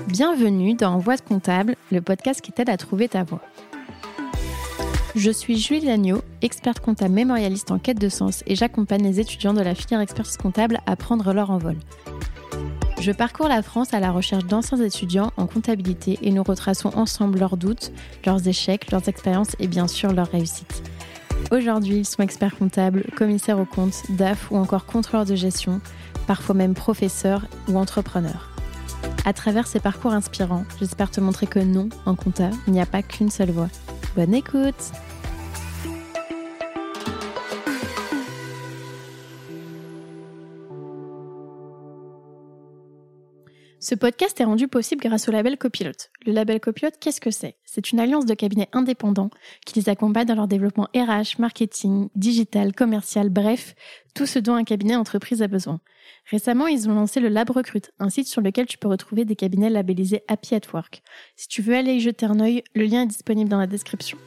Bienvenue dans Voix de comptable, le podcast qui t'aide à trouver ta voie. Je suis Julie Lagneau, experte comptable mémorialiste en quête de sens et j'accompagne les étudiants de la filière expertise comptable à prendre leur envol. Je parcours la France à la recherche d'anciens étudiants en comptabilité et nous retraçons ensemble leurs doutes, leurs échecs, leurs expériences et bien sûr leurs réussites. Aujourd'hui, ils sont experts comptables, commissaires aux comptes, DAF ou encore contrôleurs de gestion, parfois même professeurs ou entrepreneurs. À travers ces parcours inspirants, j'espère te montrer que non, en compta, il n'y a pas qu'une seule voie. Bonne écoute! Ce podcast est rendu possible grâce au label Copilot. Le label Copilot, qu'est-ce que c'est ? C'est une alliance de cabinets indépendants qui les accompagne dans leur développement RH, marketing, digital, commercial, bref, tout ce dont un cabinet entreprise a besoin. Récemment, ils ont lancé le Lab Recrute, un site sur lequel tu peux retrouver des cabinets labellisés Happy at Work. Si tu veux aller y jeter un œil, le lien est disponible dans la description.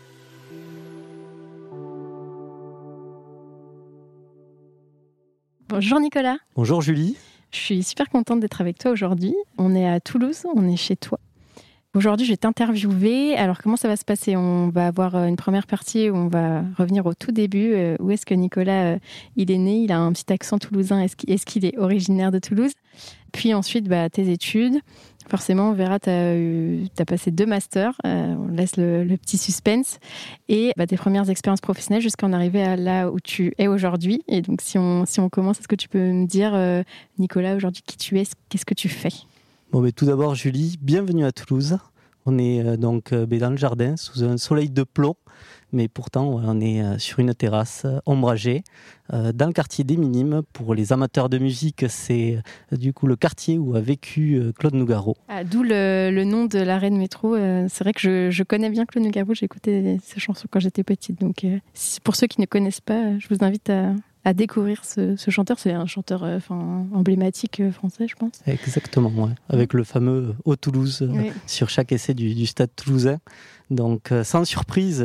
Bonjour Nicolas. Bonjour Julie. Je suis super contente d'être avec toi aujourd'hui. On est à Toulouse, on est chez toi. Aujourd'hui, je vais t'interviewer. Alors, comment ça va se passer ? On va avoir une première partie où on va revenir au tout début. Où est-ce que Nicolas, il est né ? Il a un petit accent toulousain. Est-ce qu'il est originaire de Toulouse ? Puis ensuite, tes études. Forcément, on verra, tu as passé 2 masters. On laisse le petit suspense. Et tes premières expériences professionnelles jusqu'à en arriver à là où tu es aujourd'hui. Et donc, si on commence, est-ce que tu peux me dire, Nicolas, aujourd'hui, qui tu es ? Qu'est-ce que tu fais ? Tout d'abord, Julie, bienvenue à Toulouse. On est donc dans le jardin, sous un soleil de plomb. Mais pourtant, on est sur une terrasse ombragée, dans le quartier des Minimes. Pour les amateurs de musique, c'est du coup le quartier où a vécu Claude Nougaro. D'où le nom de l'arrêt de métro. C'est vrai que je connais bien Claude Nougaro, j'ai écouté ses chansons quand j'étais petite. Donc, pour ceux qui ne connaissent pas, je vous invite à découvrir ce chanteur. C'est un chanteur emblématique français, je pense. Exactement, ouais. Avec le fameux « Au Toulouse » oui. Sur chaque essai du stade toulousain. Donc, sans surprise,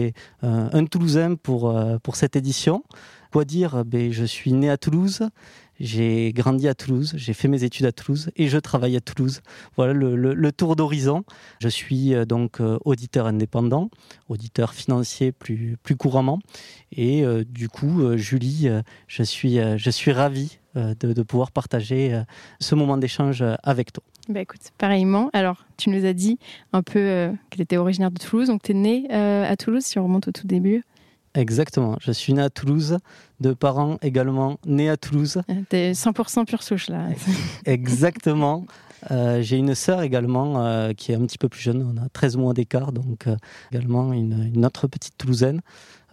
un Toulousain pour cette édition. Quoi dire ? Je suis né à Toulouse, j'ai grandi à Toulouse, j'ai fait mes études à Toulouse et je travaille à Toulouse. Voilà le tour d'horizon. Je suis donc auditeur indépendant, auditeur financier plus couramment. Et du coup, Julie, je suis ravi de pouvoir partager ce moment d'échange avec toi. Écoute, pareillement. Alors, tu nous as dit un peu que tu étais originaire de Toulouse, donc tu es né à Toulouse, si on remonte au tout début. Exactement, je suis né à Toulouse, de parents également nés à Toulouse. T'es 100% pure souche, là. Exactement. J'ai une sœur également qui est un petit peu plus jeune, on a 13 mois d'écart, donc également une autre petite Toulousaine.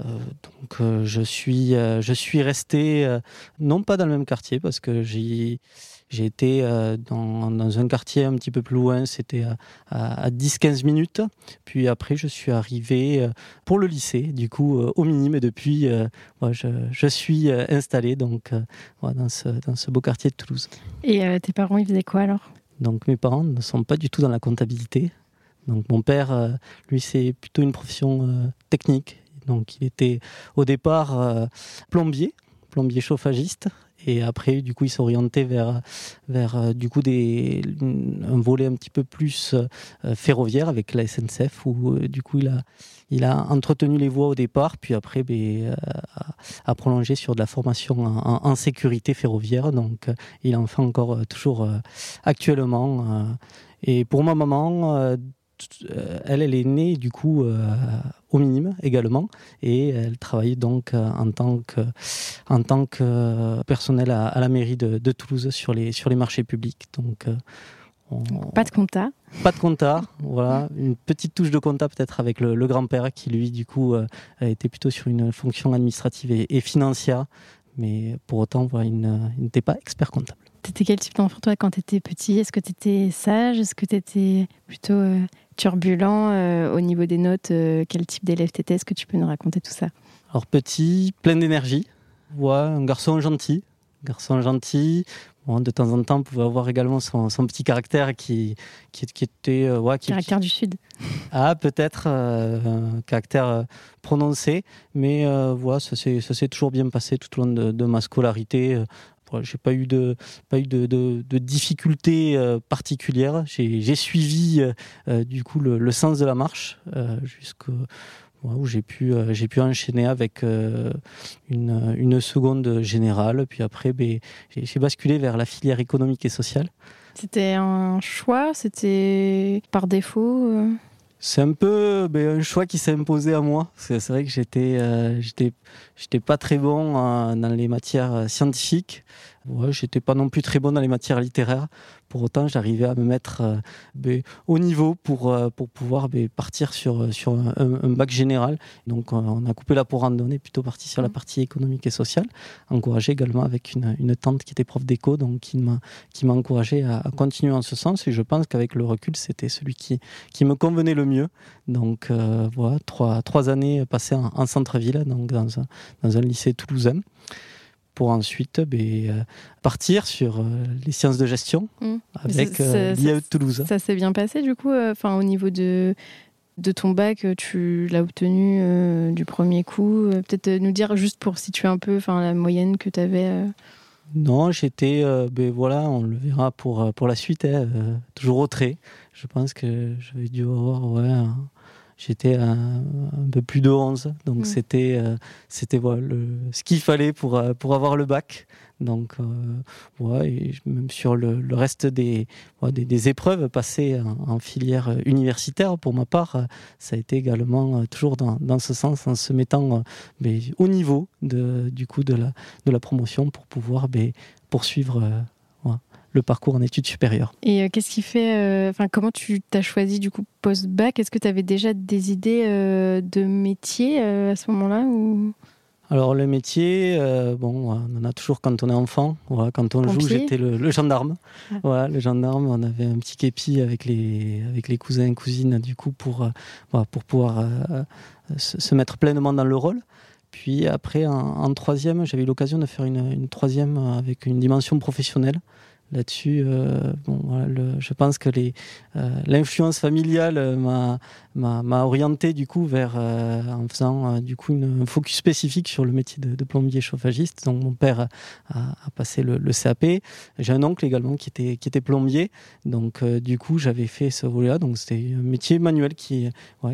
Je suis resté, non pas dans le même quartier, parce que j'ai été dans un quartier un petit peu plus loin, c'était à 10-15 minutes. Puis après, je suis arrivé pour le lycée, du coup, au Minimes. Et depuis, je suis installé dans ce beau quartier de Toulouse. Et tes parents, ils faisaient quoi alors ? Donc mes parents ne sont pas du tout dans la comptabilité. Donc mon père, lui, c'est plutôt une profession technique. Donc il était au départ plombier chauffagiste. Et après, du coup, il s'est orienté vers du coup un volet un petit peu plus ferroviaire avec la SNCF, où du coup, il a entretenu les voies au départ, puis après, a prolongé sur de la formation en sécurité ferroviaire. Donc, il en fait encore toujours actuellement. Et pour ma maman, elle est née du coup au Minimes également, et elle travaillait donc en tant que personnel à la mairie de Toulouse sur les marchés publics. Donc pas de compta. Pas de compta, voilà. Une petite touche de compta peut-être avec le grand-père qui lui du coup était plutôt sur une fonction administrative et financière, mais pour autant il n'était pas expert comptable. T'étais quel type d'enfant toi quand t'étais petit ? Est-ce que t'étais sage ? Est-ce que t'étais plutôt turbulent au niveau des notes ? Quel type d'élève t'étais ? Est-ce que tu peux nous raconter tout ça ? Alors petit, plein d'énergie, un garçon gentil. Bon, de temps en temps, on pouvait avoir également son petit caractère qui était... caractère du Sud. Ah, peut-être, un caractère prononcé, mais ça s'est toujours bien passé tout au long de ma scolarité. j'ai pas eu de difficultés particulières. J'ai suivi du coup le sens de la marche jusqu'au où j'ai pu enchaîner avec une seconde générale. Puis après, j'ai basculé vers la filière économique et sociale. C'était un choix? C'était par défaut? C'est un peu un choix qui s'est imposé à moi. C'est vrai que j'étais pas très bon dans les matières scientifiques. Ouais, j'étais pas non plus très bon dans les matières littéraires. Pour autant, j'arrivais à me mettre au niveau pour pouvoir partir sur un bac général. Donc, on a coupé la poire en deux. On est plutôt parti sur la partie économique et sociale. Encouragé également avec une tante qui était prof d'éco, donc qui m'a encouragé à continuer en ce sens. Et je pense qu'avec le recul, c'était celui qui me convenait le mieux. Donc, voilà, trois années passées en centre-ville, donc dans un lycée toulousain, pour ensuite partir sur les sciences de gestion avec l'IAE de Toulouse. Ça s'est bien passé du coup, au niveau de ton bac, tu l'as obtenu du premier coup. Peut-être nous dire, juste pour situer un peu la moyenne que tu avais. Non, j'étais, on le verra pour la suite, toujours au trait. Je pense que j'avais dû avoir... J'étais à un peu plus de 11, donc c'était ce qu'il fallait pour avoir le bac. Donc, et même sur le reste des épreuves passées en filière universitaire, pour ma part, ça a été également toujours dans ce sens, en se mettant au niveau de la promotion pour pouvoir poursuivre le parcours en études supérieures. Et qu'est-ce qui fait... comment tu t'as choisi du coup post-bac? Est-ce que tu avais déjà des idées de métier à ce moment-là ou... Alors le métier, on en a toujours quand on est enfant. Voilà, quand on joue, j'étais le gendarme. Ah. Voilà, le gendarme, on avait un petit képi avec les cousins et cousines du coup pour pouvoir se mettre pleinement dans le rôle. Puis après, en troisième, j'avais eu l'occasion de faire une troisième avec une dimension professionnelle. Là-dessus, je pense que l'influence familiale m'a orienté du coup vers en faisant un focus spécifique sur le métier de plombier chauffagiste. Donc mon père a passé le CAP. J'ai un oncle également qui était plombier. Donc du coup j'avais fait ce volet-là. Donc c'était un métier manuel qui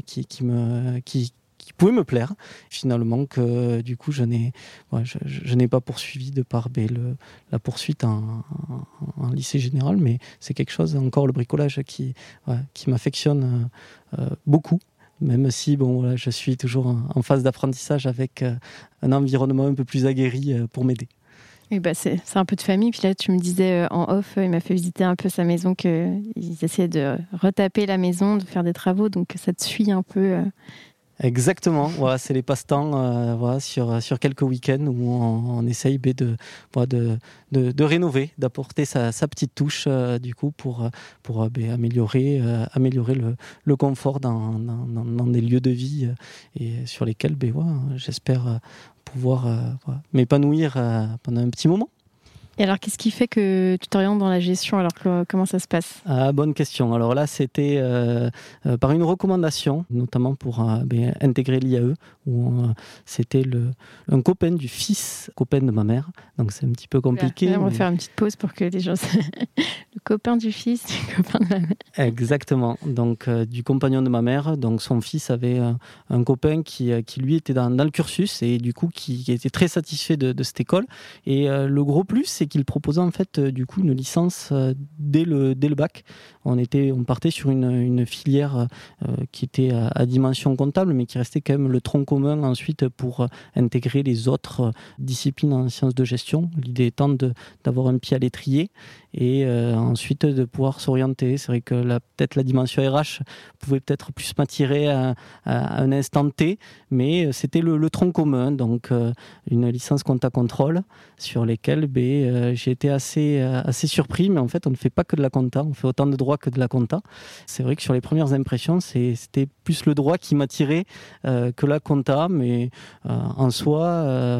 pouvait me plaire, finalement, que du coup je n'ai pas poursuivi de par la poursuite en lycée général, mais c'est quelque chose, encore le bricolage, qui m'affectionne beaucoup, même si je suis toujours en phase d'apprentissage avec un environnement un peu plus aguerri pour m'aider. Et c'est un peu de famille. Puis là, tu me disais en off, il m'a fait visiter un peu sa maison, qu'ils essayaient de retaper la maison, de faire des travaux, donc ça te suit un peu... Exactement, voilà, c'est les passe-temps sur quelques week-ends où on essaye de rénover, d'apporter sa petite touche du coup pour améliorer le confort dans des lieux de vie et sur lesquels j'espère pouvoir m'épanouir pendant un petit moment. Et alors, qu'est-ce qui fait que tu t'orientes dans la gestion? Alors, comment ça se passe? Bonne question. Alors là, c'était par une recommandation, notamment pour intégrer l'IAE, où c'était un copain du copain de ma mère. Donc, c'est un petit peu compliqué. Là, on va faire une petite pause pour que les gens... Le copain du fils, du copain de ma mère. Exactement. Donc, du compagnon de ma mère. Donc, son fils avait un copain qui lui, était dans le cursus et du coup, qui était très satisfait de cette école. Et le gros plus, c'est qu'il proposait en fait du coup une licence dès le bac. On partait sur une filière qui était à dimension comptable, mais qui restait quand même le tronc commun ensuite pour intégrer les autres disciplines en sciences de gestion. L'idée étant d'avoir un pied à l'étrier et ensuite de pouvoir s'orienter. C'est vrai que peut-être la dimension RH pouvait peut-être plus m'attirer à un instant T, mais c'était le tronc commun, donc une licence compta contrôle sur lesquelles j'ai été assez surpris, mais en fait on ne fait pas que de la compta, on fait autant de droit que de la compta. C'est vrai que sur les premières impressions, c'était plus le droit qui m'attirait que la compta, mais en soi,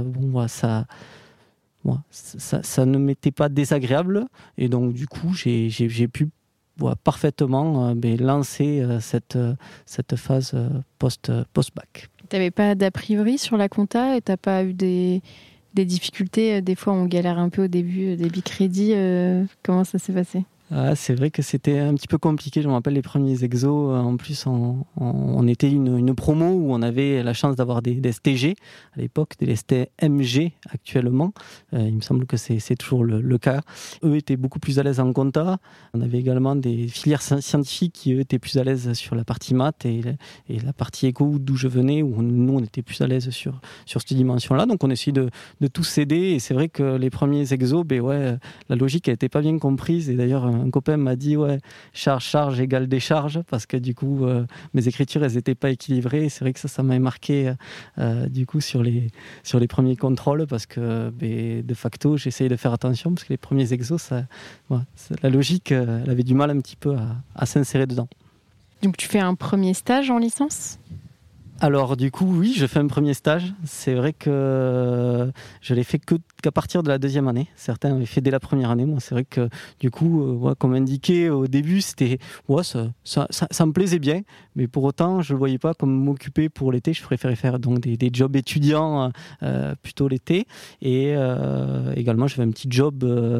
ça ne m'était pas désagréable, et donc du coup j'ai pu parfaitement lancer cette phase post-bac. Tu n'avais pas d'a priori sur la compta et tu n'as pas eu des des difficultés. Des fois, on galère un peu au début, débit crédit. Comment ça s'est passé ? C'est vrai que c'était un petit peu compliqué. Je me rappelle les premiers exos. En plus, on était une promo où on avait la chance d'avoir des STG à l'époque, des STMG actuellement. Il me semble que c'est toujours le cas. Eux étaient beaucoup plus à l'aise en compta. On avait également des filières scientifiques qui, eux, étaient plus à l'aise sur la partie maths et la partie éco d'où je venais, où nous, on était plus à l'aise sur cette dimension-là. Donc, on essayait de tous s'aider. Et c'est vrai que les premiers exos, la logique n'était pas bien comprise. Et d'ailleurs, un copain m'a dit charge égale décharge, parce que du coup mes écritures elles n'étaient pas équilibrées, et c'est vrai que ça m'avait marqué du coup sur les premiers contrôles, parce que de facto j'essayais de faire attention, parce que les premiers exos la logique elle avait du mal un petit peu à s'insérer dedans. Donc tu fais un premier stage en licence ? Alors du coup oui, je fais un premier stage. C'est vrai que je l'ai fait qu'à partir de la deuxième année. Certains avaient fait dès la première année. Moi c'est vrai que du coup, comme indiqué au début, c'était ça me plaisait bien, mais pour autant je le voyais pas comme m'occuper pour l'été. Je préférais faire donc des jobs étudiants plutôt l'été, et également j'avais un petit job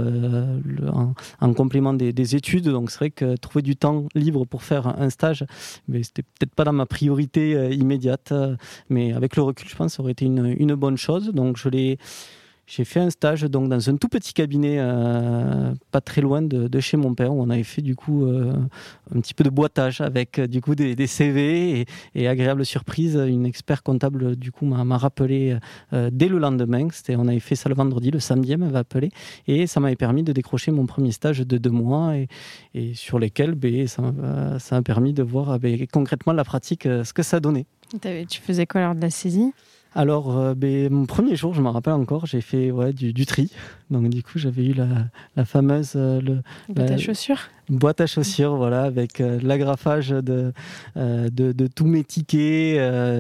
en complément des études. Donc c'est vrai que trouver du temps libre pour faire un stage, mais c'était peut-être pas dans ma priorité immédiate. Mais avec le recul, je pense que ça aurait été une bonne chose. Donc j'ai fait un stage donc dans un tout petit cabinet pas très loin de chez mon père, où on avait fait du coup un petit peu de boitage avec du coup des CV, et agréable surprise, une expert comptable du coup m'a rappelé dès le lendemain. On avait fait ça le vendredi, le samedi elle m'avait appelé, et ça m'avait permis de décrocher mon premier stage de 2 mois, et sur lesquels ça m'a permis de voir concrètement la pratique ce que ça donnait. Tu faisais quoi lors de la saisie ? Alors, mon premier jour, je me rappelle encore, j'ai fait du tri. Donc, du coup, j'avais eu la fameuse boîte à chaussures. Boîte à chaussures, voilà, avec l'agrafage de tous mes tickets,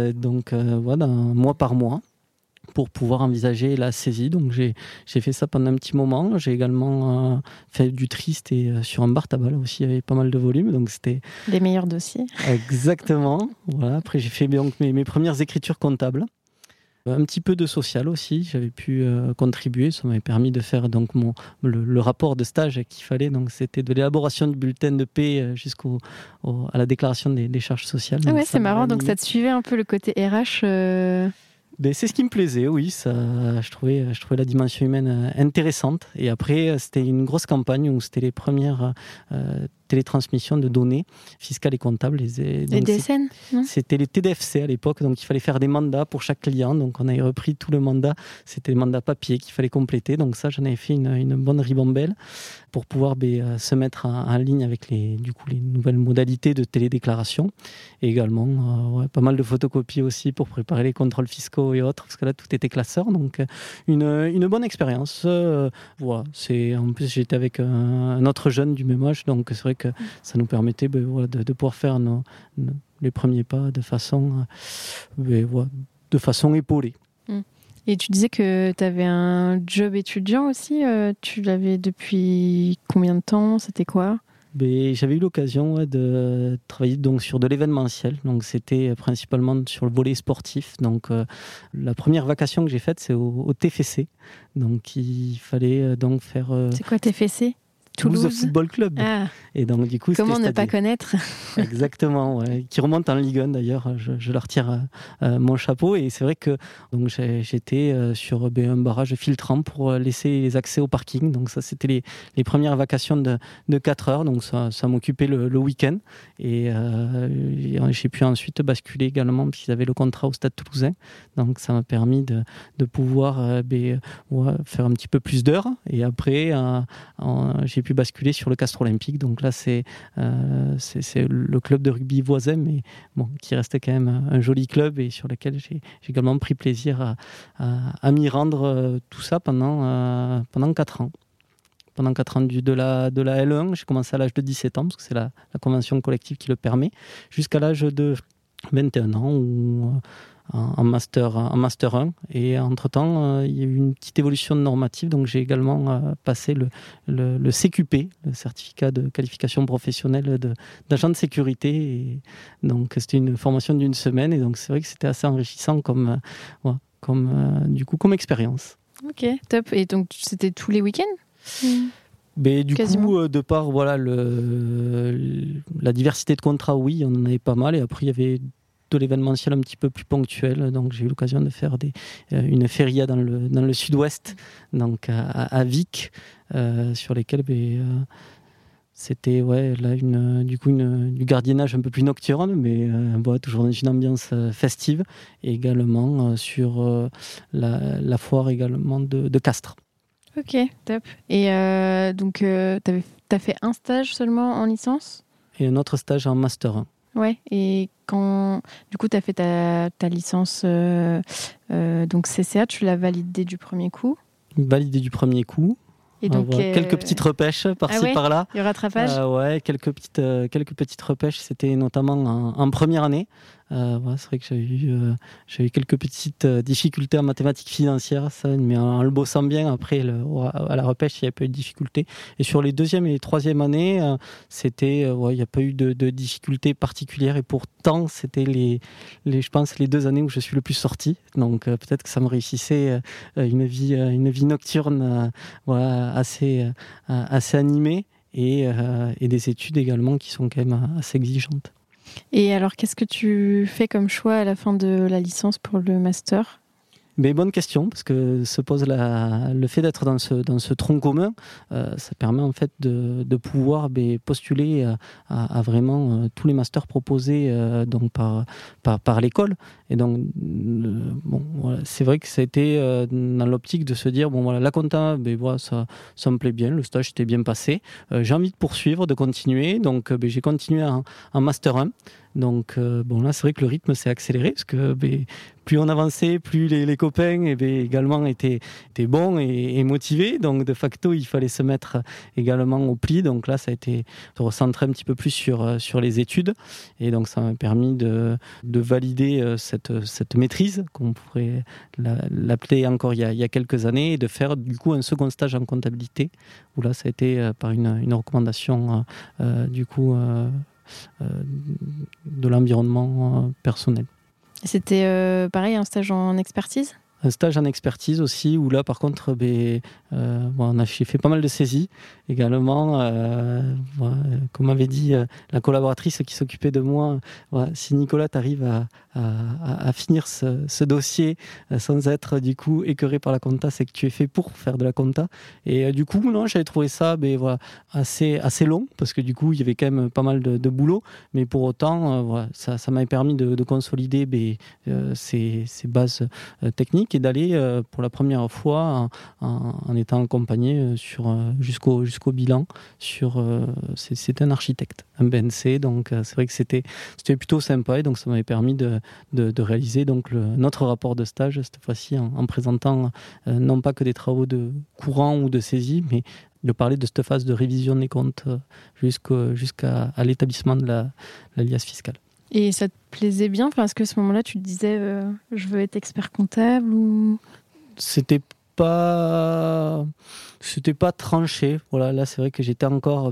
un mois par mois, pour pouvoir envisager la saisie. Donc, j'ai fait ça pendant un petit moment. J'ai également fait du tri, c'était sur un bar tabac, là aussi, il y avait pas mal de volume. Donc, c'était les meilleurs dossiers. Exactement. Voilà. Après, j'ai fait donc mes premières écritures comptables. Un petit peu de social aussi, j'avais pu contribuer, ça m'avait permis de faire donc le rapport de stage qu'il fallait, donc c'était de l'élaboration du bulletin de paie jusqu'à la déclaration des charges sociales. Ah ouais, c'est marrant, donc ça te suivait un peu le côté RH C'est ce qui me plaisait, oui, je trouvais la dimension humaine intéressante, et après c'était une grosse campagne où c'était les premières télétransmission de données fiscales et comptables. Les DSN, non ? C'était les TDFC à l'époque, donc il fallait faire des mandats pour chaque client. Donc on avait repris tout le mandat, c'était les mandats papier qu'il fallait compléter. Donc ça, j'en avais fait une bonne ribambelle pour pouvoir se mettre en ligne avec les nouvelles modalités de télédéclaration. Et également, pas mal de photocopies aussi pour préparer les contrôles fiscaux et autres, parce que là, tout était classeur. Donc une bonne expérience. En plus, j'étais avec un autre jeune du même âge, donc c'est vrai que ça nous permettait de pouvoir faire les premiers pas de façon épaulée. Et tu disais que tu avais un job étudiant aussi. Tu l'avais depuis combien de temps ? C'était quoi ? J'avais eu l'occasion de travailler donc sur de l'événementiel. Donc c'était principalement sur le volet sportif. Donc la première vacation que j'ai faite, c'est au TFC. Donc il fallait donc faire. C'est quoi TFC ? Toulouse Football Club. Ah. Et donc du coup, comment ne pas connaître ? Exactement, ouais. Qui remonte en Ligue 1 d'ailleurs. Je leur tire mon chapeau. Et c'est vrai que donc j'étais sur un barrage filtrant pour laisser les accès au parking. Donc ça, c'était les premières vacations de 4 heures. Donc ça m'occupait le week-end. Et j'ai pu ensuite basculer également, puisqu'ils avaient le contrat au Stade Toulousain. Donc ça m'a permis de pouvoir faire un petit peu plus d'heures. Et après, j'ai pu basculer sur le Castres Olympique. Donc là, c'est le club de rugby voisin, mais bon, qui restait quand même un joli club, et sur lequel j'ai également pris plaisir à m'y rendre, tout ça pendant 4 ans. Pendant 4 ans de la L1, j'ai commencé à l'âge de 17 ans, parce que c'est la convention collective qui le permet, jusqu'à l'âge de 21 ans, où en master 1, et entre-temps il y a eu une petite évolution normative, donc j'ai également passé le CQP, le certificat de qualification professionnelle d'agent de sécurité, et donc c'était une formation d'1 semaine, et donc c'est vrai que c'était assez enrichissant comme expérience. Ok, top. Et donc, c'était tous les week-ends ? Mais du Quasiment. coup, de par la diversité de contrats, oui, on en avait pas mal. Et après, il y avait de l'événementiel un petit peu plus ponctuel. Donc, j'ai eu l'occasion de faire une feria dans le sud-ouest, donc à Vic, sur lesquels c'était du gardiennage un peu plus nocturne, mais toujours dans une ambiance festive. Et également sur la foire également de Castres. Ok, top. Et donc, t'as fait un stage seulement en licence ? Et un autre stage en Master 1. Ouais, et quand du coup tu as fait ta licence donc CCA, tu l'as validée du premier coup. Validé du premier coup. Et donc quelques petites repêches par-ci par-là. Le rattrapage. Ouais, quelques petites repêches. C'était notamment en première année. C'est vrai que j'ai eu quelques petites difficultés en mathématiques financières, ça, mais en le bossant bien, après à la repêche, il n'y a pas eu de difficultés. Et sur les deuxième et troisième années, il n'y a pas eu de difficultés particulières. Et pourtant, c'était je pense, les 2 années où je suis le plus sorti. Donc peut-être que ça me réussissait une vie nocturne assez animée et des études également qui sont quand même assez exigeantes. Et alors, qu'est-ce que tu fais comme choix à la fin de la licence pour le master ? Mais bonne question, parce que se pose le fait d'être dans ce tronc commun, ça permet en fait de pouvoir postuler à vraiment tous les masters proposés donc par l'école. Et donc, c'est vrai que ça a été dans l'optique de se dire, la compta, ça me plaît bien, le stage s'était bien passé, j'ai envie de poursuivre, de continuer, donc j'ai continué en master 1. Donc là, c'est vrai que le rythme s'est accéléré, parce que plus on avançait, plus les copains également étaient bons et motivés. Donc de facto, il fallait se mettre également au pli. Donc là, ça a été de recentrer un petit peu plus sur les études. Et donc ça m'a permis de valider cette maîtrise, qu'on pourrait l'appeler encore il y a quelques années, et de faire du coup un second stage en comptabilité, où là, ça a été par une recommandation de l'environnement personnel. C'était pareil, un stage en expertise ? Un stage en expertise aussi, où là par contre j'ai fait pas mal de saisies également, comme m'avait dit la collaboratrice qui s'occupait de moi, si Nicolas t'arrive à finir ce dossier sans être du coup écœuré par la compta, c'est que tu es fait pour faire de la compta. Et du coup non, j'avais trouvé ça assez long, parce que du coup il y avait quand même pas mal de boulot, mais pour autant ça m'avait permis de consolider ces bases techniques, et d'aller pour la première fois en étant accompagné jusqu'au bilan c'était un architecte, un BNC, donc c'est vrai que c'était plutôt sympa, et donc ça m'avait permis de réaliser donc notre rapport de stage, cette fois-ci en présentant non pas que des travaux de courant ou de saisie, mais de parler de cette phase de révision des comptes jusqu'à l'établissement de la liasse fiscale. Et ça te plaisait bien ? Est-ce que à ce moment-là, tu te disais je veux être expert comptable ou... C'était pas tranché. Là, c'est vrai que j'étais encore,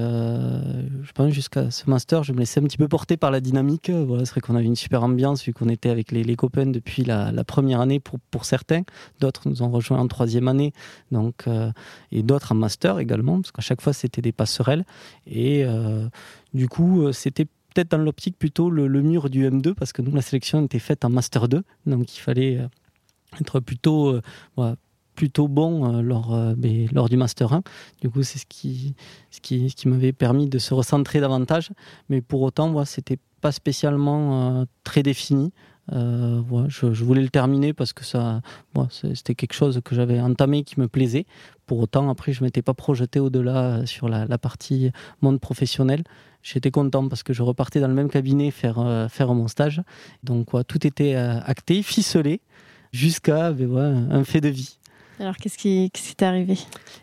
je pense jusqu'à ce master, je me laissais un petit peu porter par la dynamique. C'est vrai qu'on avait une super ambiance, vu qu'on était avec les copains depuis la première année pour certains. D'autres nous ont rejoints en troisième année, donc, et d'autres en master également, parce qu'à chaque fois, c'était des passerelles. Et du coup, c'était peut-être dans l'optique plutôt le mur du M2, parce que nous, la sélection était faite en Master 2, donc il fallait être plutôt bon lors du Master 1. Du coup, c'est ce qui m'avait permis de se recentrer davantage, mais pour autant, c'était pas spécialement très défini. Je voulais le terminer parce que c'était quelque chose que j'avais entamé, qui me plaisait. Pour autant, après, je m'étais pas projeté au-delà sur la partie monde professionnel. J'étais content parce que je repartais dans le même cabinet faire mon stage. Donc, tout était acté, ficelé, jusqu'à un fait de vie. Alors, qu'est-ce qui t'est arrivé ?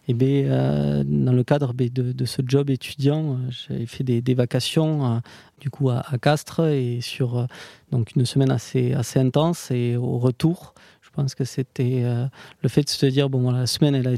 Dans le cadre de ce job étudiant, j'avais fait des vacations du coup à Castres, et sur donc une semaine assez intense. Et au retour, je Je pense que c'était le fait de se dire la semaine elle a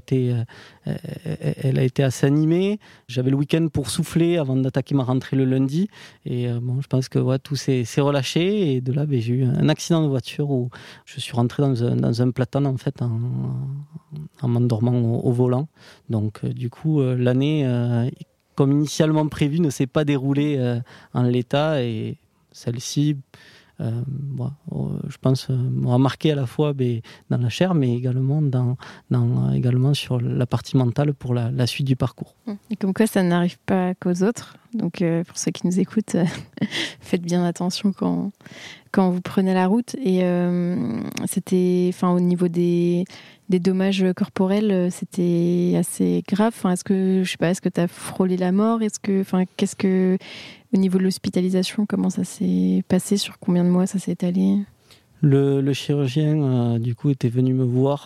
été assez animée. J'avais le week-end pour souffler avant d'attaquer ma rentrée le lundi. Et je pense que tout s'est relâché. Et de là, j'ai eu un accident de voiture où je suis rentré dans un platane en fait en m'endormant au volant. Donc du coup, l'année, comme initialement prévu, ne s'est pas déroulée en l'état. Et celle-ci, je pense, m'aura marqué à la fois dans la chair, mais également, également sur la partie mentale pour la suite du parcours. Et comme quoi, ça n'arrive pas qu'aux autres. Donc, pour ceux qui nous écoutent, faites bien attention quand vous prenez la route. Et c'était, au niveau des dommages corporels, c'était assez grave. Est-ce que tu as frôlé la mort? Au niveau de l'hospitalisation, comment ça s'est passé? Sur combien de mois ça s'est étalé? Le chirurgien, du coup, était venu me voir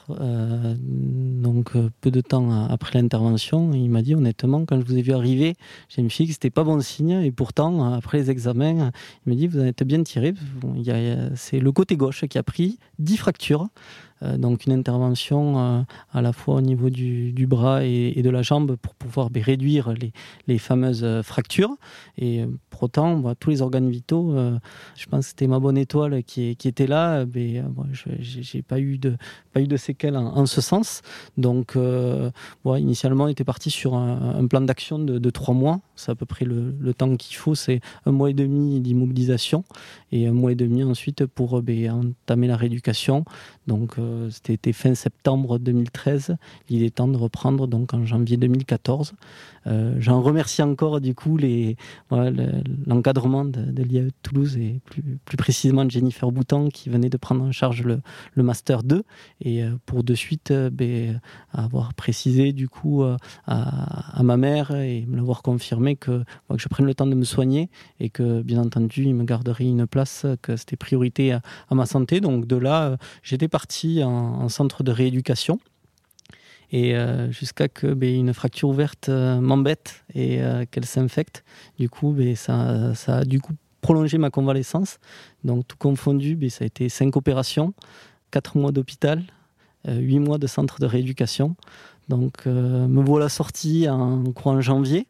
peu de temps après l'intervention. Il m'a dit, honnêtement, quand je vous ai vu arriver, j'ai me dit que c'était pas bon signe. Et pourtant, après les examens, il m'a dit, vous en êtes bien tiré. C'est le côté gauche qui a pris 10 fractures. Donc une intervention à la fois au niveau du bras et de la jambe pour pouvoir réduire les fameuses fractures. Et pour autant, tous les organes vitaux, je pense que c'était ma bonne étoile qui était là. J'ai pas eu de séquelles en ce sens. Donc initialement, on était parti sur un plan d'action de 3 mois. C'est à peu près le temps qu'il faut. C'est 1 mois et demi d'immobilisation et 1 mois et demi ensuite pour entamer la rééducation. Donc c'était fin septembre 2013. Il est temps de reprendre donc en janvier 2014. J'en remercie encore du coup l'encadrement de l'IAE de Toulouse et plus précisément de Jennifer Boutan qui venait de prendre en charge le Master 2 et pour de suite avoir précisé du coup à ma mère et me l'avoir confirmé que je prenne le temps de me soigner et que bien entendu il me garderait une place, que c'était priorité à ma santé. Donc de là j'étais parti en centre de rééducation. Et jusqu'à que une fracture ouverte m'embête et qu'elle s'infecte. Du coup, ça a du coup prolongé ma convalescence. Donc tout confondu, ça a été 5 opérations, 4 mois d'hôpital, 8 mois de centre de rééducation. Donc me voilà sorti en courant janvier,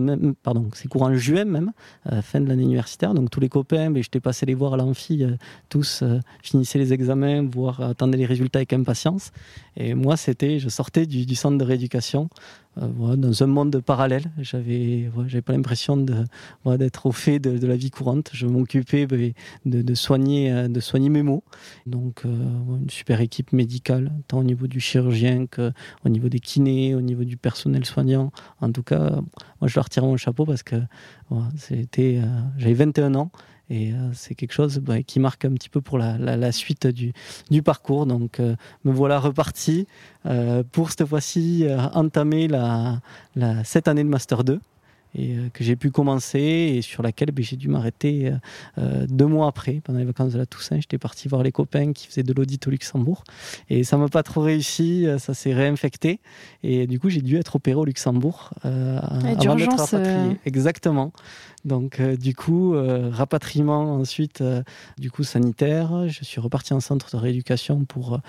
c'est courant juin même, fin de l'année universitaire. Donc tous les copains, j'étais passé les voir à l'amphi, tous finissaient les examens, voire attendaient les résultats avec impatience. Et moi, je sortais du centre de rééducation dans un monde parallèle. J'avais pas l'impression d'être au fait de la vie courante. Je m'occupais de soigner mes maux. Donc une super équipe médicale, tant au niveau du chirurgien qu'au niveau des kinés, au niveau du personnel soignant. En tout cas, moi je leur tire mon chapeau parce que j'avais 21 ans. Et c'est quelque chose qui marque un petit peu pour la suite du parcours. Donc me voilà reparti pour cette fois-ci entamer cette année de Master 2 et que j'ai pu commencer et sur laquelle j'ai dû m'arrêter 2 mois après, pendant les vacances de la Toussaint. J'étais parti voir les copains qui faisaient de l'audit au Luxembourg et ça m'a pas trop réussi, ça s'est réinfecté et du coup j'ai dû être opéré au Luxembourg avant d'être rapatrié. Exactement. Donc du coup rapatriement ensuite du coup sanitaire. Je suis reparti en centre de rééducation pour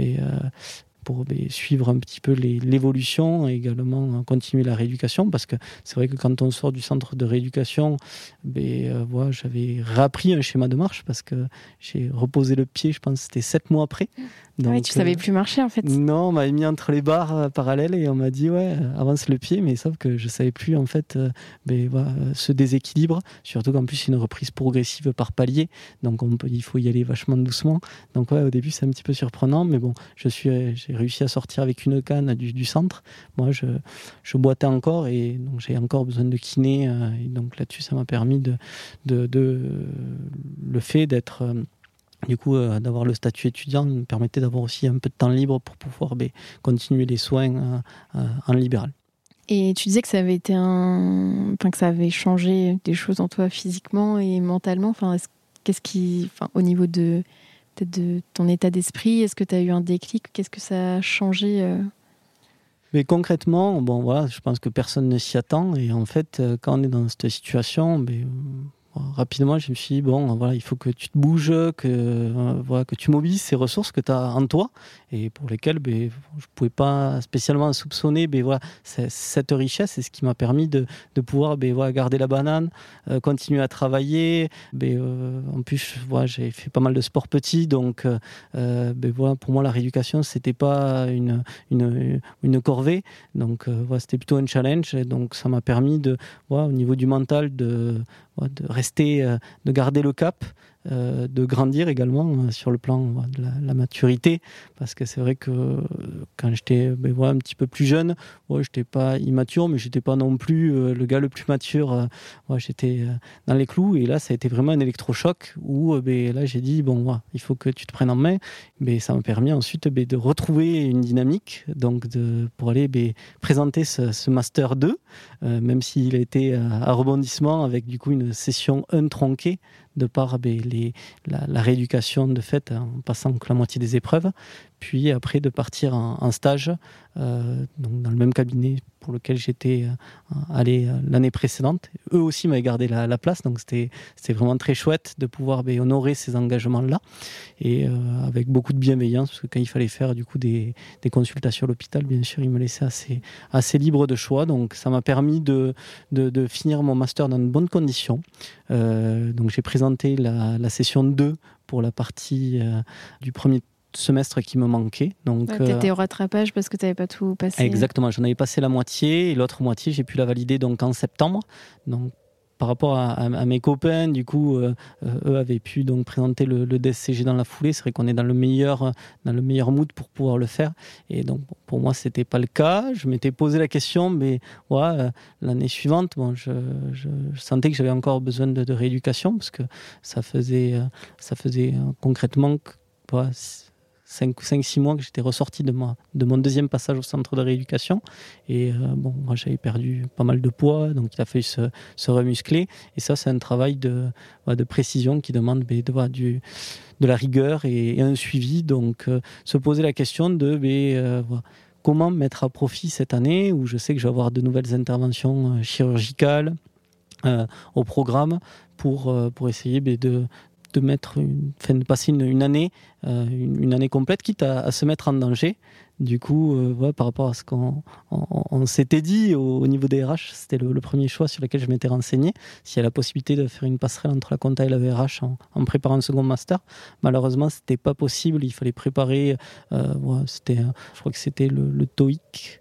suivre un petit peu l'évolution et également continuer la rééducation, parce que c'est vrai que quand on sort du centre de rééducation, j'avais réappris un schéma de marche parce que j'ai reposé le pied, je pense que c'était 7 mois après. Donc, oui, tu savais plus marcher en fait. Non, on m'avait mis entre les barres parallèles et on m'a dit avance le pied, mais sauf que je savais plus en fait ce déséquilibre, surtout qu'en plus c'est une reprise progressive par palier, donc il faut y aller vachement doucement. Donc au début c'est un petit peu surprenant, mais bon, j'ai réussi à sortir avec une canne du centre. Moi je boitais encore et donc j'ai encore besoin de kiné et donc là-dessus ça m'a permis de le fait d'être du coup, d'avoir le statut étudiant me permettait d'avoir aussi un peu de temps libre pour pouvoir continuer les soins en libéral. Et tu disais que ça avait été que ça avait changé des choses en toi physiquement et mentalement. Au niveau de ton état d'esprit, est-ce que tu as eu un déclic? Qu'est-ce que ça a changé Mais concrètement, je pense que personne ne s'y attend. Et en fait, quand on est dans cette situation, rapidement, je me suis dit, bon, voilà, il faut que tu te bouges, que tu mobilises ces ressources que tu as en toi et pour lesquelles je ne pouvais pas spécialement soupçonner voilà, cette richesse. C'est ce qui m'a permis de pouvoir voilà, garder la banane, continuer à travailler. En plus, voilà, j'ai fait pas mal de sport petit, donc voilà, pour moi, la rééducation, ce n'était pas une corvée. Donc, voilà, c'était plutôt un challenge. Et donc, ça m'a permis, voilà, au niveau du mental, de rester, de garder le cap, de grandir également sur le plan de la maturité, parce que c'est vrai que quand j'étais voilà, un petit peu plus jeune, j'étais pas immature, mais j'étais pas non plus le gars le plus mature. J'étais dans les clous, et là ça a été vraiment un électrochoc où là j'ai dit il faut que tu te prennes en main. Ça m'a permis ensuite de retrouver une dynamique, donc pour aller présenter ce Master 2, même s'il a été à rebondissement avec du coup une session 1 tronquée de par la rééducation de fait en passant que la moitié des épreuves, puis après de partir en stage donc dans le même cabinet pour lequel j'étais allé l'année précédente. Eux aussi m'avaient gardé la place, donc c'était vraiment très chouette de pouvoir honorer ces engagements-là, et avec beaucoup de bienveillance, parce que quand il fallait faire du coup des consultations à l'hôpital, bien sûr, ils me laissaient assez libre de choix, donc ça m'a permis de finir mon master dans de bonnes conditions. Donc j'ai présenté la session 2 pour la partie du premier semestre qui me manquait. Donc, tu étais au rattrapage parce que tu n'avais pas tout passé. Exactement, j'en avais passé la moitié, et l'autre moitié, j'ai pu la valider donc en septembre. Donc, par rapport à mes copains, du coup, eux avaient pu donc présenter le DSCG dans la foulée. C'est vrai qu'on est dans le meilleur mood pour pouvoir le faire. Et donc, pour moi, c'était pas le cas. Je m'étais posé la question, mais voilà, l'année suivante, je sentais que j'avais encore besoin de rééducation, parce que ça faisait concrètement 5-6 mois que j'étais ressorti de mon deuxième passage au centre de rééducation, et moi j'avais perdu pas mal de poids, donc il a fallu se remuscler, et ça c'est un travail de précision qui demande de la rigueur et un suivi, donc se poser la question de comment mettre à profit cette année où je sais que je vais avoir de nouvelles interventions chirurgicales au programme pour essayer de passer une année complète, quitte à se mettre en danger. Du coup, par rapport à ce qu'on s'était dit au niveau des RH, c'était le premier choix sur lequel je m'étais renseigné. S'il y a la possibilité de faire une passerelle entre la compta et la VRH en préparant un second master, malheureusement, c'était pas possible. Il fallait préparer, je crois que c'était le TOEIC.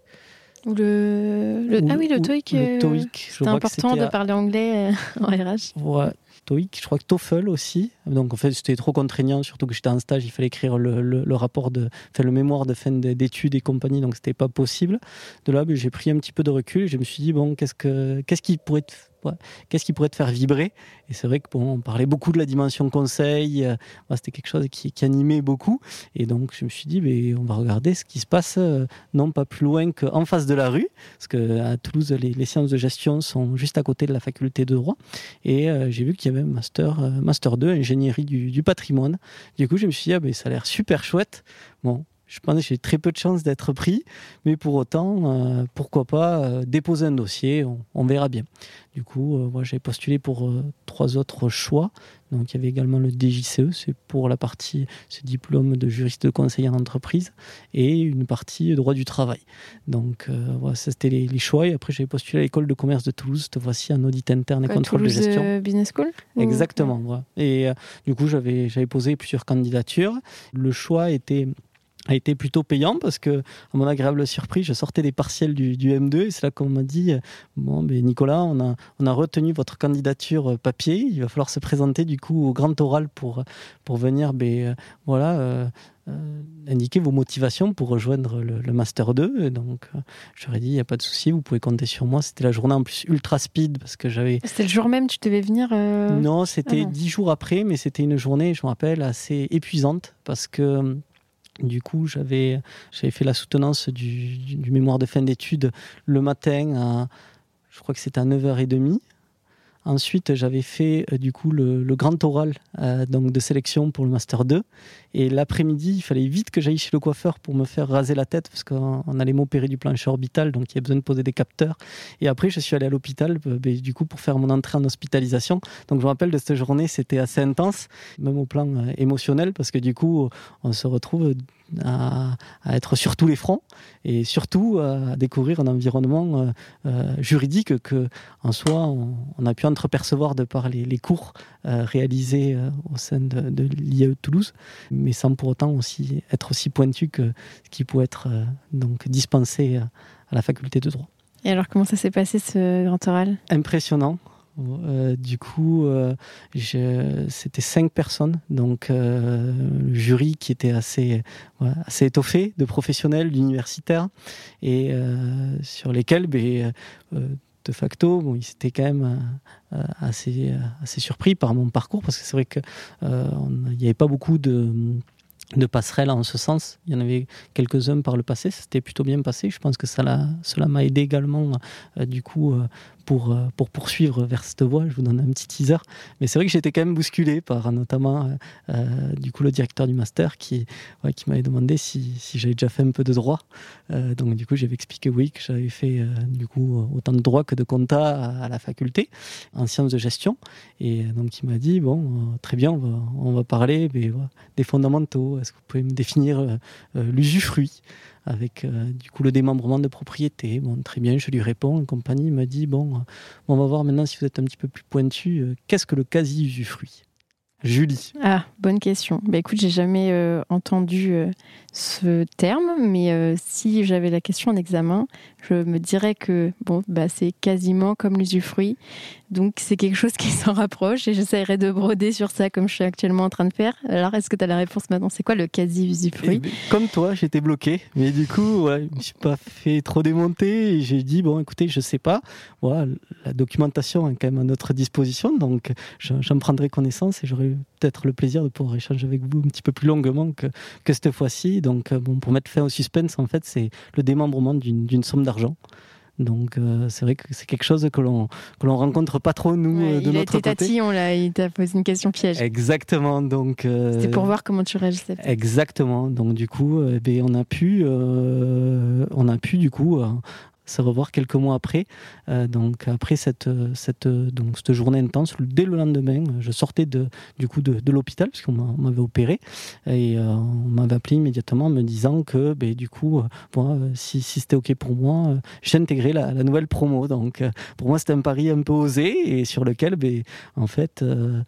Le TOEIC. Le TOEIC. C'est important de parler anglais en RH. Ouais. TOEIC, je crois que TOEFL aussi. Donc en fait, c'était trop contraignant, surtout que j'étais en stage, il fallait écrire le rapport le mémoire de fin d'études et compagnie, donc c'était pas possible. De là, j'ai pris un petit peu de recul et je me suis dit qu'est-ce qui pourrait te faire vibrer. Et c'est vrai on parlait beaucoup de la dimension conseil, c'était quelque chose qui animait beaucoup, et donc je me suis dit on va regarder ce qui se passe non pas plus loin qu'en face de la rue, parce qu'à Toulouse les sciences de gestion sont juste à côté de la faculté de droit, et j'ai vu qu'il y avait un master 2 ingénierie du patrimoine. Du coup je me suis dit ça a l'air super chouette. Je pense que j'ai très peu de chances d'être pris, mais pour autant, pourquoi pas déposer un dossier, on verra bien. Du coup, j'ai postulé pour 3 autres choix. Donc, il y avait également le DJCE, c'est pour la partie ce diplôme de juriste de conseil en entreprise, et une partie droit du travail. Donc, ça c'était les choix. Et après, j'avais postulé à l'école de commerce de Toulouse, cette fois-ci en audit interne et contrôle Toulouse de gestion. Business School. Exactement. Voilà. Et du coup, j'avais posé plusieurs candidatures. Le choix a été plutôt payant, parce que, à mon agréable surprise, je sortais des partiels du M2, et c'est là qu'on m'a dit Nicolas, on a retenu votre candidature papier, il va falloir se présenter du coup au grand oral pour venir indiquer vos motivations pour rejoindre le Master 2. Et donc j'aurais dit il n'y a pas de souci, vous pouvez compter sur moi. C'était la journée en plus ultra speed, parce que C'était le jour même, tu devais venir Non, c'était 10 jours après, mais c'était une journée, je me rappelle, assez épuisante, parce que du coup, j'avais fait la soutenance du mémoire de fin d'études le matin je crois que c'était à 9h30. Ensuite, j'avais fait du coup le grand oral donc de sélection pour le Master 2. Et l'après-midi, il fallait vite que j'aille chez le coiffeur pour me faire raser la tête parce qu'on allait m'opérer du plancher orbital, donc il y a besoin de poser des capteurs. Et après, je suis allé à l'hôpital du coup pour faire mon entrée en hospitalisation. Donc je me rappelle de cette journée, c'était assez intense, même au plan émotionnel, parce que du coup, on se retrouve à être sur tous les fronts et surtout à découvrir un environnement juridique que en soi on a pu entrepercevoir de par les cours réalisés au sein de l'IAE de Toulouse, mais sans pour autant aussi être aussi pointu que ce qui pouvait être donc dispensé à la faculté de droit. Et alors comment ça s'est passé ce grand oral ? Impressionnant. Du coup, c'était 5 personnes, donc le jury qui était assez étoffé de professionnels, d'universitaires, et sur lesquels, de facto, ils étaient quand même assez surpris par mon parcours, parce que c'est vrai qu'il n'y avait pas beaucoup de passerelles en ce sens. Il y en avait quelques-uns par le passé, ça s'était plutôt bien passé. Je pense que cela m'a aidé également pour poursuivre vers cette voie. Je vous donne un petit teaser. Mais c'est vrai que j'étais quand même bousculé par notamment du coup, le directeur du master qui m'avait demandé si j'avais déjà fait un peu de droit. Donc du coup, j'avais expliqué oui, que j'avais fait du coup autant de droit que de compta à la faculté en sciences de gestion. Et donc il m'a dit très bien, on va parler des fondamentaux. Est-ce que vous pouvez me définir l'usufruit avec du coup le démembrement de propriété? Très bien, je lui réponds. En compagnie, il m'a dit on va voir maintenant si vous êtes un petit peu plus pointu. Qu'est-ce que le quasi-usufruit? Julie. Ah, bonne question. Écoute, j'ai jamais entendu ce terme, mais si j'avais la question en examen, je me dirais que c'est quasiment comme l'usufruit. Donc, c'est quelque chose qui s'en rapproche et j'essaierai de broder sur ça comme je suis actuellement en train de faire. Alors, est-ce que tu as la réponse maintenant? C'est quoi le quasi-usufruit? Comme toi, j'étais bloqué. Mais du coup, je ne me suis pas fait trop démonter et j'ai dit, écoutez, je ne sais pas. La documentation est quand même à notre disposition, donc j'en prendrai connaissance et j'aurai peut-être le plaisir de pouvoir échanger avec vous un petit peu plus longuement que cette fois-ci. Donc, pour mettre fin au suspense, en fait, c'est le démembrement d'une somme d'argent. Donc c'est vrai que c'est quelque chose que l'on rencontre pas trop nous de notre côté. Il a été tatillon là, il t'a posé une question piège. Exactement, donc c'était pour voir comment tu réagissais. Exactement, donc du coup on a pu du coup se revoir quelques mois après. Donc après cette journée intense, dès le lendemain, je sortais de l'hôpital parce qu'on m'avait opéré et on m'avait appelé immédiatement en me disant que du coup, si c'était ok pour moi, j'ai intégré la nouvelle promo. Donc pour moi, c'était un pari un peu osé et sur lequel, en fait,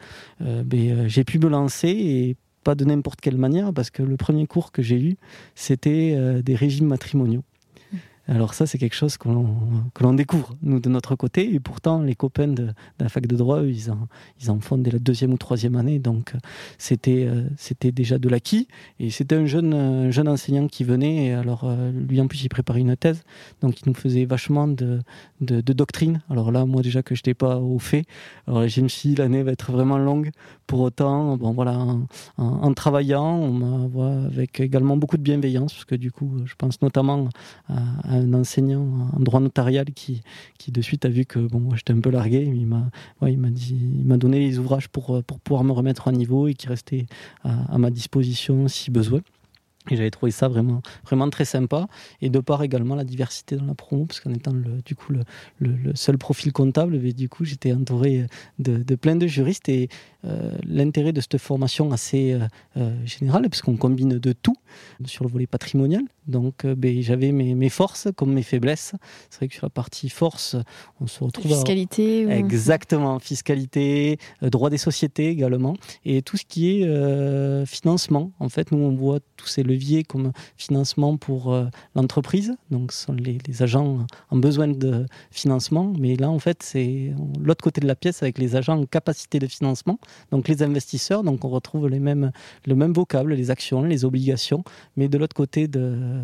j'ai pu me lancer et pas de n'importe quelle manière parce que le premier cours que j'ai eu, c'était des régimes matrimoniaux. Alors ça, c'est quelque chose que l'on découvre, nous, de notre côté. Et pourtant, les copains de la fac de droit, eux, ils en font dès la 2e ou 3e année. Donc, c'était déjà de l'acquis. Et c'était un jeune enseignant qui venait. Et alors, lui, en plus, il préparait une thèse. Donc, il nous faisait vachement de doctrine. Alors là, moi, déjà que je n'étais pas au fait, alors je me suis dit, l'année va être vraiment longue. Pour autant, en travaillant, avec également beaucoup de bienveillance, parce que du coup, je pense notamment à un enseignant en droit notarial qui de suite a vu que moi j'étais un peu largué. Il m'a donné les ouvrages pour pouvoir me remettre à niveau et qui restait à ma disposition si besoin. Et j'avais trouvé ça vraiment, vraiment très sympa. Et de part également la diversité dans la promo, parce qu'en étant le seul profil comptable, du coup, j'étais entouré de plein de juristes. Et l'intérêt de cette formation assez générale, parce qu'on combine de tout sur le volet patrimonial. Donc, j'avais mes forces comme mes faiblesses. C'est vrai que sur la partie force, on se retrouve fiscalité. Exactement, fiscalité, droit des sociétés également. Et tout ce qui est financement. En fait, nous, on voit tous ces leviers comme financement pour l'entreprise. Donc, ce sont les agents en besoin de financement. Mais là, en fait, c'est l'autre côté de la pièce avec les agents en capacité de financement. Donc, les investisseurs. Donc, on retrouve le même vocable, les actions, les obligations. Mais de l'autre côté de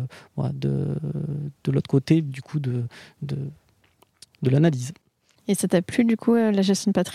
l'autre côté, du coup, de l'analyse. Et ça t'a plu, du coup, la gestion de patrimoine ?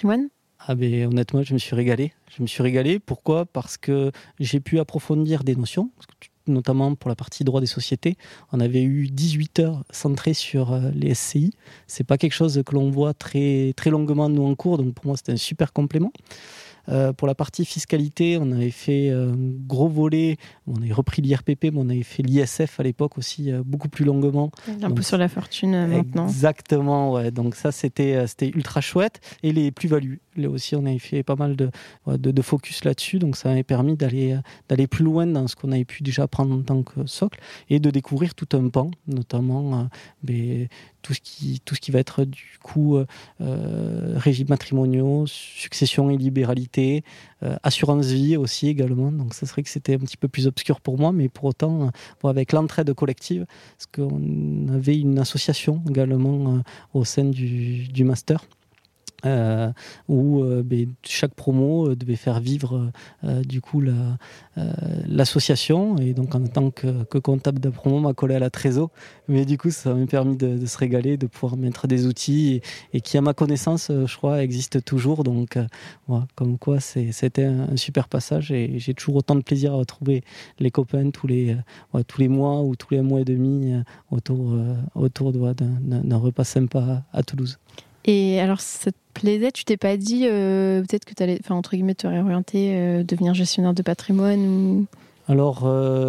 Honnêtement, je me suis régalé. Pourquoi ? Parce que j'ai pu approfondir des notions. Parce que notamment pour la partie droit des sociétés. On avait eu 18 heures centrées sur les SCI. C'est pas quelque chose que l'on voit très, très longuement nous en cours, donc pour moi c'était un super complément. Pour la partie fiscalité, on avait fait un gros volet, on avait repris l'IRPP, mais on avait fait l'ISF à l'époque aussi beaucoup plus longuement. L'impôt sur la fortune maintenant. Exactement, ouais. Donc ça c'était ultra chouette. Et les plus-values, là aussi on avait fait pas mal de focus là-dessus, donc ça m'avait permis d'aller plus loin dans ce qu'on avait pu déjà prendre en tant que socle et de découvrir tout un pan, notamment tout ce qui va être du coup régimes matrimoniaux, succession et libéralité, assurance vie aussi également. Donc ça serait que c'était un petit peu plus obscur pour moi, mais pour autant avec l'entraide collective, parce qu'on avait une association également au sein du master. Où chaque promo devait faire vivre du coup l'association, et donc en tant que comptable de promo m'a collé à la trésor, mais du coup ça m'a permis de se régaler, de pouvoir mettre des outils et qui à ma connaissance je crois existent toujours, donc voilà, comme quoi c'était un super passage, et j'ai toujours autant de plaisir à retrouver les copains tous les mois ou tous les mois et demi autour d'un repas sympa à Toulouse. Et alors, ça te plaisait? Tu t'es pas dit peut-être que tu allais, entre guillemets, te réorienter, devenir gestionnaire de patrimoine ou... Alors,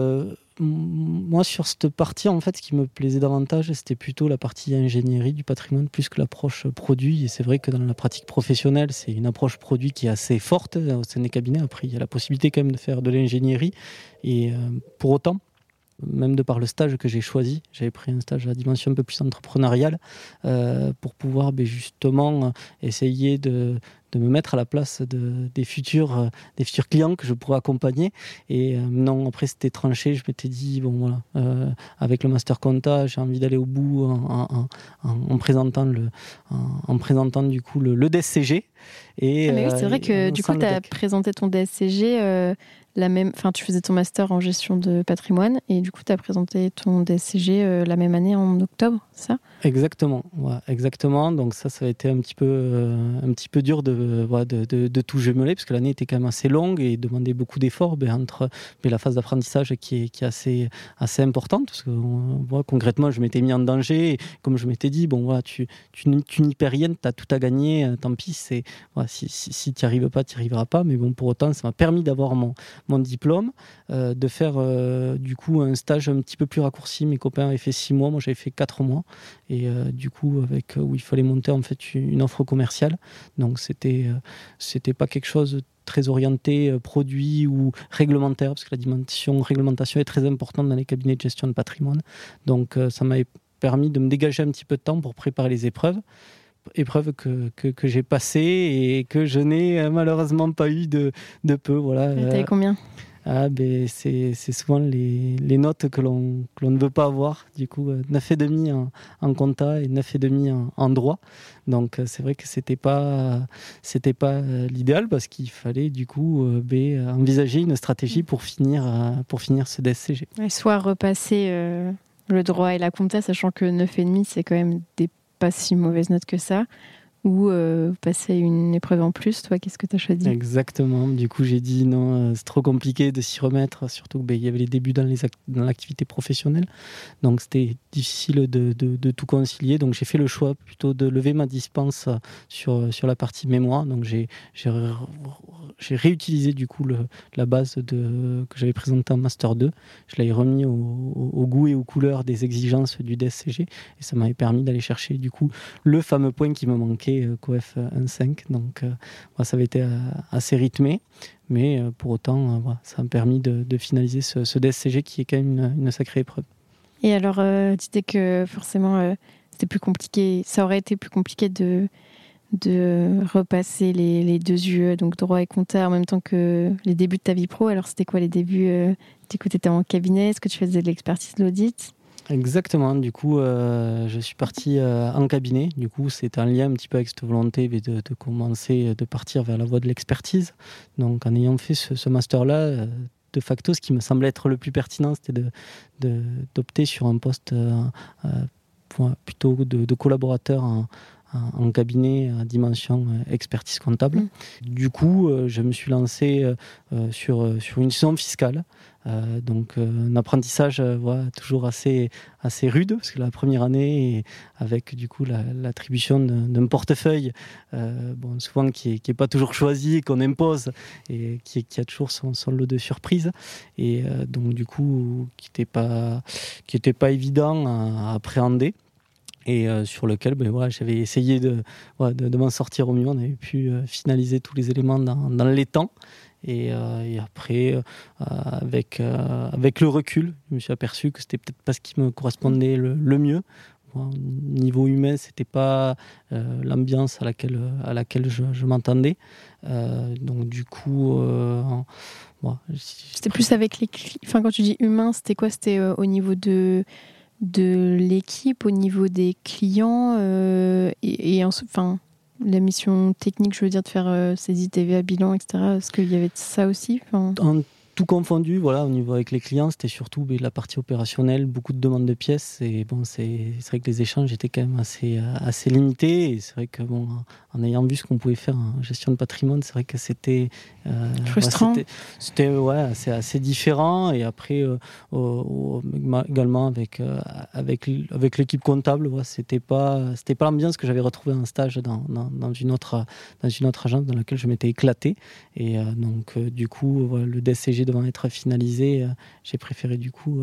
moi, sur cette partie, en fait, ce qui me plaisait davantage, c'était plutôt la partie ingénierie du patrimoine plus que l'approche produit. Et c'est vrai que dans la pratique professionnelle, c'est une approche produit qui est assez forte au sein des cabinets. Après, il y a la possibilité quand même de faire de l'ingénierie. Et pour autant, même de par le stage que j'ai choisi, j'avais pris un stage à dimension un peu plus entrepreneuriale pour pouvoir justement essayer de me mettre à la place des futurs clients que je pourrais accompagner. Et non, après c'était tranché, je m'étais dit, bon voilà, avec le master compta, j'ai envie d'aller au bout en présentant du coup le DSCG. Et, mais oui, c'est vrai que du coup tu as présenté ton DSCG tu faisais ton master en gestion de patrimoine et du coup tu as présenté ton DSCG la même année en octobre, c'est ça? Exactement, ouais, exactement. Donc ça a été un petit peu dur de tout jumeler, parce que l'année était quand même assez longue et demandait beaucoup d'efforts entre la phase d'apprentissage qui est assez importante, parce que concrètement je m'étais mis en danger, et comme je m'étais dit, bon voilà, tu n'y perds rien, tu as tout à gagner, tant pis, si tu n'y arrives pas, tu n'y arriveras pas, mais bon, pour autant ça m'a permis d'avoir mon diplôme, de faire du coup un stage un petit peu plus raccourci. Mes copains avaient fait 6 mois, moi j'avais fait 4 mois, et du coup où il fallait monter en fait une offre commerciale, donc c'était pas quelque chose très orienté produit ou réglementaire, parce que la dimension réglementation est très importante dans les cabinets de gestion de patrimoine, donc ça m'avait permis de me dégager un petit peu de temps pour préparer les épreuves que j'ai passées et que je n'ai malheureusement pas eu de peu. Voilà. T'avais combien? C'est souvent les notes que l'on ne veut pas avoir. Du coup, 9,5 en compta et 9,5 en droit. Donc, c'est vrai que c'était pas l'idéal, parce qu'il fallait du coup envisager une stratégie pour finir ce DSCG. Soit repasser le droit et la compta, sachant que 9,5 c'est quand même pas si mauvaise note que ça, ou passer une épreuve en plus. Toi, qu'est-ce que tu as choisi? Exactement. Du coup, j'ai dit non, c'est trop compliqué de s'y remettre, surtout qu'il y avait les débuts dans l'activité professionnelle. Donc, c'était difficile de tout concilier. Donc, j'ai fait le choix plutôt de lever ma dispense sur la partie mémoire. Donc, j'ai réutilisé du coup la base que j'avais présentée en Master 2. Je l'avais remis au goût et aux couleurs des exigences du DSCG. Et ça m'avait permis d'aller chercher du coup le fameux point qui me manquait, COEF 1.5, donc ça avait été assez rythmé, mais pour autant ça m'a permis de finaliser ce DSCG qui est quand même une sacrée épreuve. Et alors tu disais que forcément c'était plus compliqué, ça aurait été plus compliqué de repasser les deux UE, donc droit et compta, en même temps que les débuts de ta vie pro. Alors c'était quoi les débuts? Tu étais en cabinet, est-ce que tu faisais de l'expertise, de l'audit? Exactement, du coup je suis parti en cabinet. Du coup c'était un lien un petit peu avec cette volonté de commencer, de partir vers la voie de l'expertise. Donc en ayant fait ce master-là, de facto ce qui me semblait être le plus pertinent, c'était d'opter sur un poste plutôt de collaborateur en cabinet à dimension expertise comptable. Du coup, je me suis lancé sur une saison fiscale. Donc un apprentissage toujours assez rude, parce que la première année, avec du coup l'attribution d'un portefeuille, souvent qui est pas toujours choisi, qu'on impose, et qui a toujours son lot de surprises, et donc du coup qui était pas évident à appréhender. Et sur lequel j'avais essayé de m'en sortir au mieux. On avait pu finaliser tous les éléments dans les temps. Et après, avec le recul, je me suis aperçu que c'était peut-être pas ce qui me correspondait le mieux. Au niveau humain, c'était pas l'ambiance à laquelle je m'entendais. Donc du coup, c'était plus avec les clients. Enfin, quand tu dis humain, c'était quoi? C'était au niveau de l'équipe, au niveau des clients la mission technique, je veux dire, de faire saisie TVA, bilan, etc. Est-ce qu'il y avait ça aussi? En tout confondu, au niveau avec les clients, c'était surtout la partie opérationnelle, beaucoup de demandes de pièces. Et c'est vrai que les échanges étaient quand même assez limités. Et c'est vrai que en ayant vu ce qu'on pouvait faire en gestion de patrimoine, c'est vrai que c'était frustrant. C'était assez différent. Et après, également avec l'équipe comptable, c'était pas l'ambiance que j'avais retrouvée en stage dans une autre agence dans laquelle je m'étais éclaté. Et donc du coup, le DSCG devant être finalisé, j'ai préféré du coup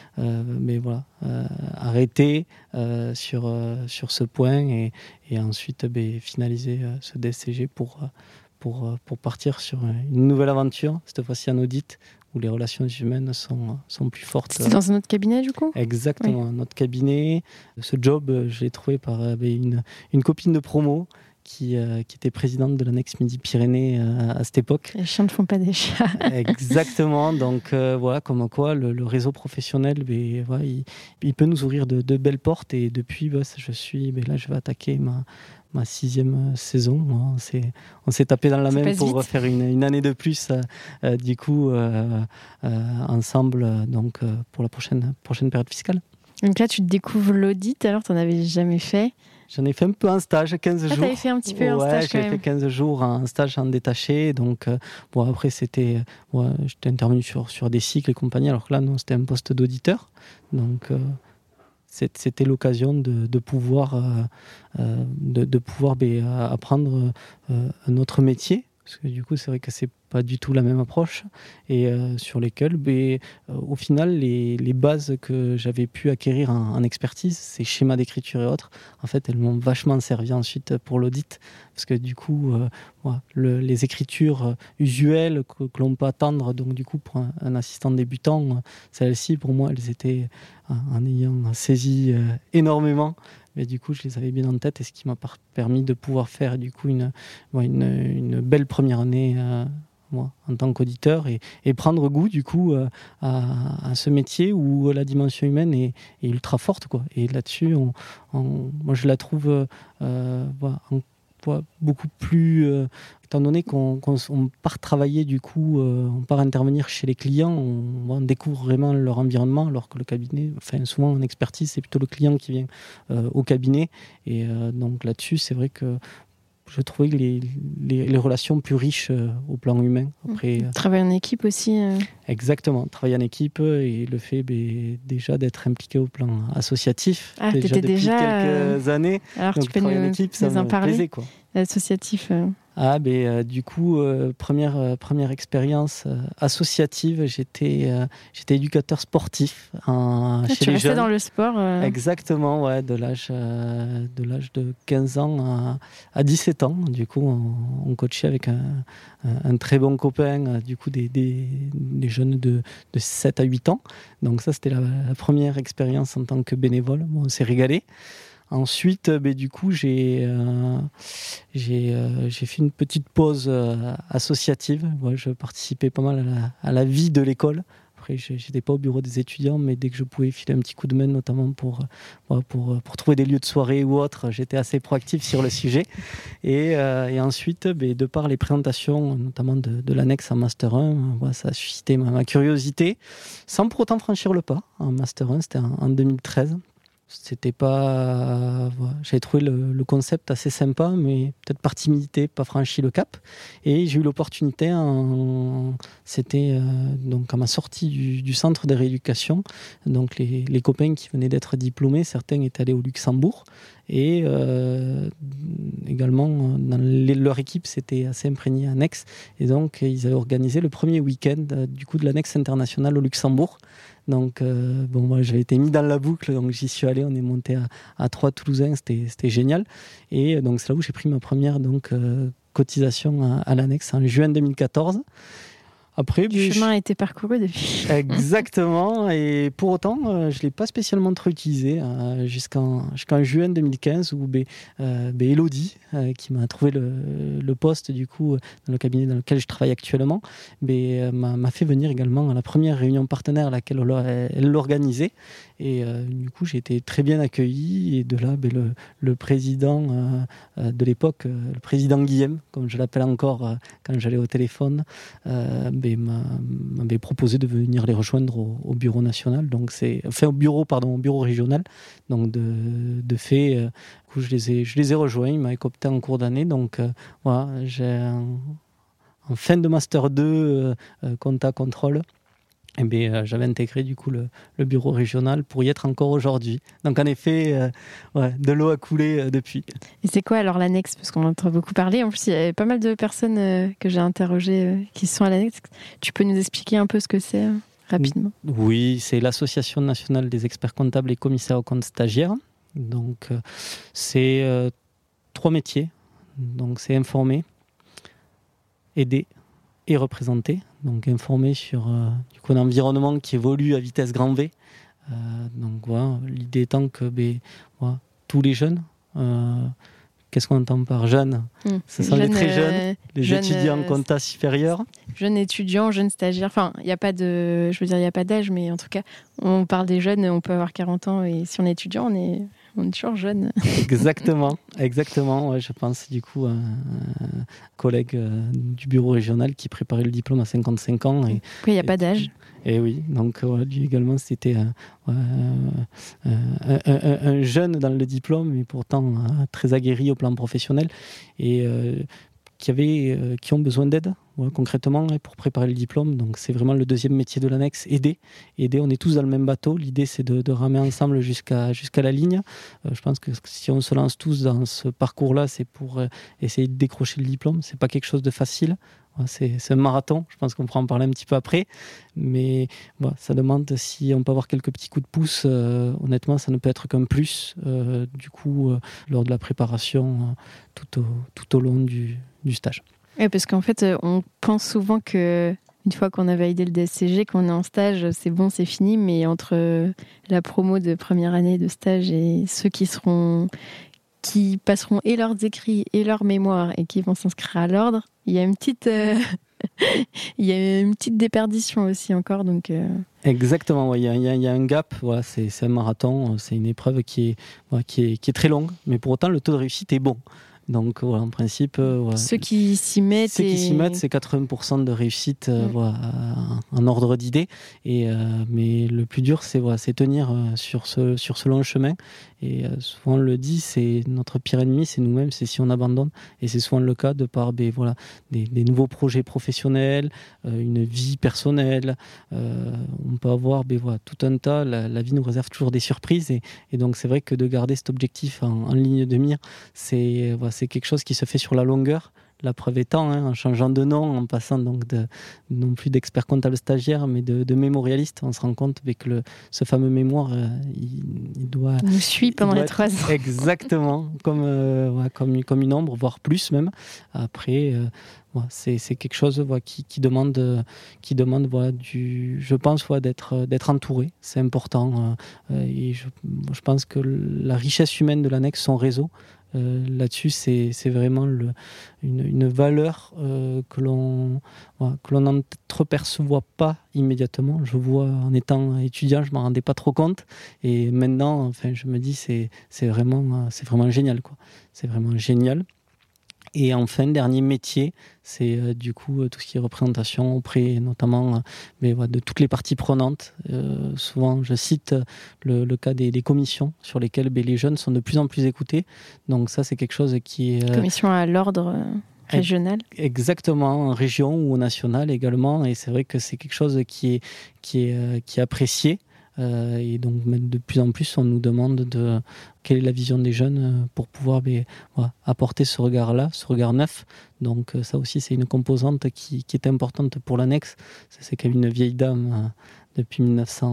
arrêter sur ce point et ensuite finaliser ce DSCG pour partir sur une nouvelle aventure, cette fois-ci en audit, où les relations humaines sont plus fortes. C'était dans un autre cabinet, du coup? Exactement, un autre cabinet. Ce job, je l'ai trouvé par une copine de promo qui était présidente de l'annexe Midi-Pyrénées à cette époque. Les chiens ne font pas des chats. Exactement, donc comme quoi le réseau professionnel, il peut nous ouvrir de belles portes, et depuis, je vais attaquer ma 6e saison. On s'est tapé dans la même pour refaire une année de plus, du coup, ensemble, donc pour la prochaine période fiscale. Donc là, tu découvres l'audit, alors tu n'en avais jamais fait? J'en ai fait un peu un stage, 15 jours. Tu avais fait un petit peu un stage quand même. J'ai fait 15 jours un stage en détaché. Donc, après, j'étais intervenu sur des cycles et compagnie, alors que là, non, c'était un poste d'auditeur. Donc, c'était l'occasion de pouvoir apprendre un autre métier. Parce que du coup, c'est vrai que c'est pas du tout la même approche, et sur lesquelles, au final, les bases que j'avais pu acquérir en expertise, ces schémas d'écriture et autres, en fait, elles m'ont vachement servi ensuite pour l'audit, parce que du coup, les écritures usuelles que l'on peut attendre, donc du coup, pour un assistant débutant, celles-ci, pour moi, elles étaient, en ayant saisi énormément, mais du coup, je les avais bien en tête, et ce qui m'a permis de pouvoir faire du coup une belle première année en tant qu'auditeur, et prendre goût du coup à ce métier où la dimension humaine est ultra forte, quoi. Et là-dessus, moi je la trouve beaucoup plus, étant donné qu'on part travailler, du coup, on part intervenir chez les clients, on découvre vraiment leur environnement, alors que le cabinet, souvent en expertise, c'est plutôt le client qui vient au cabinet. Et donc là-dessus, c'est vrai que je trouvais les relations plus riches au plan humain. Après, travailler en équipe aussi. Exactement, travailler en équipe, et le fait déjà d'être impliqué au plan associatif depuis quelques années. Alors donc, tu peux travailler nous en équipe, ça en me parler, plaisait, quoi. Associatif. Du coup, première expérience associative, j'étais éducateur sportif chez les jeunes. Tu restais dans le sport. Exactement, de l'âge de 15 ans à 17 ans. Du coup, on coachait avec un très bon copain, du coup, des jeunes de 7 à 8 ans. Donc ça, c'était la première expérience en tant que bénévole. Bon, on s'est régalé. Ensuite, du coup, j'ai fait une petite pause associative. Je participais pas mal à la vie de l'école. Après, je n'étais pas au bureau des étudiants, mais dès que je pouvais filer un petit coup de main, notamment pour trouver des lieux de soirée ou autre, j'étais assez proactif sur le sujet. Et ensuite, de par les présentations, notamment de l'annexe en Master 1, ça a suscité ma curiosité, sans pour autant franchir le pas. En Master 1, c'était en 2013. c'était pas. Voilà. J'avais trouvé le concept assez sympa, mais peut-être par timidité, pas franchi le cap. Et j'ai eu l'opportunité, c'était donc à ma sortie du centre de rééducation. Donc les copains qui venaient d'être diplômés, certains étaient allés au Luxembourg. Et également, dans leur équipe, c'était assez imprégné à Nex. Et donc, ils avaient organisé le premier week-end du coup de la Nex internationale au Luxembourg. Donc, moi, j'avais été mis dans la boucle, donc j'y suis allé. On est monté à 3 Toulousains, c'était génial. Et donc, c'est là où j'ai pris ma première cotisation à l'annexe en juin 2014. Après, le chemin a été parcouru depuis. Exactement, et pour autant, je ne l'ai pas spécialement trop utilisé jusqu'en juin 2015 où Elodie, qui m'a trouvé le poste du coup dans le cabinet dans lequel je travaille actuellement, m'a fait venir également à la première réunion partenaire à laquelle elle l'organisait. Et du coup, j'ai été très bien accueilli. Et de là, le président de l'époque, le président Guillaume, comme je l'appelle encore quand j'allais au téléphone, m'avait proposé de venir les rejoindre au bureau national. Donc au bureau régional. Donc de fait, du coup, je les ai rejoints. Ils m'avaient coopté en cours d'année. Donc voilà, j'ai en fin de master 2 compta contrôle. J'avais intégré du coup le bureau régional pour y être encore aujourd'hui. Donc en effet, de l'eau a coulé depuis. Et c'est quoi alors l'annexe? Parce qu'on en entend beaucoup parler. En plus, il y a pas mal de personnes que j'ai interrogées qui sont à l'annexe. Tu peux nous expliquer un peu ce que c'est rapidement? Oui, c'est l'Association nationale des experts comptables et commissaires aux comptes stagiaires. Donc c'est 3 métiers. Donc c'est informer, aider et représenter. Donc informer sur un environnement qui évolue à vitesse grand V. Donc voilà, l'idée étant que tous les jeunes, qu'est-ce qu'on entend par jeunes? Ce sont les très jeunes, les étudiants en compta supérieur. Jeunes étudiants, jeunes stagiaires, enfin, il n'y a pas d'âge, mais en tout cas, on parle des jeunes, on peut avoir 40 ans, et si on est étudiant, on est toujours jeune. Exactement. Ouais, je pense du coup à un collègue du bureau régional qui préparait le diplôme à 55 ans. Oui, il n'y a pas d'âge. Et oui, donc lui également, c'était un jeune dans le diplôme, mais pourtant très aguerri au plan professionnel et qui ont besoin d'aide concrètement pour préparer le diplôme. Donc c'est vraiment le deuxième métier de l'annexe, aider. On est tous dans le même bateau. L'idée, c'est de ramer ensemble jusqu'à la ligne. Je pense que si on se lance tous dans ce parcours-là, c'est pour essayer de décrocher le diplôme. C'est pas quelque chose de facile. C'est un marathon, je pense qu'on pourra en parler un petit peu après, mais ça demande si on peut avoir quelques petits coups de pouce. Honnêtement, ça ne peut être qu'un plus lors de la préparation tout au long du stage. Oui, parce qu'en fait, on pense souvent que une fois qu'on a validé le DSCG, qu'on est en stage, c'est bon, c'est fini, mais entre la promo de première année de stage et ceux qui passeront et leurs écrits et leurs mémoires et qui vont s'inscrire à l'ordre, il y a une petite déperdition aussi encore. Donc Exactement, il y a un gap. Voilà, c'est un marathon, c'est une épreuve qui est très longue, mais pour autant le taux de réussite est bon. Donc voilà, en principe, ceux qui s'y mettent, c'est 80% de réussite en ordre d'idée. Mais le plus dur, c'est tenir sur ce long chemin. Et souvent on le dit, c'est notre pire ennemi, c'est nous-mêmes, c'est si on abandonne. Et c'est souvent le cas de par des nouveaux projets professionnels, une vie personnelle. On peut avoir tout un tas. La vie nous réserve toujours des surprises. Et donc c'est vrai que de garder cet objectif en ligne de mire, c'est quelque chose qui se fait sur la longueur. La preuve étant, en changeant de nom, en passant donc non plus d'expert comptable stagiaire, mais de mémorialiste, on se rend compte que ce fameux mémoire, il doit... nous suit pendant les 3 ans. Exactement, comme une ombre, voire plus même. Après, c'est quelque chose qui demande je pense d'être entouré. C'est important. Et je pense que la richesse humaine de l'annexe, son réseau, là-dessus, c'est vraiment une valeur que l'on n'entreperçoit pas immédiatement. Je vois en étant étudiant, je m'en rendais pas trop compte, et maintenant, je me dis c'est vraiment génial, quoi. C'est vraiment génial. Et enfin, dernier métier, c'est du coup tout ce qui est représentation auprès notamment de toutes les parties prenantes. Souvent, je cite le cas des commissions sur lesquelles les jeunes sont de plus en plus écoutés. Donc ça, c'est quelque chose qui est... Commission à l'ordre régional. Exactement, en région ou au national également. Et c'est vrai que c'est quelque chose qui est apprécié. Et donc de plus en plus on nous demande quelle est la vision des jeunes pour pouvoir apporter ce regard-là, ce regard neuf. Donc ça aussi c'est une composante qui est importante pour l'annexe. C'est quand même une vieille dame depuis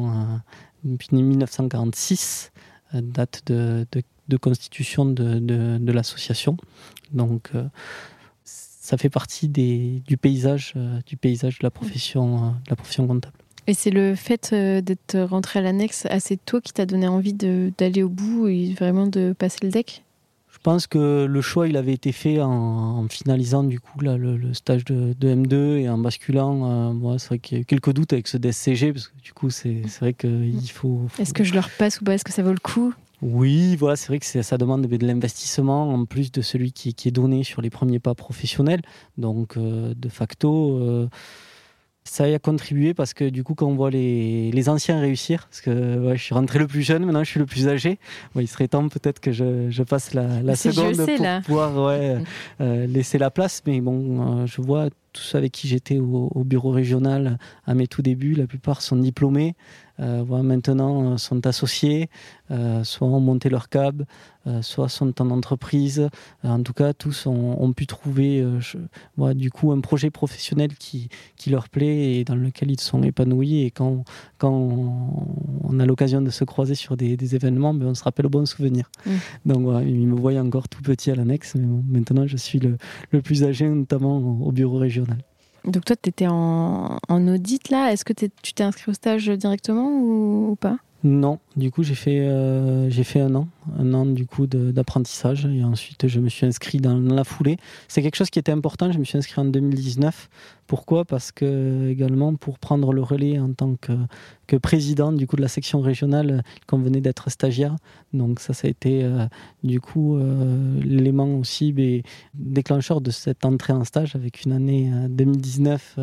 1946, date de constitution de l'association. Donc ça fait partie du paysage de la profession comptable. Et c'est le fait d'être rentré à l'annexe assez tôt qui t'a donné envie d'aller au bout et vraiment de passer le deck ? Je pense que le choix il avait été fait en finalisant du coup là, le stage de M2 et en basculant. C'est vrai qu'il y a eu quelques doutes avec ce DSCG parce que du coup c'est vrai qu'il faut... Est-ce que je le repasse ou pas ? Est-ce que ça vaut le coup ? Oui, voilà, c'est vrai que ça demande de l'investissement en plus de celui qui est donné sur les premiers pas professionnels. Donc de facto... ça y a contribué parce que du coup quand on voit les anciens réussir, parce que je suis rentré le plus jeune, maintenant je suis le plus âgé, il serait temps peut-être que je passe la seconde pour pouvoir laisser la place, mais bon, je vois tous ceux avec qui j'étais au bureau régional à mes tout débuts, la plupart sont diplômés, maintenant sont associés, soit ont monté leur cab, soit sont en entreprise. En tout cas, tous ont pu trouver du coup un projet professionnel qui leur plaît et dans lequel ils sont épanouis. Et quand on a l'occasion de se croiser sur des événements, on se rappelle au bon souvenir. Donc voilà, ils me voyaient encore tout petit à l'annexe, mais bon, maintenant je suis le plus âgé, notamment au bureau régional. Donc toi, tu étais en audit là. Est-ce que tu t'es inscrit au stage directement ou pas ? Non, du coup j'ai fait un an du coup d'apprentissage et ensuite je me suis inscrit dans la foulée. C'est quelque chose qui était important, je me suis inscrit en 2019. Pourquoi ? Parce que également pour prendre le relais en tant que président du coup de la section régionale, il convenait d'être stagiaire. Donc ça a été du coup l'élément aussi déclencheur de cette entrée en stage avec une année 2019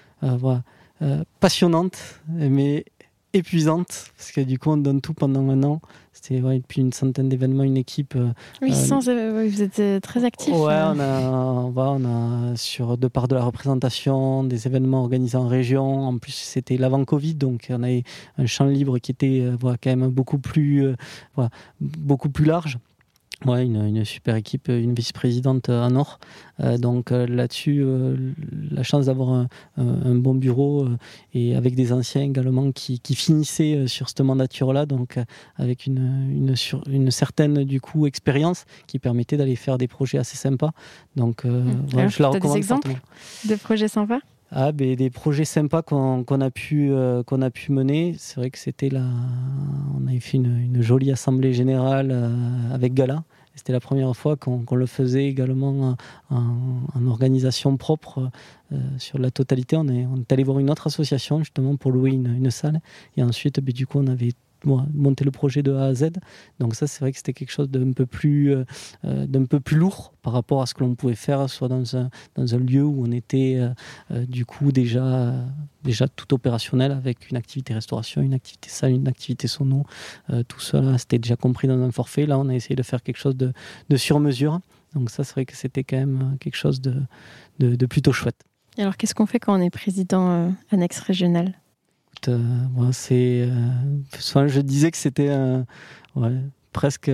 passionnante mais épuisante, parce que du coup on donne tout pendant un an. C'était depuis une centaine d'événements, une équipe. Oui, vous êtes très actifs. Ouais, on a sur de part de la représentation, des événements organisés en région. En plus, c'était l'avant Covid, donc on avait un champ libre qui était quand même beaucoup plus large. Ouais, une super équipe, une vice-présidente en or. Donc là-dessus, la chance d'avoir un bon bureau et avec des anciens également qui finissaient sur cette mandature-là, donc avec une certaine du coup expérience qui permettait d'aller faire des projets assez sympas. Donc je la recommande. Des exemples de projets sympas ? Des projets sympas qu'on a pu mener. C'est vrai que on avait fait une jolie assemblée générale avec gala. C'était la première fois qu'on le faisait également en organisation propre sur la totalité. On est allé voir une autre association justement pour louer une salle. Et ensuite, du coup, on avait monté le projet de A à Z. Donc ça, c'est vrai que c'était quelque chose d'un peu plus lourd par rapport à ce que l'on pouvait faire soit dans un lieu où on était du coup déjà tout opérationnel avec une activité restauration, une activité salle, une activité sono. Tout cela, c'était déjà compris dans un forfait. Là, on a essayé de faire quelque chose de sur mesure. Donc ça, c'est vrai que c'était quand même quelque chose de plutôt chouette. Et alors, qu'est-ce qu'on fait quand on est président annexe régionale ? Je disais que c'était presque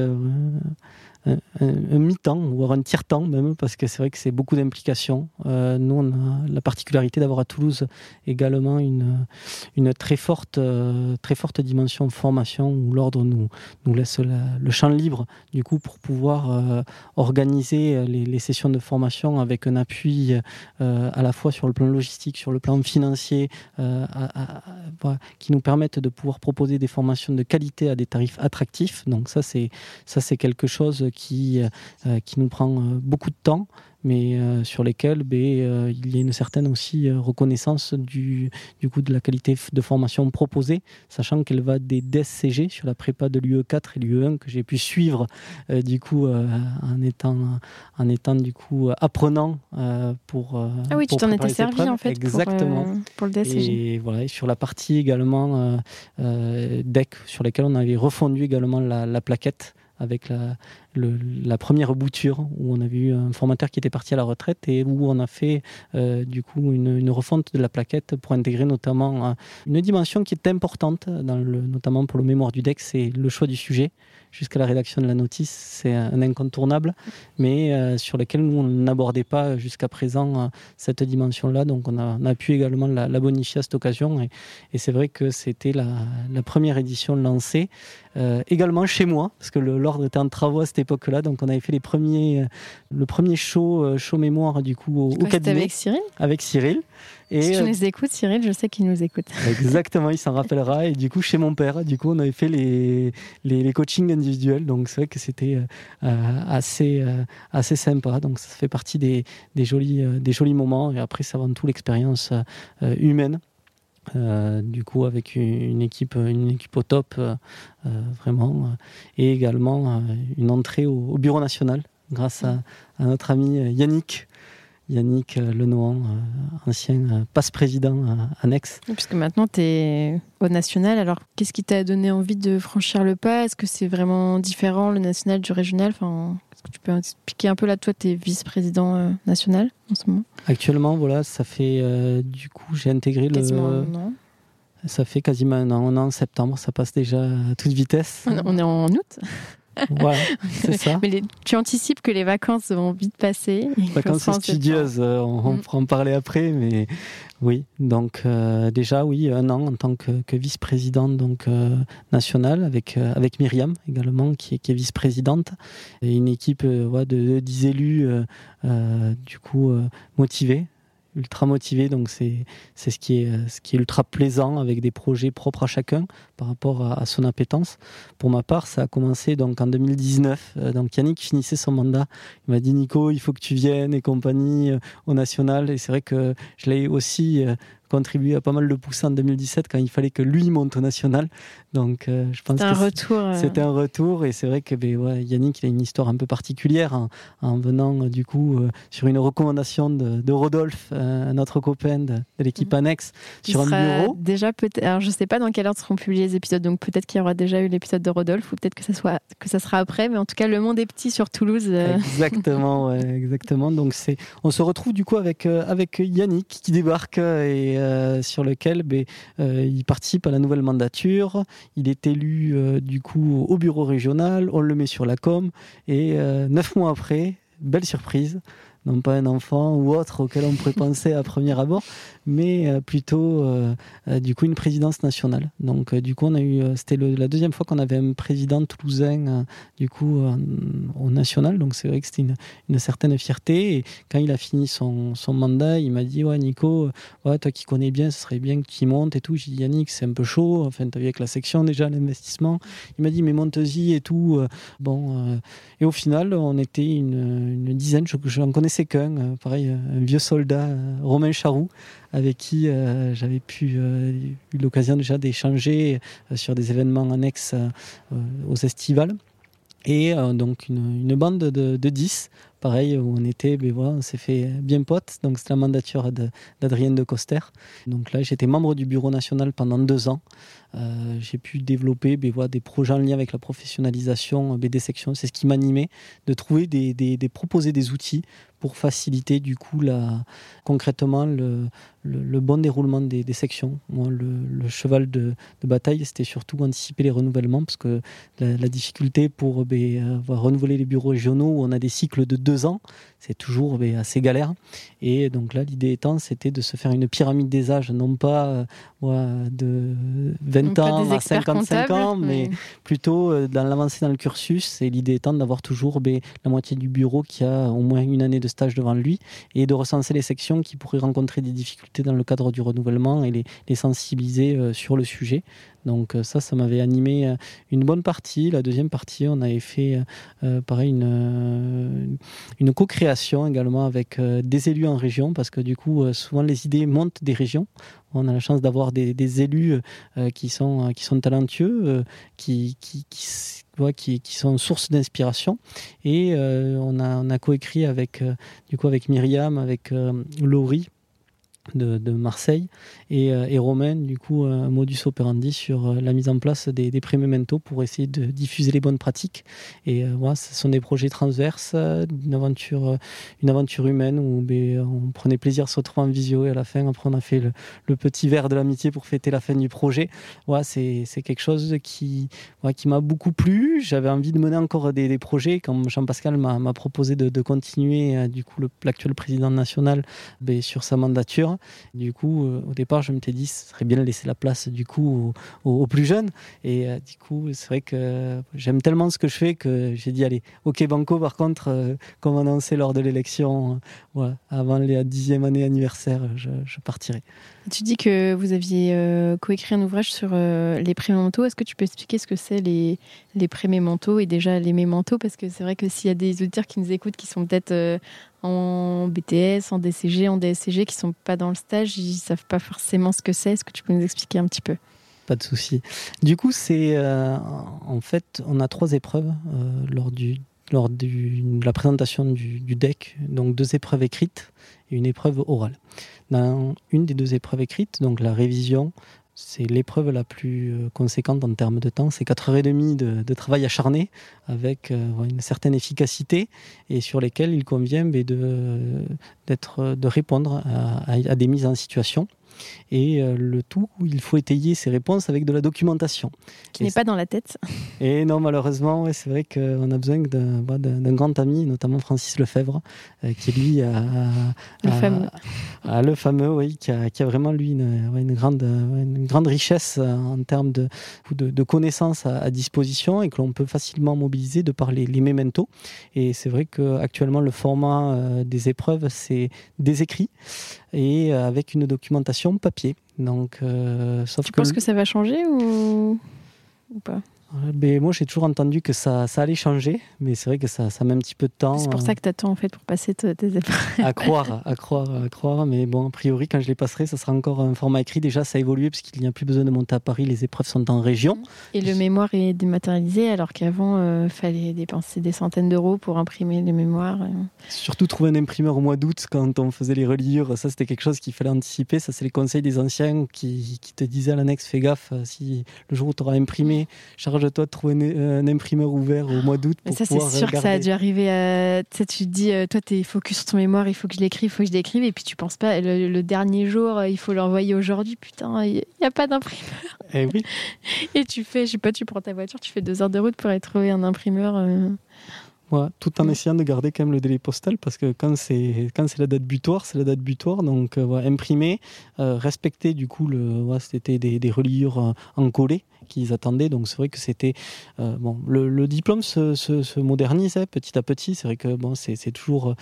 un mi-temps, voire un tiers-temps même, parce que c'est vrai que c'est beaucoup d'implications. Nous, on a la particularité d'avoir à Toulouse également une très forte dimension formation où l'ordre nous laisse le champ libre du coup pour pouvoir organiser les sessions de formation avec un appui à la fois sur le plan logistique, sur le plan financier, qui nous permettent de pouvoir proposer des formations de qualité à des tarifs attractifs. Donc ça c'est quelque chose qui nous prend beaucoup de temps, mais sur lesquels il y a une certaine aussi reconnaissance du coup de la qualité de formation proposée, sachant qu'elle va des DSCG sur la prépa de l'UE4 et l'UE1 que j'ai pu suivre en étant du coup apprenant pour Ah oui, pour tu t'en étais préparer servi épreuves. en fait Exactement. pour le DSCG. Et voilà, et sur la partie également DEC, sur laquelle on avait refondu également la plaquette avec la première bouture, où on avait eu un formateur qui était parti à la retraite et où on a fait du coup une refonte de la plaquette pour intégrer notamment une dimension qui est importante, notamment pour le mémoire du DEC, c'est le choix du sujet. Jusqu'à la rédaction de la notice, c'est un incontournable, mais sur lequel nous, on n'abordait pas jusqu'à présent cette dimension-là. Donc on a pu également la bonifier à cette occasion. Et c'est vrai que c'était la première édition lancée, également chez moi, parce que l'ordre était en travaux à cette époque-là. Donc on avait fait le premier show mémoire du coup au cabinet. Avec Cyril. Avec Cyril. Et si tu nous écoutes, Cyril, je sais qu'il nous écoute. Exactement, il s'en rappellera. Et du coup, chez mon père, du coup, on avait fait les coachings individuels. Donc, c'est vrai que c'était assez sympa. Donc, ça fait partie des jolis moments. Et après, c'est avant tout l'expérience humaine. Du coup, avec une équipe au top, vraiment. Et également, une entrée au Bureau national grâce à notre ami Yannick Lenohan, ancien passe-président à Nex. Puisque maintenant, tu es au national. Alors, qu'est-ce qui t'a donné envie de franchir le pas ? Est-ce que c'est vraiment différent, le national du régional ? Est-ce que tu peux expliquer un peu là, toi, tu es vice-président national en ce moment ? Actuellement, voilà, ça fait du coup, j'ai intégré quasiment un an. Ça fait quasiment un an. On est en septembre, ça passe déjà à toute vitesse. On est en août. Voilà, c'est ça. Mais tu anticipes que les vacances vont vite passer. Vacances studieuses, on pourra en parler après, mais oui. Donc déjà, oui, un an en tant que vice-présidente nationale avec Myriam également, qui est vice-présidente, et une équipe de 10 élus du coup motivés. Ultra motivé, donc c'est ce qui est ultra plaisant, avec des projets propres à chacun par rapport à son appétence. Pour ma part, ça a commencé donc en 2019. Donc Yannick finissait son mandat. Il m'a dit Nico, il faut que tu viennes et compagnie au national. Et c'est vrai que je l'ai aussi contribué à pas mal de pousser en 2017 quand il fallait que lui monte au national. Donc je pense c'était un retour, et c'est vrai que Yannick, il a une histoire un peu particulière en venant du coup sur une recommandation de Rodolphe, un autre copain de l'équipe annexe, sur un bureau. Déjà alors je sais pas dans quelle ordre seront publiés les épisodes, donc peut-être qu'il y aura déjà eu l'épisode de Rodolphe, ou peut-être que ça sera après, mais en tout cas le monde est petit sur Toulouse. Exactement, ouais, exactement. Donc on se retrouve du coup avec Yannick qui débarque et sur lequel il participe à la nouvelle mandature. Il est élu du coup au bureau régional, on le met sur la com, et 9 mois après, belle surprise, non pas un enfant ou autre auquel on pourrait penser à premier abord, mais plutôt du coup une présidence nationale. Donc du coup c'était la deuxième fois qu'on avait un président toulousain du coup au national, donc c'est vrai que c'était une certaine fierté. Et quand il a fini son mandat, il m'a dit Nico, toi qui connais bien, ce serait bien que tu y montes et tout. J'ai dit Yannick, c'est un peu chaud, enfin t'as vu avec la section déjà l'investissement. Il m'a dit mais monte-y et tout. Et au final on était une dizaine, je n'en connaissais qu'un, pareil, un vieux soldat, Romain Charroux, avec qui j'avais eu l'occasion déjà d'échanger sur des événements annexes aux estivales. Et donc une bande de 10, pareil, où on était, on s'est fait bien potes. Donc c'était la mandature d'Adrienne de Coster. Donc là, j'étais membre du bureau national pendant 2 ans. J'ai pu développer des projets en lien avec la professionnalisation des sections. C'est ce qui m'animait, de trouver proposer des outils pour faciliter du coup concrètement le bon déroulement des sections. Moi, le cheval de bataille, c'était surtout anticiper les renouvellements, parce que la difficulté pour renouveler les bureaux régionaux où on a des cycles de 2 ans, c'est toujours assez galère. Et donc là, l'idée étant, c'était de se faire une pyramide des âges, non pas de 20 ans à 55 ans, mais plutôt dans l'avancée dans le cursus. Et l'idée étant d'avoir toujours la moitié du bureau qui a au moins une année de stage devant lui et de recenser les sections qui pourraient rencontrer des difficultés dans le cadre du renouvellement et les sensibiliser sur le sujet. Donc ça m'avait animé une bonne partie. La deuxième partie, on avait fait pareil une co-création également avec des élus en région, parce que du coup, souvent les idées montent des régions. On a la chance d'avoir des élus qui sont talentueux, qui sont source d'inspiration. Et on a coécrit avec Myriam, avec Laurie de Marseille et Romain, du coup, un modus operandi sur la mise en place des pré-mementos pour essayer de diffuser les bonnes pratiques. Et ce sont des projets transverses, une aventure humaine où on prenait plaisir à se retrouver en visio, et à la fin, après, on a fait le petit verre de l'amitié pour fêter la fin du projet. C'est quelque chose qui m'a beaucoup plu. J'avais envie de mener encore des projets quand Jean-Pascal m'a proposé de continuer, du coup, l'actuel président national sur sa mandature. Du coup, au départ, je m'étais dit, ce serait bien de laisser la place du coup aux plus jeunes. Et du coup, c'est vrai que j'aime tellement ce que je fais que j'ai dit, allez, ok banco. Par contre, comme annoncé lors de l'élection, avant la 10e année anniversaire, je partirai. Tu dis que vous aviez coécrit un ouvrage sur les pré-mémentos. Est-ce que tu peux expliquer ce que c'est les pré-mémentos et déjà les mémentos? Parce que c'est vrai que s'il y a des auditeurs qui nous écoutent qui sont peut-être en BTS, en DCG, en DSCG, qui ne sont pas dans le stage, ils ne savent pas forcément ce que c'est. Est-ce que tu peux nous expliquer un petit peu? Pas de souci. Du coup, c'est en fait, on a 3 épreuves lors de la présentation du DEC, donc 2 épreuves écrites et une épreuve orale. Dans une des 2 épreuves écrites, donc la révision, c'est l'épreuve la plus conséquente en termes de temps. C'est 4h30 de travail acharné avec une certaine efficacité et sur lesquelles il convient de répondre à des mises en situation. Et le tout, il faut étayer ces réponses avec de la documentation. Qui n'est pas dans la tête. Et non, malheureusement, c'est vrai qu'on a besoin d'un grand ami, notamment Francis Lefebvre, qui lui le fameux, oui, qui a vraiment lui une grande richesse en termes de connaissances à disposition et que l'on peut facilement mobiliser de par les mémentos. Et c'est vrai qu'actuellement, le format des épreuves, c'est des écrits et avec une documentation papier. Donc, tu penses que ça va changer ou pas? Moi, j'ai toujours entendu que ça allait changer, mais c'est vrai que ça met un petit peu de temps. C'est pour ça que tu attends en fait pour passer tes épreuves. À croire. Mais bon, a priori, quand je les passerai, ça sera encore un format écrit. Déjà, ça a évolué parce qu'il n'y a plus besoin de monter à Paris. Les épreuves sont en région. Et le mémoire est dématérialisé, alors qu'avant, fallait dépenser des centaines d'euros pour imprimer les mémoires. Surtout trouver un imprimeur au mois d'août quand on faisait les reliures. Ça, c'était quelque chose qu'il fallait anticiper. Ça, c'est les conseils des anciens qui te disaient à l'annexe, fais gaffe, si le jour où tu auras imprimé, charge-toi de trouver un imprimeur ouvert au mois d'août pour ça, pouvoir c'est sûr regarder. Que ça a dû arriver à... Tu te dis, toi, t'es focus sur ton mémoire, il faut que je l'écrive, et puis tu penses pas, le dernier jour, il faut l'envoyer aujourd'hui, putain, il n'y a pas d'imprimeur. Eh oui. Et tu fais, je sais pas, tu prends ta voiture, tu fais 2 heures de route pour aller trouver un imprimeur... tout en essayant de garder quand même le délai postal, parce que quand c'est la date butoir, c'est la date butoir. Donc imprimer, respecter du coup c'était des reliures en collé qu'ils attendaient. Donc c'est vrai que c'était le diplôme se modernise petit à petit. C'est vrai que c'est toujours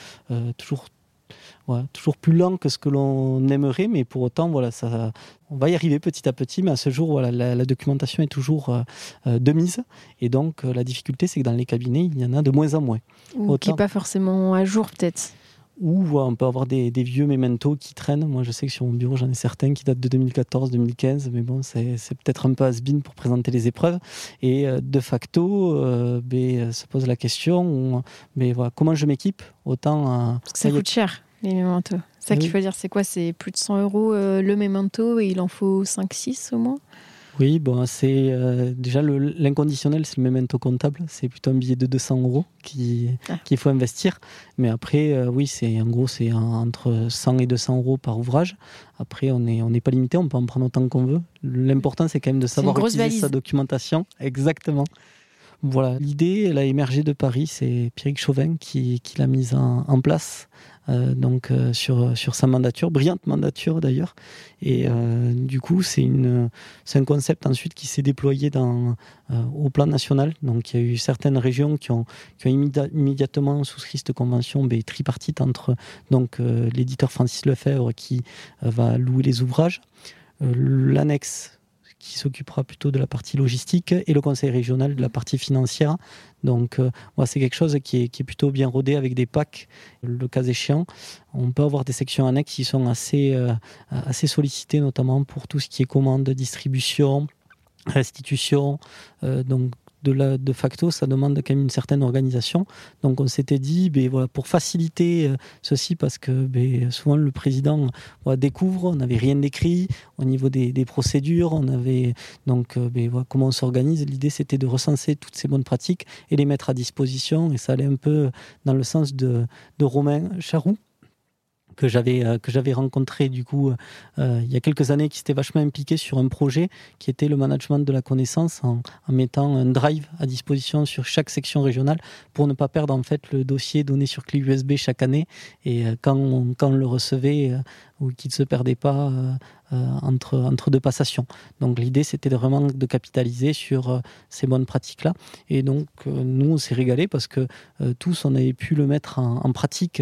plus lent que ce que l'on aimerait, mais pour autant on va y arriver petit à petit. Mais à ce jour, la documentation est toujours de mise, et donc la difficulté, c'est que dans les cabinets, il y en a de moins en moins. Ou qui n'est pas forcément à jour, peut-être. Ou on peut avoir des vieux mémentos qui traînent. Moi, je sais que sur mon bureau, j'en ai certains qui datent de 2014-2015, mais bon, c'est peut-être un peu has-been pour présenter les épreuves. Et de facto, se pose la question, comment je m'équipe autant. Parce que ça coûte cher, les mémentos. C'est ça qu'il faut dire, c'est quoi? C'est plus de 100 € le memento, et il en faut 5-6 au moins? Oui, c'est déjà l'inconditionnel, c'est le memento comptable. C'est plutôt un billet de 200 € qu'il faut investir. Mais après, c'est entre 100 et 200 € par ouvrage. Après, on n'est pas limité, on peut en prendre autant qu'on veut. L'important, c'est quand même de savoir utiliser sa documentation. Exactement. Voilà, l'idée, elle a émergé de Paris, c'est Pierrick Chauvin qui l'a mise en place. Sur sa mandature, brillante mandature d'ailleurs, et du coup c'est un concept ensuite qui s'est déployé au plan national. Donc il y a eu certaines régions qui ont immédiatement souscrit cette convention tripartite entre l'éditeur Francis Lefebvre qui va louer les ouvrages, l'annexe qui s'occupera plutôt de la partie logistique et le conseil régional de la partie financière. Donc c'est quelque chose qui est plutôt bien rodé avec des packs, le cas échéant. On peut avoir des sections annexes qui sont assez sollicitées, notamment pour tout ce qui est commande, distribution, restitution. De facto, ça demande quand même une certaine organisation. Donc on s'était dit, pour faciliter ceci, parce que souvent le président découvre, on n'avait rien d'écrit au niveau des procédures, on avait comment on s'organise. L'idée c'était de recenser toutes ces bonnes pratiques et les mettre à disposition, et ça allait un peu dans le sens de Romain Charroux, que j'avais rencontré du coup il y a quelques années, qui s'était vachement impliqué sur un projet qui était le management de la connaissance en mettant un drive à disposition sur chaque section régionale pour ne pas perdre en fait le dossier donné sur clé USB chaque année, et quand on le recevait ou qu'il ne se perdait pas entre deux passations. Donc l'idée c'était vraiment de capitaliser sur ces bonnes pratiques-là, et donc nous on s'est régalé parce que tous on avait pu le mettre en pratique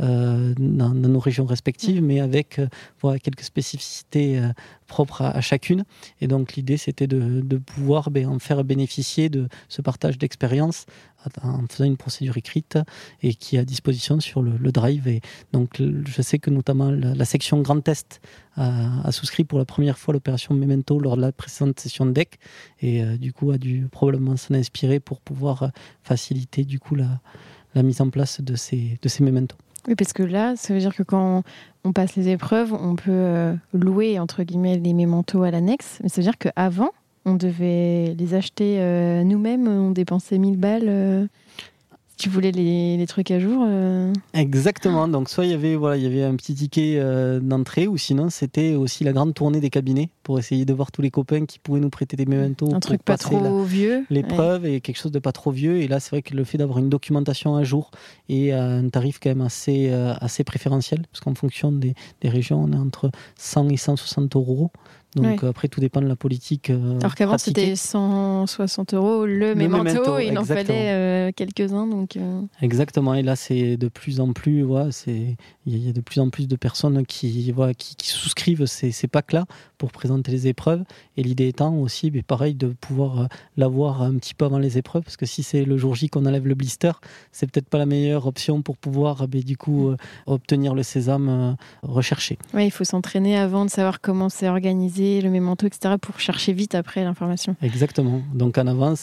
dans nos régions respectives, mais avec quelques spécificités propres à chacune, et donc l'idée c'était de pouvoir en faire bénéficier de ce partage d'expérience en faisant une procédure écrite et qui est à disposition sur le drive. Et donc je sais que notamment la section Grand Est a souscrit pour la première fois l'opération Memento lors de la précédente session de DEC, et du coup a dû probablement s'en inspirer pour pouvoir faciliter du coup la mise en place de ces Memento. Oui, parce que là, ça veut dire que quand on passe les épreuves, on peut louer entre guillemets les mémentos à l'annexe, mais ça veut dire qu'avant, on devait les acheter nous-mêmes, on dépensait 1000 balles si tu voulais les trucs à jour. Exactement, donc soit il y avait un petit ticket d'entrée, ou sinon c'était aussi la grande tournée des cabinets pour essayer de voir tous les copains qui pouvaient nous prêter des mémentos. Un truc pas trop vieux. L'épreuve, et quelque chose de pas trop vieux. Et là, c'est vrai que le fait d'avoir une documentation à jour et un tarif quand même assez préférentiel, parce qu'en fonction des régions, on est entre 100 et 160 euros. Donc après, tout dépend de la politique. Alors qu'avant, pratiquée. c'était 160 euros le memento, et il en fallait quelques-uns. Donc, Exactement, et là, c'est de plus en plus, il y a de plus en plus de personnes qui souscrivent ces packs-là pour présenter les épreuves. Et l'idée étant aussi, pareil, de pouvoir l'avoir un petit peu avant les épreuves, parce que si c'est le jour J qu'on enlève le blister, c'est peut-être pas la meilleure option pour pouvoir obtenir le sésame recherché. Oui, il faut s'entraîner avant de savoir comment c'est organisé, le memento, etc., pour chercher vite après l'information. Exactement. Donc en avance,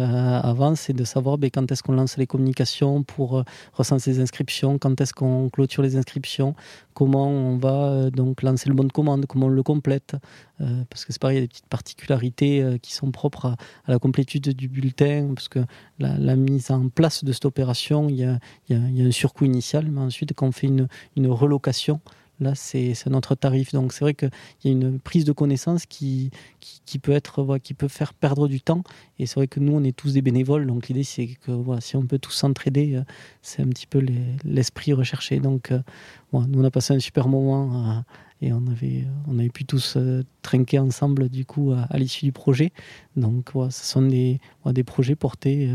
c'est de savoir quand est-ce qu'on lance les communications pour recenser les inscriptions, quand est-ce qu'on clôture les inscriptions, comment on va lancer le bon de commande, comment on le complète, parce que c'est pareil, il y a des petites particularités qui sont propres à la complétude du bulletin, parce que la mise en place de cette opération, il y a un surcoût initial, mais ensuite quand on fait une relocation, là, c'est notre tarif. Donc, c'est vrai qu'il y a une prise de connaissance qui peut faire perdre du temps. Et c'est vrai que nous, on est tous des bénévoles. Donc, l'idée, c'est que si on peut tous s'entraider, c'est un petit peu l'esprit recherché. Donc, nous, on a passé un super moment et on avait pu tous trinquer ensemble, du coup, à l'issue du projet. Donc, ce sont des projets portés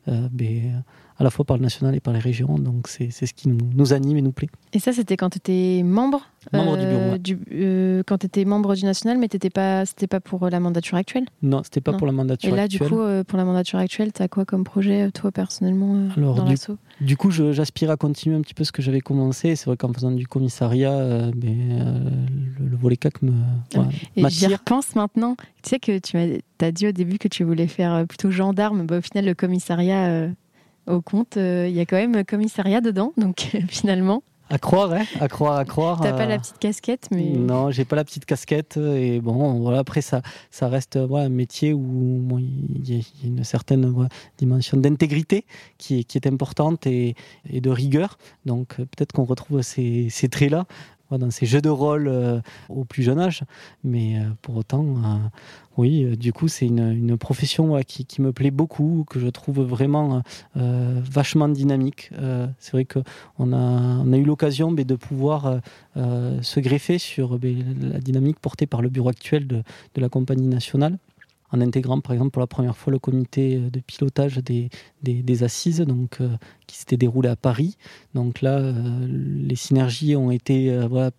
à la fois par le national et par les régions. Donc, c'est ce qui nous anime et nous plaît. Et ça, c'était quand tu étais membre du bureau. Quand tu étais membre du national, mais c'était pas pour la mandature actuelle? Non, c'était pas pour la mandature actuelle. Et là, du coup, pour la mandature actuelle, tu as quoi comme projet, toi, personnellement, dans l'asso? Du coup, j'aspire à continuer un petit peu ce que j'avais commencé. C'est vrai qu'en faisant du commissariat, le volet CAC m'attire. Et j'y repense maintenant. Tu sais que tu as dit au début que tu voulais faire plutôt gendarme. Au final, le commissariat au compte, il y a quand même commissariat dedans. Donc, finalement... À croire, hein, à croire. T'as pas la petite casquette, mais... Non, j'ai pas la petite casquette. Et bon, après, ça reste un métier où il y a une certaine dimension d'intégrité qui est importante et de rigueur. Donc, peut-être qu'on retrouve ces traits-là. dans ces jeux de rôle au plus jeune âge. Mais pour autant, oui, du coup, c'est une profession qui me plaît beaucoup, que je trouve vraiment vachement dynamique. C'est vrai qu'on a eu l'occasion de pouvoir se greffer sur la dynamique portée par le bureau actuel de la compagnie nationale, en intégrant par exemple pour la première fois le comité de pilotage des assises, donc, qui s'était déroulé à Paris. Donc là, les synergies ont été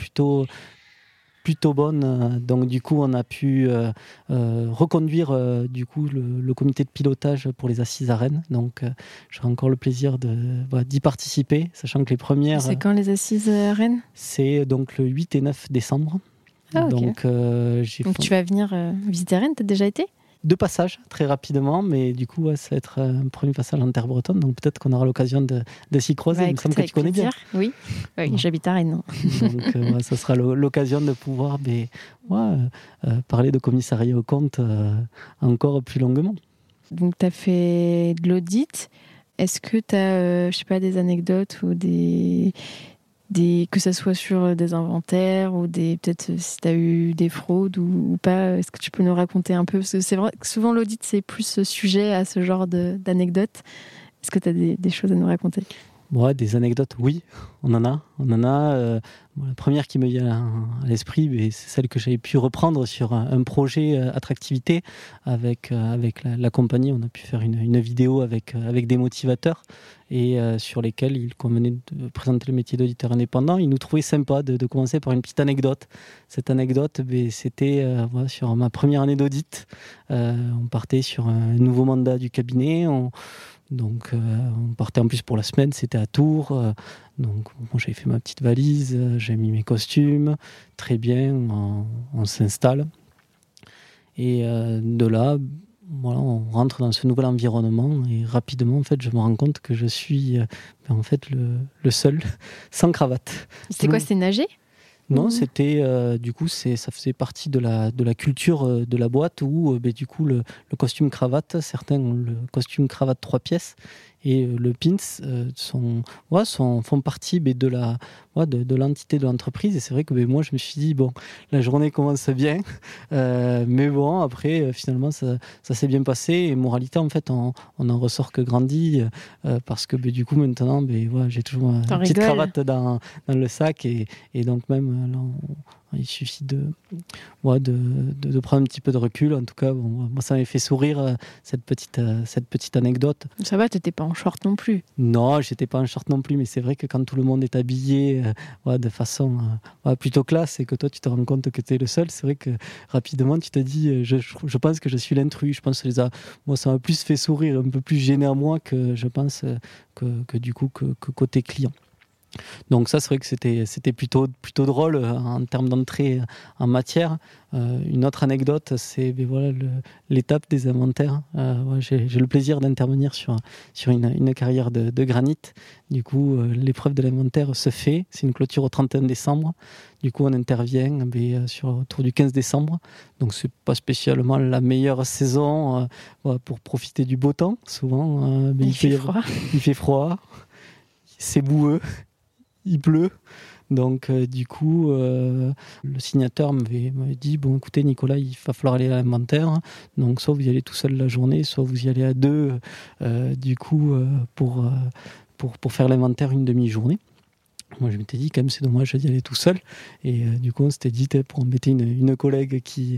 plutôt bonnes. Donc du coup, on a pu reconduire du coup le comité de pilotage pour les assises à Rennes. Donc j'aurai encore le plaisir d'y participer, sachant que les premières... C'est quand les assises à Rennes ? C'est donc le 8 et 9 décembre. Ah, ok. Donc tu vas venir visiter Rennes, t'as déjà été ? De passage, très rapidement, mais du coup, ça va être un premier passage en terre bretonne, donc peut-être qu'on aura l'occasion de s'y croiser. Il me semble que tu connais bien. Oui, j'habite à Rennes. Donc, ça sera l'occasion de pouvoir parler de commissariat aux comptes encore plus longuement. Donc, tu as fait de l'audit. Est-ce que tu as, des anecdotes ou que ça soit sur des inventaires ou peut-être si tu as eu des fraudes ou pas, est-ce que tu peux nous raconter un peu ? Parce que c'est vrai que souvent l'audit, c'est plus sujet à ce genre d'anecdotes. Est-ce que tu as des choses à nous raconter ? Ouais, des anecdotes, oui, on en a. La première qui me vient à l'esprit, c'est celle que j'avais pu reprendre sur un projet attractivité avec la compagnie. On a pu faire une vidéo avec des motivateurs et sur lesquels il convenait de présenter le métier d'auditeur indépendant. Ils nous trouvaient sympa de commencer par une petite anecdote. Cette anecdote, c'était sur ma première année d'audit. On partait sur un nouveau mandat du cabinet. Donc, on partait en plus pour la semaine, c'était à Tours. Donc, j'avais fait ma petite valise, j'ai mis mes costumes, très bien, on s'installe. Et de là, on rentre dans ce nouvel environnement et rapidement, en fait, je me rends compte que je suis le seul sans cravate. C'était quoi, c'était nager ? Non, c'était ça faisait partie de la culture de la boîte où du coup le costume cravate, certains ont le costume cravate 3 pièces et le pins font partie de l'entité de l'entreprise. Et c'est vrai que moi je me suis dit la journée commence bien, mais bon après finalement ça s'est bien passé et moralité en fait on en ressort que grandi parce que du coup maintenant j'ai toujours une petite cravate dans le sac et donc même là, il suffit de prendre un petit peu de recul. En tout cas, moi, ça m'avait fait sourire cette petite anecdote. Ça va, t'étais pas en short non plus ? Non, j'étais pas en short non plus, mais c'est vrai que quand tout le monde est habillé de façon plutôt classe et que toi, tu te rends compte que tu es le seul, c'est vrai que rapidement, tu te dis, je pense que je suis l'intrus. Je pense que moi, ça m'a plus fait sourire, un peu plus gêné à moi que je pense que du coup, que côté client. Donc ça, c'est vrai que c'était plutôt drôle en termes d'entrée en matière. Une autre anecdote, c'est l'étape des inventaires. J'ai le plaisir d'intervenir sur une carrière de granit. Du coup, l'épreuve de l'inventaire se fait. C'est une clôture au 31 décembre. Du coup, on intervient autour du 15 décembre. Donc, c'est pas spécialement la meilleure saison pour profiter du beau temps. Souvent, il fait froid. C'est boueux. Il pleut, donc du coup le signateur m'avait dit écoutez Nicolas, il va falloir aller à l'inventaire, donc soit vous y allez tout seul la journée, soit vous y allez à deux pour faire l'inventaire une demi-journée. Moi je m'étais dit quand même c'est dommage d'y aller tout seul et du coup on s'était dit pour embêter une collègue qui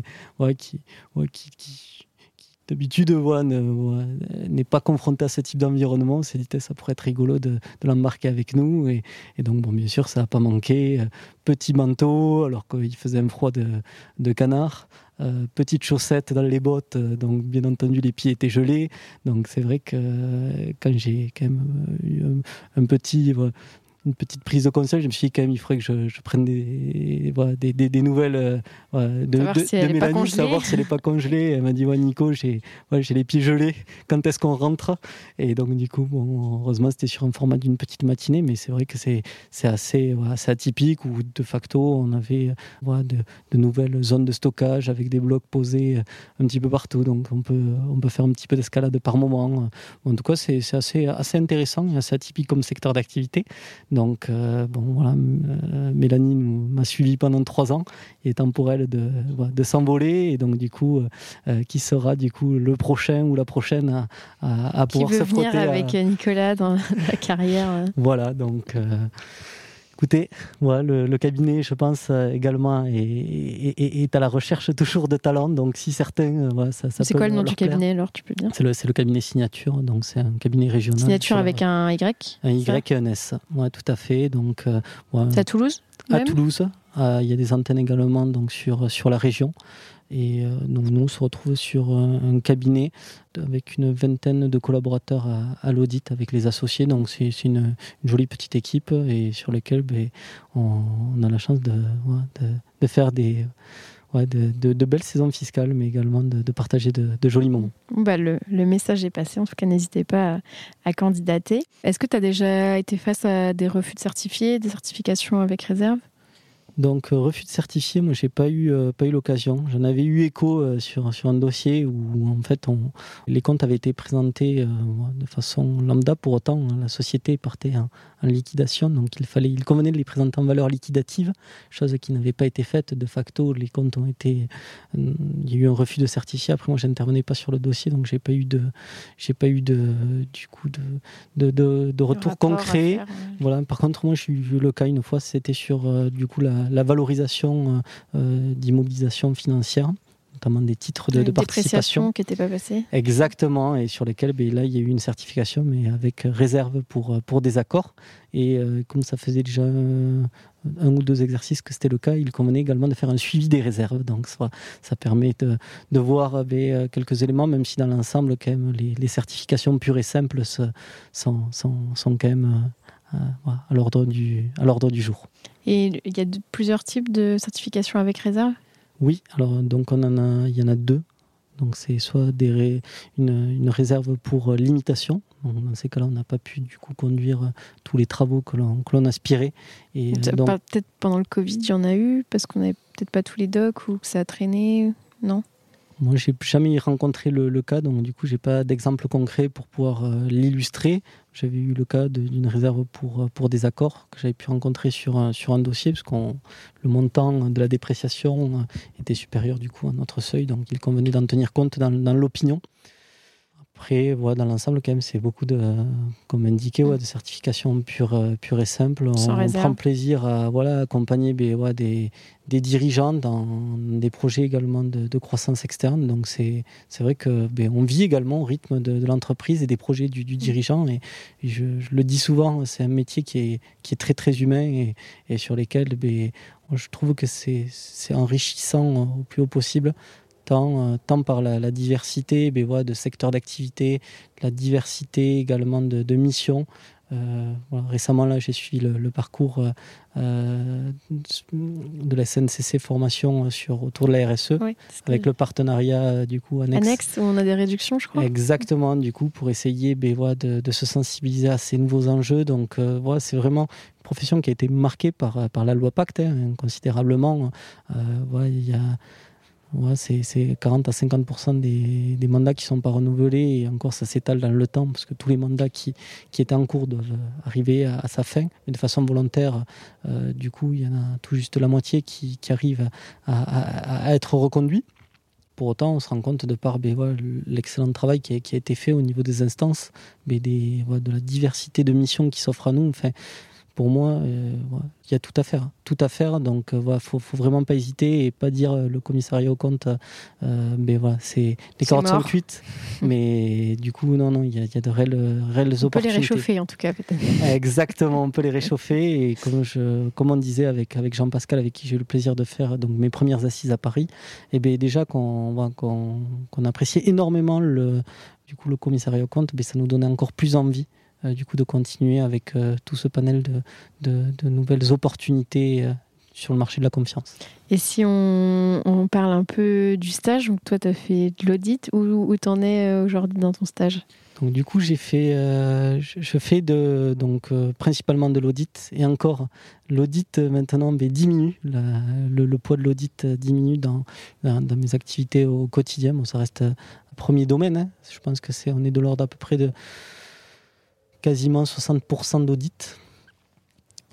d'habitude n'est pas confronté à ce type d'environnement. On s'est dit ça pourrait être rigolo de l'embarquer avec nous et donc bien sûr ça n'a pas manqué. Petit manteau alors qu'il faisait un froid de canard, petites chaussettes dans les bottes, donc bien entendu les pieds étaient gelés. Donc c'est vrai que quand j'ai quand même eu une petite prise de conscience, je me suis dit quand même il faudrait que je prenne des nouvelles de Mélanie, savoir si elle n'est pas congelée. Elle m'a dit Nico, j'ai les pieds gelés, quand est-ce qu'on rentre? Et donc du coup heureusement c'était sur un format d'une petite matinée, mais c'est vrai que c'est assez atypique où de facto on avait de nouvelles zones de stockage avec des blocs posés un petit peu partout, donc on peut faire un petit peu d'escalade par moment. En tout cas c'est assez intéressant et assez atypique comme secteur d'activité. Donc Mélanie m'a suivi pendant 3 ans. Il est temps pour elle de s'envoler, et donc du coup, qui sera du coup le prochain ou la prochaine à pouvoir se frotter. Qui veut venir avec Nicolas dans la carrière. Voilà, donc écoutez, le cabinet, je pense également est à la recherche toujours de talents. Donc si certains, ça c'est quoi le nom du cabinet alors, tu peux dire? C'est le cabinet Signature, donc c'est un cabinet régional. Signature avec un Y? Un Y et un S, ouais, tout à fait. Donc, c'est à Toulouse? À Toulouse, il y a des antennes également donc sur la région. Et donc nous, on se retrouve sur un cabinet avec une vingtaine de collaborateurs à l'audit avec les associés. Donc c'est une jolie petite équipe, et sur laquelle on a la chance de faire de belles saisons fiscales, mais également de partager de jolis moments. Le message est passé. En tout cas, n'hésitez pas à candidater. Est-ce que tu as déjà été face à des refus de certifiés, des certifications avec réserve? Donc, refus de certifié, moi, j'ai pas eu l'occasion. J'en avais eu écho sur un dossier où, en fait, les comptes avaient été présentés de façon lambda. Pour autant, la société partait en liquidation. Donc, il convenait de les présenter en valeur liquidative, chose qui n'avait pas été faite. De facto, les comptes ont été... Il y a eu un refus de certifié. Après, moi, j'intervenais pas sur le dossier, donc j'ai pas eu de retour concret. Voilà. Par contre, moi, j'ai eu le cas une fois, c'était sur la valorisation d'immobilisation financière, notamment des titres de participation qui n'étaient pas passés. Exactement, et sur lesquels là il y a eu une certification, mais avec réserve pour des accords. Et comme ça faisait déjà 1 ou 2 exercices que c'était le cas, il convenait également de faire un suivi des réserves. Donc ça permet de voir quelques éléments, même si dans l'ensemble, quand même, les certifications pures et simples sont quand même à l'ordre du jour. Et il y a plusieurs types de certifications avec réserve? Oui, alors donc il y en a 2. Donc c'est soit une réserve pour limitation. Donc, dans ces cas-là, on n'a pas pu du coup conduire tous les travaux que l'on aspirait. Et peut-être pendant le Covid, il y en a eu parce qu'on n'avait peut-être pas tous les docs ou que ça a traîné, non? Moi, j'ai jamais rencontré le cas, donc du coup, j'ai pas d'exemple concret pour pouvoir l'illustrer. J'avais eu le cas d'une réserve pour des accords que j'avais pu rencontrer sur un dossier, parce que le montant de la dépréciation était supérieur du coup à notre seuil, donc il convenait d'en tenir compte dans l'opinion. Après, dans l'ensemble, quand même, c'est beaucoup comme indiqué, de certification pure et simple. On prend plaisir à accompagner des dirigeants dans des projets également de croissance externe. Donc, c'est vrai que on vit également au rythme de l'entreprise et des projets du dirigeant. Et je le dis souvent, c'est un métier qui est très, très humain et sur lesquels je trouve que c'est enrichissant au plus haut possible. Tant par la diversité de secteurs d'activité, la diversité également de missions. Récemment, là, j'ai suivi le parcours de la SNCC formation autour de la RSE, avec le partenariat du coup Annexe, où on a des réductions, je crois. Exactement, du coup, pour essayer de se sensibiliser à ces nouveaux enjeux. Donc, c'est vraiment une profession qui a été marquée par la loi Pacte, considérablement. Il y a... c'est 40 à 50% des mandats qui ne sont pas renouvelés, et encore ça s'étale dans le temps parce que tous les mandats qui étaient en cours doivent arriver à sa fin, mais de façon volontaire. Du coup, il y en a tout juste la moitié qui arrivent à être reconduits. Pour autant, on se rend compte de par l'excellent travail qui a été fait au niveau des instances, de la diversité de missions qui s'offrent à nous. Enfin, pour moi, il y a tout à faire. Donc, faut vraiment pas hésiter et pas dire le commissariat aux comptes. C'est les carottes sont cuites. Mais du coup, non, il y a de réelles opportunités. On peut les réchauffer, en tout cas, peut-être. Exactement, on peut les réchauffer. Et comme on disait avec Jean-Pascal, avec qui j'ai eu le plaisir de faire mes premières assises à Paris, déjà qu'on appréciait énormément le commissariat aux comptes, ça nous donnait encore plus envie de continuer avec tout ce panel de nouvelles opportunités sur le marché de la confiance. Et si on parle un peu du stage, donc toi tu as fait de l'audit, où tu en es aujourd'hui dans ton stage? Donc du coup je fais principalement de l'audit, et encore l'audit maintenant diminue, le poids de l'audit diminue dans mes activités au quotidien. Bon, ça reste un premier domaine, je pense que on est de l'ordre à peu près de quasiment 60% d'audit.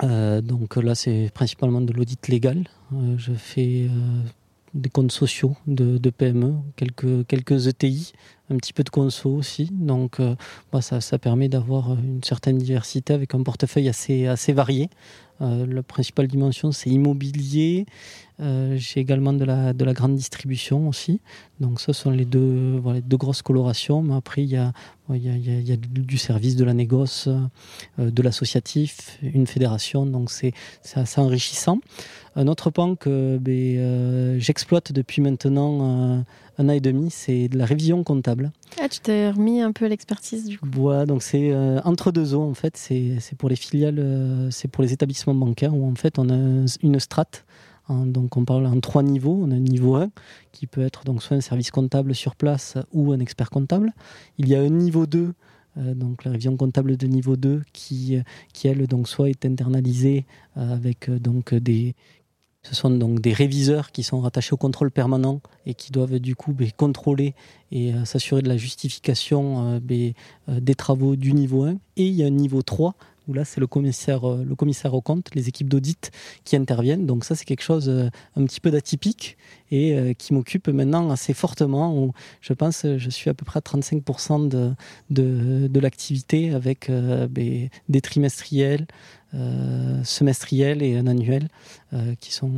Donc là, c'est principalement de l'audit légal. Je fais des comptes sociaux de PME, quelques ETI, un petit peu de conso aussi. Donc ça permet d'avoir une certaine diversité avec un portefeuille assez varié. La principale dimension, c'est immobilier. J'ai également de la grande distribution aussi. Donc ça sont les deux grosses colorations. Mais après, il y a du service, de la négoce, de l'associatif, une fédération. Donc c'est assez enrichissant. Un autre pan que j'exploite depuis maintenant 1 an et demi, c'est de la révision comptable. Ah, tu t'es remis un peu à l'expertise du coup. Voilà, donc c'est entre deux eaux en fait. C'est pour les filiales, c'est pour les établissements bancaires où en fait on a une strate. Donc on parle en 3 niveaux. On a un niveau 1 qui peut être donc soit un service comptable sur place ou un expert comptable. Il y a un niveau 2, donc la révision comptable de niveau 2 qui elle donc soit est internalisée avec ce sont donc des réviseurs qui sont rattachés au contrôle permanent et qui doivent du coup contrôler et s'assurer de la justification des travaux du niveau 1. Et il y a un niveau 3 où là c'est le commissaire aux comptes, les équipes d'audit qui interviennent. Donc ça c'est quelque chose un petit peu d'atypique et qui m'occupe maintenant assez fortement. Où je pense je suis à peu près à 35% de l'activité avec des trimestriels, semestriels et un annuel qui sont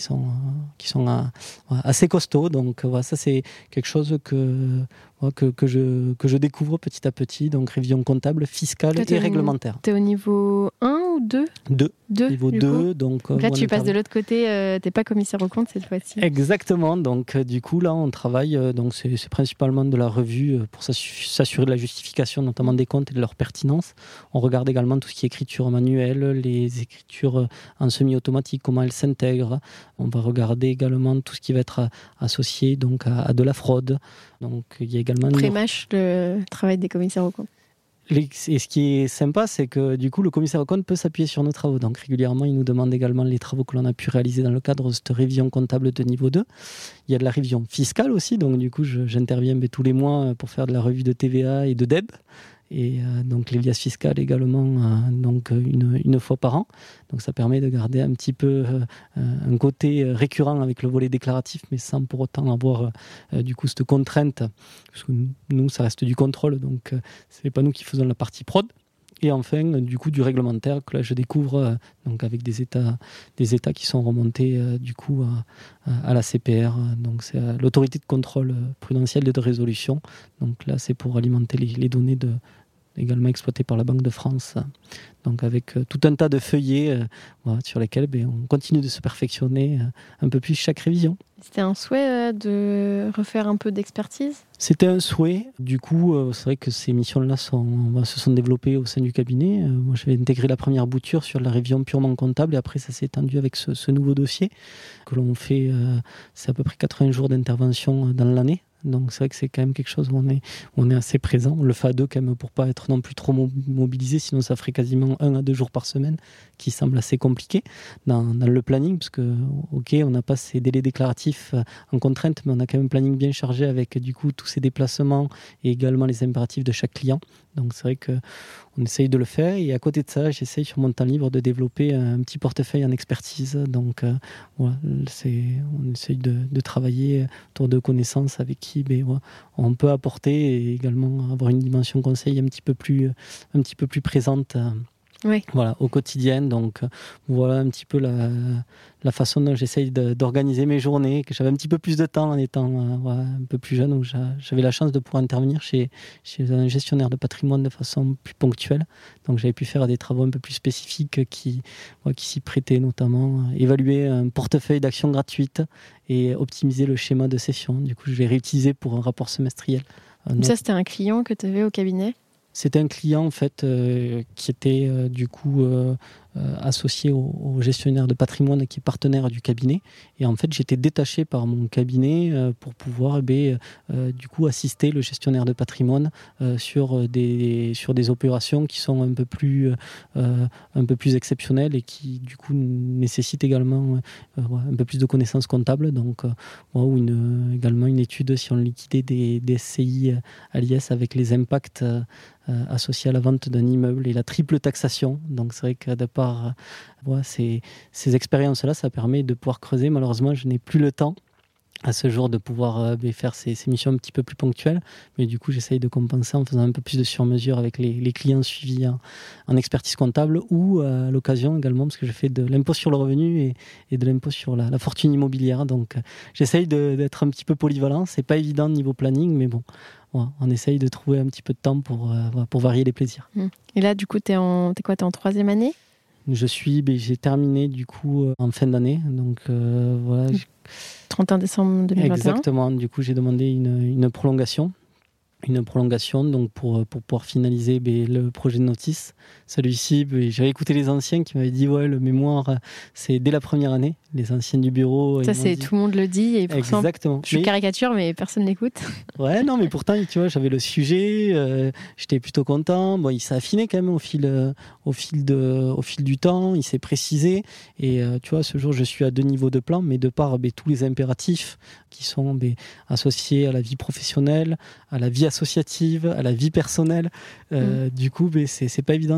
assez costauds. Donc ça c'est quelque chose que je découvre petit à petit. Donc révision comptable, fiscale et réglementaire. Tu es au niveau 1 ou 2 2. Niveau 2. Donc là tu passes de l'autre côté, tu n'es pas commissaire aux comptes cette fois-ci. Exactement. Donc du coup là on travaille, donc c'est principalement de la revue pour s'assurer de la justification notamment des comptes et de leur pertinence. On regarde également tout ce qui est écriture manuelle, les écritures en semi-automatique, comment elles s'intègrent. On va regarder également tout ce qui va être associé donc à de la fraude. Donc il y a également pré-mâche le travail des commissaires aux comptes. Et ce qui est sympa, c'est que du coup, le commissaire aux comptes peut s'appuyer sur nos travaux. Donc régulièrement, il nous demande également les travaux que l'on a pu réaliser dans le cadre de cette révision comptable de niveau 2. Il y a de la révision fiscale aussi. Donc du coup, j'interviens tous les mois pour faire de la revue de TVA et de DEB. Et donc les liasses fiscales également donc une fois par an. Donc ça permet de garder un petit peu un côté récurrent avec le volet déclaratif, mais sans pour autant avoir du coup cette contrainte, parce que nous ça reste du contrôle, donc c'est pas nous qui faisons la partie prod. Et enfin du coup du réglementaire que là je découvre donc avec des états qui sont remontés du coup à la CPR, donc c'est l'autorité de contrôle prudentiel et de résolution. Donc là c'est pour alimenter les données également exploitées par la Banque de France, donc avec tout un tas de feuillets sur lesquels on continue de se perfectionner un peu plus chaque révision. C'était un souhait de refaire un peu d'expertise ? C'était un souhait. Du coup, c'est vrai que ces missions-là se sont développées au sein du cabinet. Moi, j'avais intégré la première bouture sur la révision purement comptable et après, ça s'est étendu avec ce nouveau dossier que l'on fait. C'est à peu près 80 jours d'intervention dans l'année. Donc c'est vrai que c'est quand même quelque chose où on est assez présent. On le fait à deux quand même pour pas être non plus trop mobilisé, sinon ça ferait quasiment 1 à 2 jours par semaine, qui semble assez compliqué dans le planning, parce que ok, on n'a pas ces délais déclaratifs en contrainte, mais on a quand même un planning bien chargé avec du coup tous ces déplacements et également les impératifs de chaque client. Donc c'est vrai qu'on essaye de le faire, et à côté de ça, j'essaye sur mon temps libre de développer un petit portefeuille en expertise. Donc voilà, on essaye de travailler autour de connaissances avec qui on peut apporter, et également avoir une dimension conseil un petit peu plus présente. Oui. Voilà, au quotidien. Donc voilà un petit peu la façon dont j'essaye d'organiser mes journées, que j'avais un petit peu plus de temps en étant un peu plus jeune, où j'avais la chance de pouvoir intervenir chez un gestionnaire de patrimoine de façon plus ponctuelle. Donc j'avais pu faire des travaux un peu plus spécifiques qui s'y prêtaient, notamment évaluer un portefeuille d'actions gratuites et optimiser le schéma de cession. Du coup, je l'ai réutilisé pour un rapport semestriel. Ça, c'était un client que tu avais au cabinet ? C'était un client en fait qui était du coup associé au gestionnaire de patrimoine qui est partenaire du cabinet, et en fait j'étais détaché par mon cabinet pour pouvoir du coup assister le gestionnaire de patrimoine sur des opérations qui sont un peu plus exceptionnelles et qui du coup nécessitent également un peu plus de connaissances comptables, donc ou également une étude si on liquidait des SCI à l'IS avec les impacts associés à la vente d'un immeuble et la triple taxation. Donc c'est vrai que de par par ces expériences-là, ça permet de pouvoir creuser. Malheureusement, je n'ai plus le temps à ce jour de pouvoir faire ces missions un petit peu plus ponctuelles, mais du coup j'essaye de compenser en faisant un peu plus de sur-mesure avec les clients suivis en expertise comptable, ou à l'occasion également, parce que je fais de l'impôt sur le revenu et de l'impôt sur la fortune immobilière, donc j'essaye d'être un petit peu polyvalent. C'est pas évident niveau planning, mais bon, on essaye de trouver un petit peu de temps pour varier les plaisirs. Et là du coup t'es en 3e année? J'ai terminé du coup en fin d'année, donc voilà. 31 décembre 2021. Exactement, du coup j'ai demandé une prolongation. Donc pour pouvoir finaliser le projet de notice. Celui-ci, j'avais écouté les anciens qui m'avaient dit le mémoire c'est dès la première année, les anciens du bureau. Ça c'est tout le monde le dit et pourtant exactement. Je caricature mais personne n'écoute. Ouais, non mais pourtant tu vois, j'avais le sujet, j'étais plutôt content. Bon, il s'est affiné quand même au fil du temps, il s'est précisé et tu vois, ce jour je suis à 2 niveaux de plan, mais de par tous les impératifs qui sont associés à la vie professionnelle, à la vie associative, à la vie personnelle. Du coup, c'est pas évident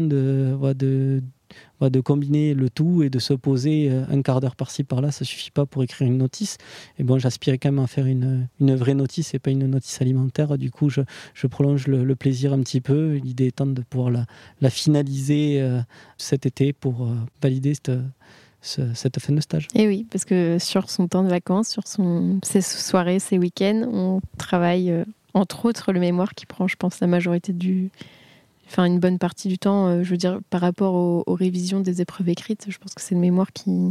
de combiner le tout et de se poser un quart d'heure par-ci par-là. Ça suffit pas pour écrire une notice. Et bon, j'aspirais quand même à faire une vraie notice et pas une notice alimentaire. Du coup, je prolonge le plaisir un petit peu. L'idée étant de pouvoir la finaliser cet été pour valider cette fin de stage. Et oui, parce que sur son temps de vacances, sur ses soirées, ses week-ends, on travaille entre autres le mémoire qui prend, je pense, la majorité une bonne partie du temps. Je veux dire, par rapport aux révisions des épreuves écrites, je pense que c'est le mémoire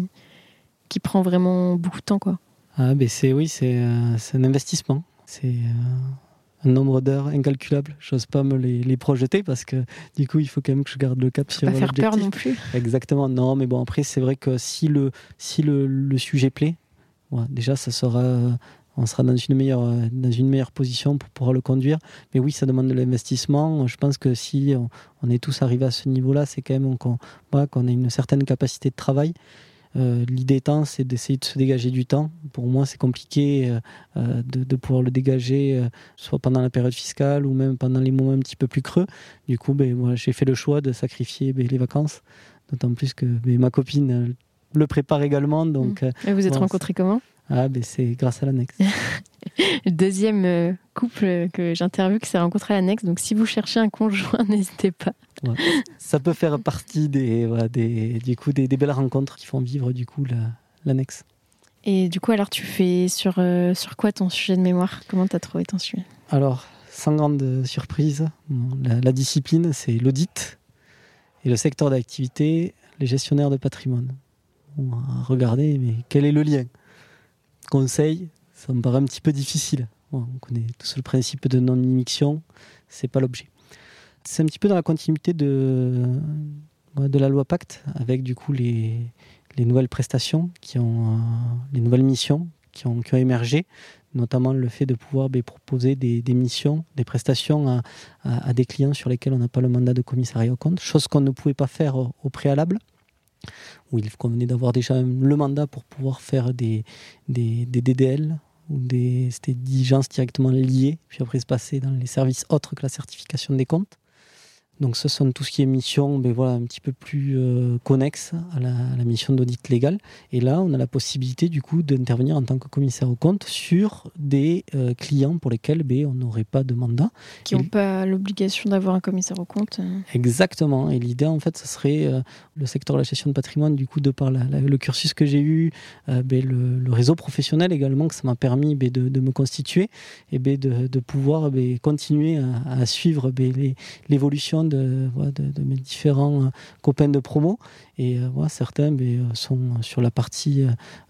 qui prend vraiment beaucoup de temps, quoi. Ah, c'est un investissement. C'est un nombre d'heures incalculable. J'ose pas me les projeter parce que du coup, il faut quand même que je garde le cap sur l'objectif. Pas faire peur non plus. Exactement. Non, mais bon, après, c'est vrai que si le sujet plaît, déjà, ça sera... on sera dans une meilleure position pour pouvoir le conduire. Mais oui, ça demande de l'investissement. Je pense que si on est tous arrivés à ce niveau-là, c'est quand même qu'on a une certaine capacité de travail. L'idée étant, c'est d'essayer de se dégager du temps. Pour moi, c'est compliqué de pouvoir le dégager, soit pendant la période fiscale ou même pendant les moments un petit peu plus creux. Du coup, j'ai fait le choix de sacrifier les vacances. D'autant plus que ma copine le prépare également. Donc, et vous êtes rencontrés comment ? C'est grâce à l'annexe. Le deuxième couple que j'interviewe qui s'est rencontré à l'annexe. Donc, si vous cherchez un conjoint, n'hésitez pas. Ouais. Ça peut faire partie des belles rencontres qui font vivre du coup l'annexe. Et du coup, alors tu fais sur quoi ton sujet de mémoire ? Comment tu as trouvé ton sujet ? Alors, sans grande surprise, la discipline, c'est l'audit et le secteur d'activité, les gestionnaires de patrimoine. On va regarder, mais quel est le lien ? Conseil, ça me paraît un petit peu difficile. On connaît tous le principe de non-immixtion, c'est pas l'objet. C'est un petit peu dans la continuité de la loi Pacte, avec du coup les nouvelles prestations les nouvelles missions qui ont émergé, notamment le fait de pouvoir proposer des missions, des prestations à des clients sur lesquels on n'a pas le mandat de commissariat aux comptes, chose qu'on ne pouvait pas faire au préalable, où il convenait d'avoir déjà le mandat pour pouvoir faire des DDL ou c'était diligences directement liées, puis après se passer dans les services autres que la certification des comptes. Donc ce sont tout ce qui est mission un petit peu plus connexe à la mission d'audit légal. Et là, on a la possibilité du coup d'intervenir en tant que commissaire aux comptes sur des clients pour lesquels on n'aurait pas de mandat. Qui n'ont pas l'obligation d'avoir un commissaire aux comptes. Exactement. Et l'idée, en fait, ce serait le secteur de la gestion de patrimoine, du coup, de par le cursus que j'ai eu, le réseau professionnel également, que ça m'a permis de me constituer et de pouvoir continuer à suivre l'évolution de mes différents copains de promo. Et certains sont sur la partie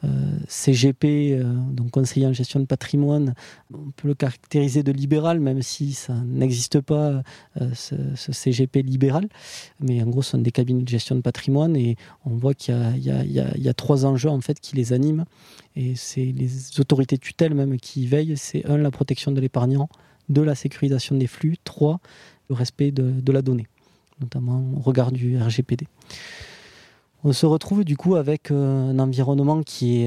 CGP, donc conseiller en gestion de patrimoine. On peut le caractériser de libéral, même si ça n'existe pas, ce CGP libéral. Mais en gros, ce sont des cabinets de gestion de patrimoine et on voit qu'il y a 3 enjeux en fait qui les animent. Et c'est les autorités tutelles même qui y veillent. C'est 1, la protection de l'épargnant, 2, la sécurisation des flux, 3, le respect de la donnée, notamment au regard du RGPD. On se retrouve du coup avec un environnement qui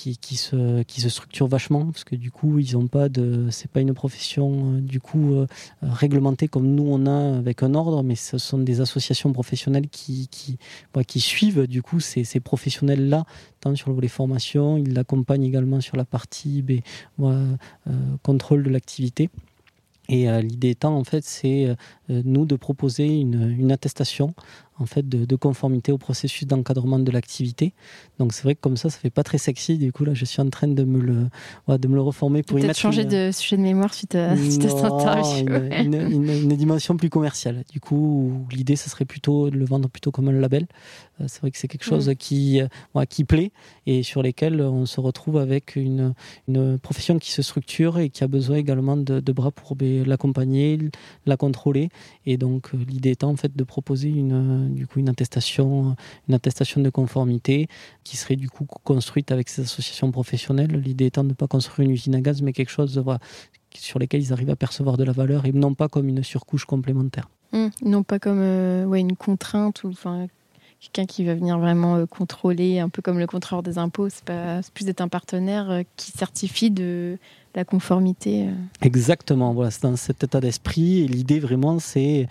se structure vachement, parce que du coup c'est pas une profession réglementée comme nous on a avec un ordre, mais ce sont des associations professionnelles qui suivent du coup ces professionnels là, tant sur le volet formation, ils l'accompagnent également sur la partie contrôle de l'activité. Et l'idée étant, en fait, c'est nous de proposer une attestation en fait, de conformité au processus d'encadrement de l'activité. Donc c'est vrai que comme ça fait pas très sexy. Du coup, là, je suis en train de me le reformer pour y mettre... Peut-être changer de sujet de mémoire suite à cette interview. Une dimension plus commerciale. Du coup, l'idée, ce serait plutôt de le vendre plutôt comme un label. C'est vrai que c'est quelque chose qui plaît et sur lesquels on se retrouve avec une profession qui se structure et qui a besoin également de bras pour l'accompagner, la contrôler. Et donc, l'idée étant en fait de proposer une attestation de conformité qui serait du coup construite avec ces associations professionnelles. L'idée étant de ne pas construire une usine à gaz, mais quelque chose sur lesquels ils arrivent à percevoir de la valeur et non pas comme une surcouche complémentaire. Non pas comme une contrainte ou quelqu'un qui va venir vraiment contrôler, un peu comme le contrôleur des impôts. C'est plus d'être un partenaire qui certifie de la conformité. Exactement, voilà, c'est dans cet état d'esprit. Et l'idée vraiment, c'est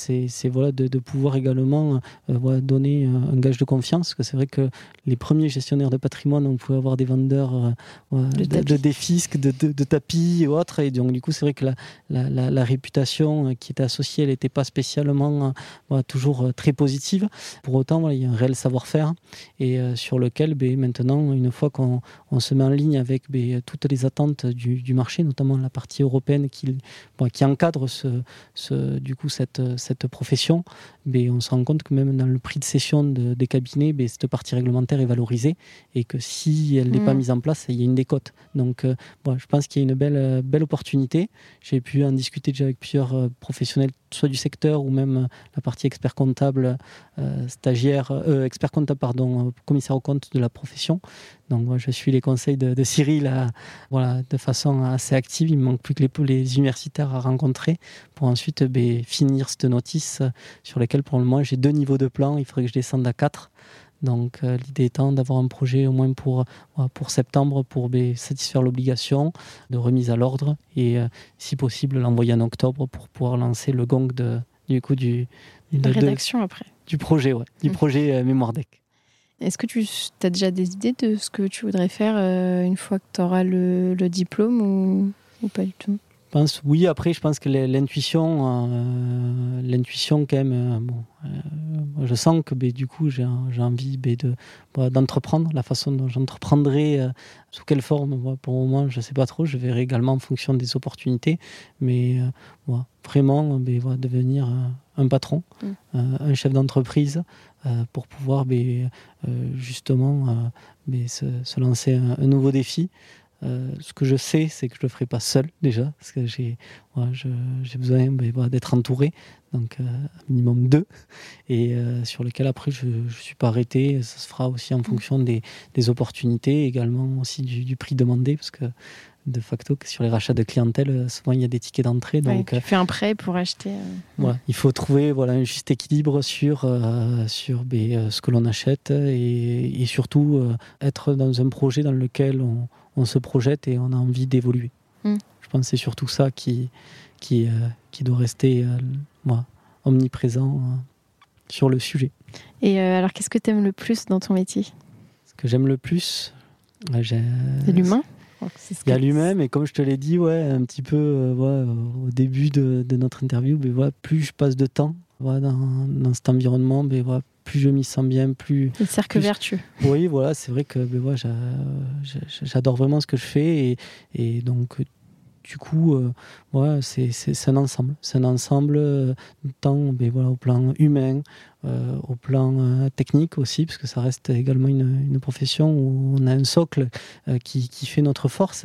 de pouvoir également donner un gage de confiance. Parce que c'est vrai que les premiers gestionnaires de patrimoine, on pouvait avoir des vendeurs de défisques, de tapis et autres. Et donc du coup, c'est vrai que la réputation qui était associée, elle n'était pas spécialement toujours très positive. Pour autant, il y a un réel savoir-faire et sur lequel maintenant, une fois qu'on se met en ligne avec toutes les attentes du marché, notamment la partie européenne qui encadre cette profession, on se rend compte que même dans le prix de cession des cabinets, cette partie réglementaire est valorisée et que si elle n'est pas mise en place, il y a une décote. Donc je pense qu'il y a une belle opportunité. J'ai pu en discuter déjà avec plusieurs professionnels, soit du secteur ou même la partie expert comptable, commissaire aux comptes de la profession. Donc moi, je suis les conseils de Cyril de façon assez active. Il ne manque plus que les universitaires à rencontrer pour ensuite finir cette notice sur laquelle pour le moment j'ai 2 niveaux de plan. Il faudrait que je descende à 4. Donc l'idée étant d'avoir un projet au moins pour septembre pour satisfaire l'obligation de remise à l'ordre et si possible l'envoyer en octobre pour pouvoir lancer le gong de rédaction après. Du projet, du projet Mémoire Deck. Est-ce que tu as déjà des idées de ce que tu voudrais faire une fois que tu auras le diplôme ou pas du tout ? Oui, après je pense que l'intuition quand même, je sens que du coup j'ai envie d'entreprendre, la façon dont j'entreprendrai, sous quelle forme, pour le moment je ne sais pas trop, je verrai également en fonction des opportunités, mais vraiment devenir un patron, un chef d'entreprise pour pouvoir justement se lancer un nouveau défi. Ce que je sais, c'est que je le ferai pas seul déjà, parce que j'ai besoin d'être entouré, donc minimum 2, et sur lequel après je suis pas arrêté. Ça se fera aussi en fonction des opportunités, également aussi du prix demandé, parce que de facto sur les rachats de clientèle, souvent il y a des tickets d'entrée. Donc tu fais un prêt pour acheter. Il faut trouver un juste équilibre sur ce que l'on achète et surtout être dans un projet dans lequel on se projette et on a envie d'évoluer. Je pense que c'est surtout ça qui doit rester omniprésent sur le sujet. Et alors, qu'est-ce que tu aimes le plus dans ton métier ? Ce que j'aime le plus, c'est l'humain. Il y a l'humain, mais comme je te l'ai dit, un petit peu au début de notre interview, plus je passe de temps dans cet environnement, plus je m'y sens bien, plus... Le cercle vertueux. Oui, c'est vrai que j'adore vraiment ce que je fais et donc du coup, c'est un ensemble. C'est un ensemble tant au plan humain, au plan technique aussi, parce que ça reste également une profession où on a un socle qui fait notre force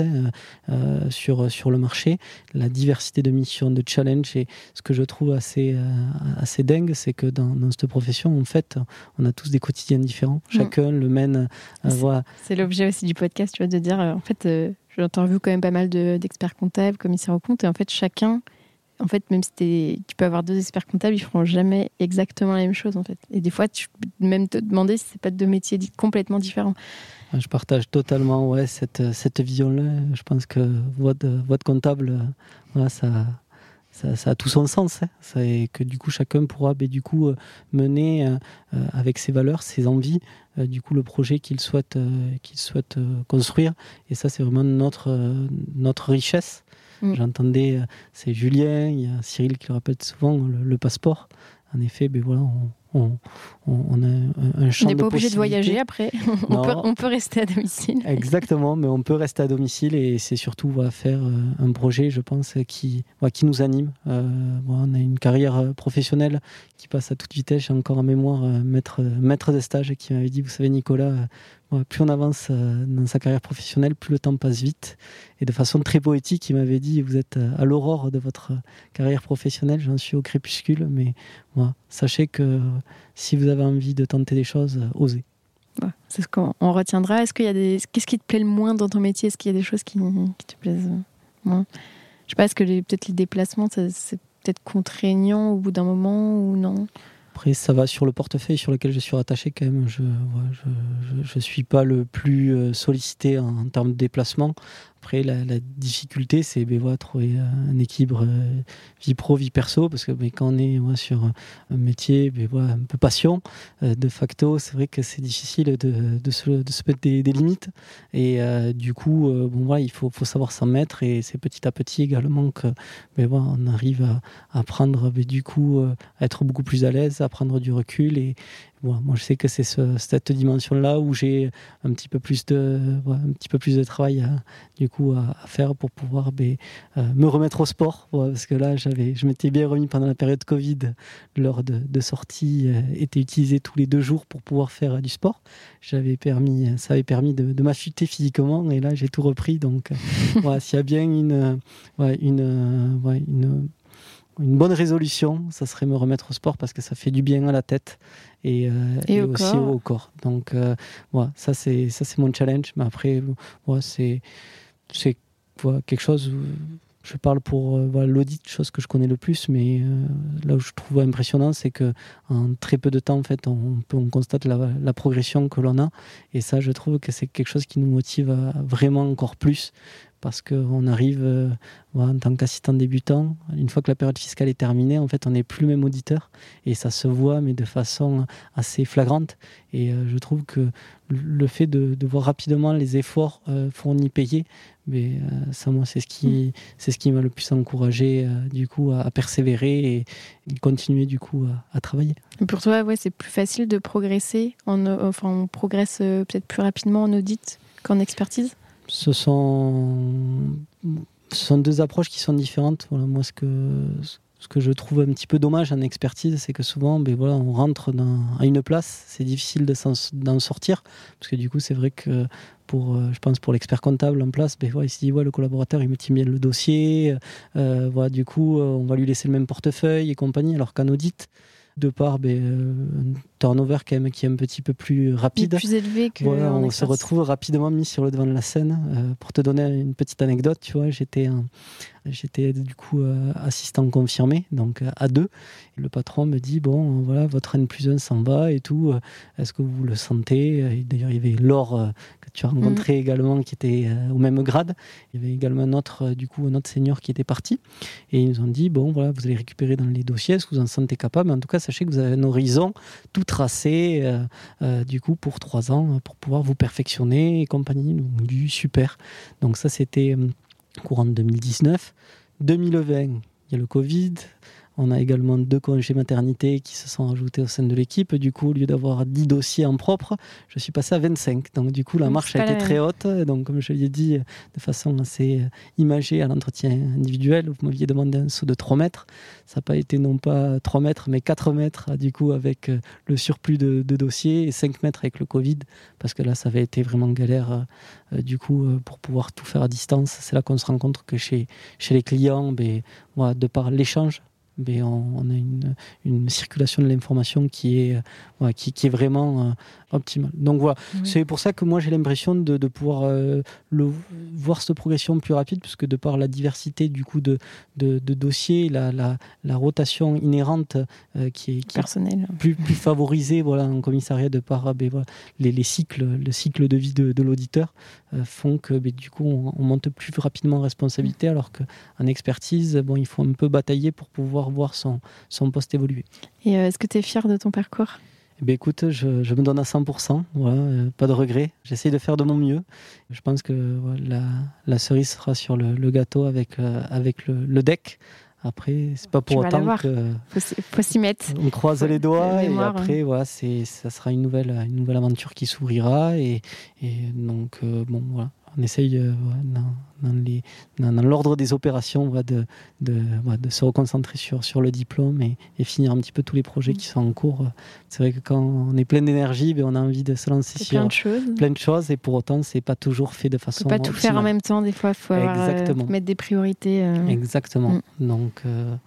sur le marché. La diversité de missions, de challenges, et ce que je trouve assez dingue, c'est que dans cette profession, en fait, on a tous des quotidiens différents. Chacun le mène. C'est l'objet aussi du podcast, tu vois, de dire, en fait... J'interviewe quand même pas mal d'experts comptables, commissaires aux comptes, et en fait, chacun en fait, même si tu peux avoir 2 experts comptables, ils feront jamais exactement la même chose, en fait. Et des fois, tu peux même te demander si c'est pas 2 métiers complètement différents. Je partage totalement cette vision-là. Je pense que votre comptable, voilà, ça a tout son sens. Et que du coup, chacun pourra mener avec ses valeurs, ses envies, du coup, le projet qu'il souhaite construire. Et ça, c'est vraiment notre richesse. J'entendais, c'est Julien, il y a Cyril qui le répète souvent, le passeport. En effet, voilà, on a un champ de possibilités. On n'est pas obligé de voyager après, on peut rester à domicile. Exactement, mais on peut rester à domicile et c'est surtout faire un projet, je pense, qui nous anime. On a une carrière professionnelle qui passe à toute vitesse. J'ai encore en mémoire maître de stage qui m'avait dit, vous savez Nicolas, plus on avance dans sa carrière professionnelle, plus le temps passe vite. Et de façon très poétique, il m'avait dit, vous êtes à l'aurore de votre carrière professionnelle, j'en suis au crépuscule, mais sachez que si vous avez envie de tenter des choses, osez. C'est ce qu'on retiendra. Qu'est-ce qui te plaît le moins dans ton métier? Est-ce qu'il y a des choses qui te plaisent moins? Je sais pas, est-ce que peut-être les déplacements, c'est peut-être contraignant au bout d'un moment ou non? Après, ça va sur le portefeuille sur lequel je suis rattaché quand même. Je suis pas le plus sollicité en termes de déplacement. Après, la difficulté, c'est trouver un équilibre vie pro, vie perso, parce que quand on est sur un métier un peu passion, de facto, c'est vrai que c'est difficile de se mettre des limites. Et du coup, il faut savoir s'en mettre. Et c'est petit à petit également que on arrive à prendre, à être beaucoup plus à l'aise, à prendre du recul. Et moi, je sais que c'est cette dimension-là où j'ai un petit peu plus de travail à faire pour pouvoir me remettre au sport. Parce que là, je m'étais bien remis pendant la période Covid, lors de sorties, était utilisé tous les 2 jours pour pouvoir faire du sport. Ça avait permis de m'affûter physiquement et là, j'ai tout repris. Donc, s'il y a bien une bonne résolution, ça serait me remettre au sport parce que ça fait du bien à la tête et aussi au corps. Donc ça c'est mon challenge. Mais après, c'est quelque chose où je parle pour l'audit, chose que je connais le plus, mais là où je trouve impressionnant, c'est que en très peu de temps, en fait, on constate la progression que l'on a. Et ça, je trouve que c'est quelque chose qui nous motive vraiment encore plus. Parce qu'on arrive en tant qu'assistant débutant, une fois que la période fiscale est terminée, en fait, on n'est plus le même auditeur et ça se voit, mais de façon assez flagrante. Et je trouve que le fait de voir rapidement les efforts fournis payés, ça, moi, c'est ce qui m'a le plus encouragé à persévérer et continuer à travailler. Et pour toi, c'est plus facile de progresser. On progresse peut-être plus rapidement en audit qu'en expertise. Ce sont 2 approches qui sont différentes. Moi, ce que je trouve un petit peu dommage en expertise, c'est que souvent, on rentre à une place, c'est difficile d'en sortir, parce que du coup, c'est vrai que je pense pour l'expert comptable en place, il se dit le collaborateur il me tient bien le dossier, on va lui laisser le même portefeuille et compagnie, alors qu'en audit, de par un turnover quand même qui est un petit peu plus rapide, plus élevé que on se retrouve rapidement mis sur le devant de la scène. Pour te donner une petite anecdote, j'étais assistant confirmé, donc à 2. Le patron me dit votre N+1 s'en va et tout. Est-ce que vous le sentez? Et d'ailleurs, il y avait Laure que tu as rencontré également, qui était au même grade. Il y avait également un autre senior qui était parti. Et ils nous ont dit vous allez récupérer dans les dossiers. Est-ce que vous en sentez capable? En tout cas, sachez que vous avez un horizon tout tracé pour 3 ans pour pouvoir vous perfectionner et compagnie. Donc, du super. Donc ça, c'était courant de 2019. 2020, il y a le Covid. On a également 2 congés maternité qui se sont ajoutés au sein de l'équipe. Du coup, au lieu d'avoir 10 dossiers en propre, je suis passé à 25. Donc, du coup, la marche a été très haute. Donc, comme je l'ai dit, de façon assez imagée à l'entretien individuel, vous m'aviez demandé un saut de 3 mètres. Ça n'a pas été non pas 3 mètres, mais 4 mètres, du coup, avec le surplus de dossiers, et 5 mètres avec le Covid, parce que là, ça avait été vraiment galère, pour pouvoir tout faire à distance. C'est là qu'on se rend compte que chez les clients, de par l'échange, on a une circulation de l'information qui est vraiment optimale. Donc voilà, c'est pour ça que moi j'ai l'impression de pouvoir voir cette progression plus rapide, parce que de par la diversité du coup de dossiers, la rotation inhérente qui est personnelle, plus favorisée en commissariat, de par le cycle de vie de l'auditeur, font que du coup on monte plus rapidement en responsabilité, alors qu'en expertise, il faut un peu batailler pour pouvoir voir son poste évoluer. Et est-ce que tu es fier de ton parcours ? Écoute, je me donne à 100%, pas de regret. J'essaye de faire de mon mieux. Je pense que la cerise sera sur le gâteau avec le deck. Après, c'est pas pour autant que faut s'y mettre. On croise les doigts mémoire, et après, ça sera une nouvelle aventure qui s'ouvrira. Et donc, on essaye dans l'ordre des opérations de se reconcentrer sur le diplôme et finir un petit peu tous les projets qui sont en cours. C'est vrai que quand on est plein d'énergie, on a envie de se lancer sur plein de choses, et pour autant c'est pas toujours fait de façon optimale. On peut pas tout faire en même temps, des fois il faut mettre des priorités. Exactement. Donc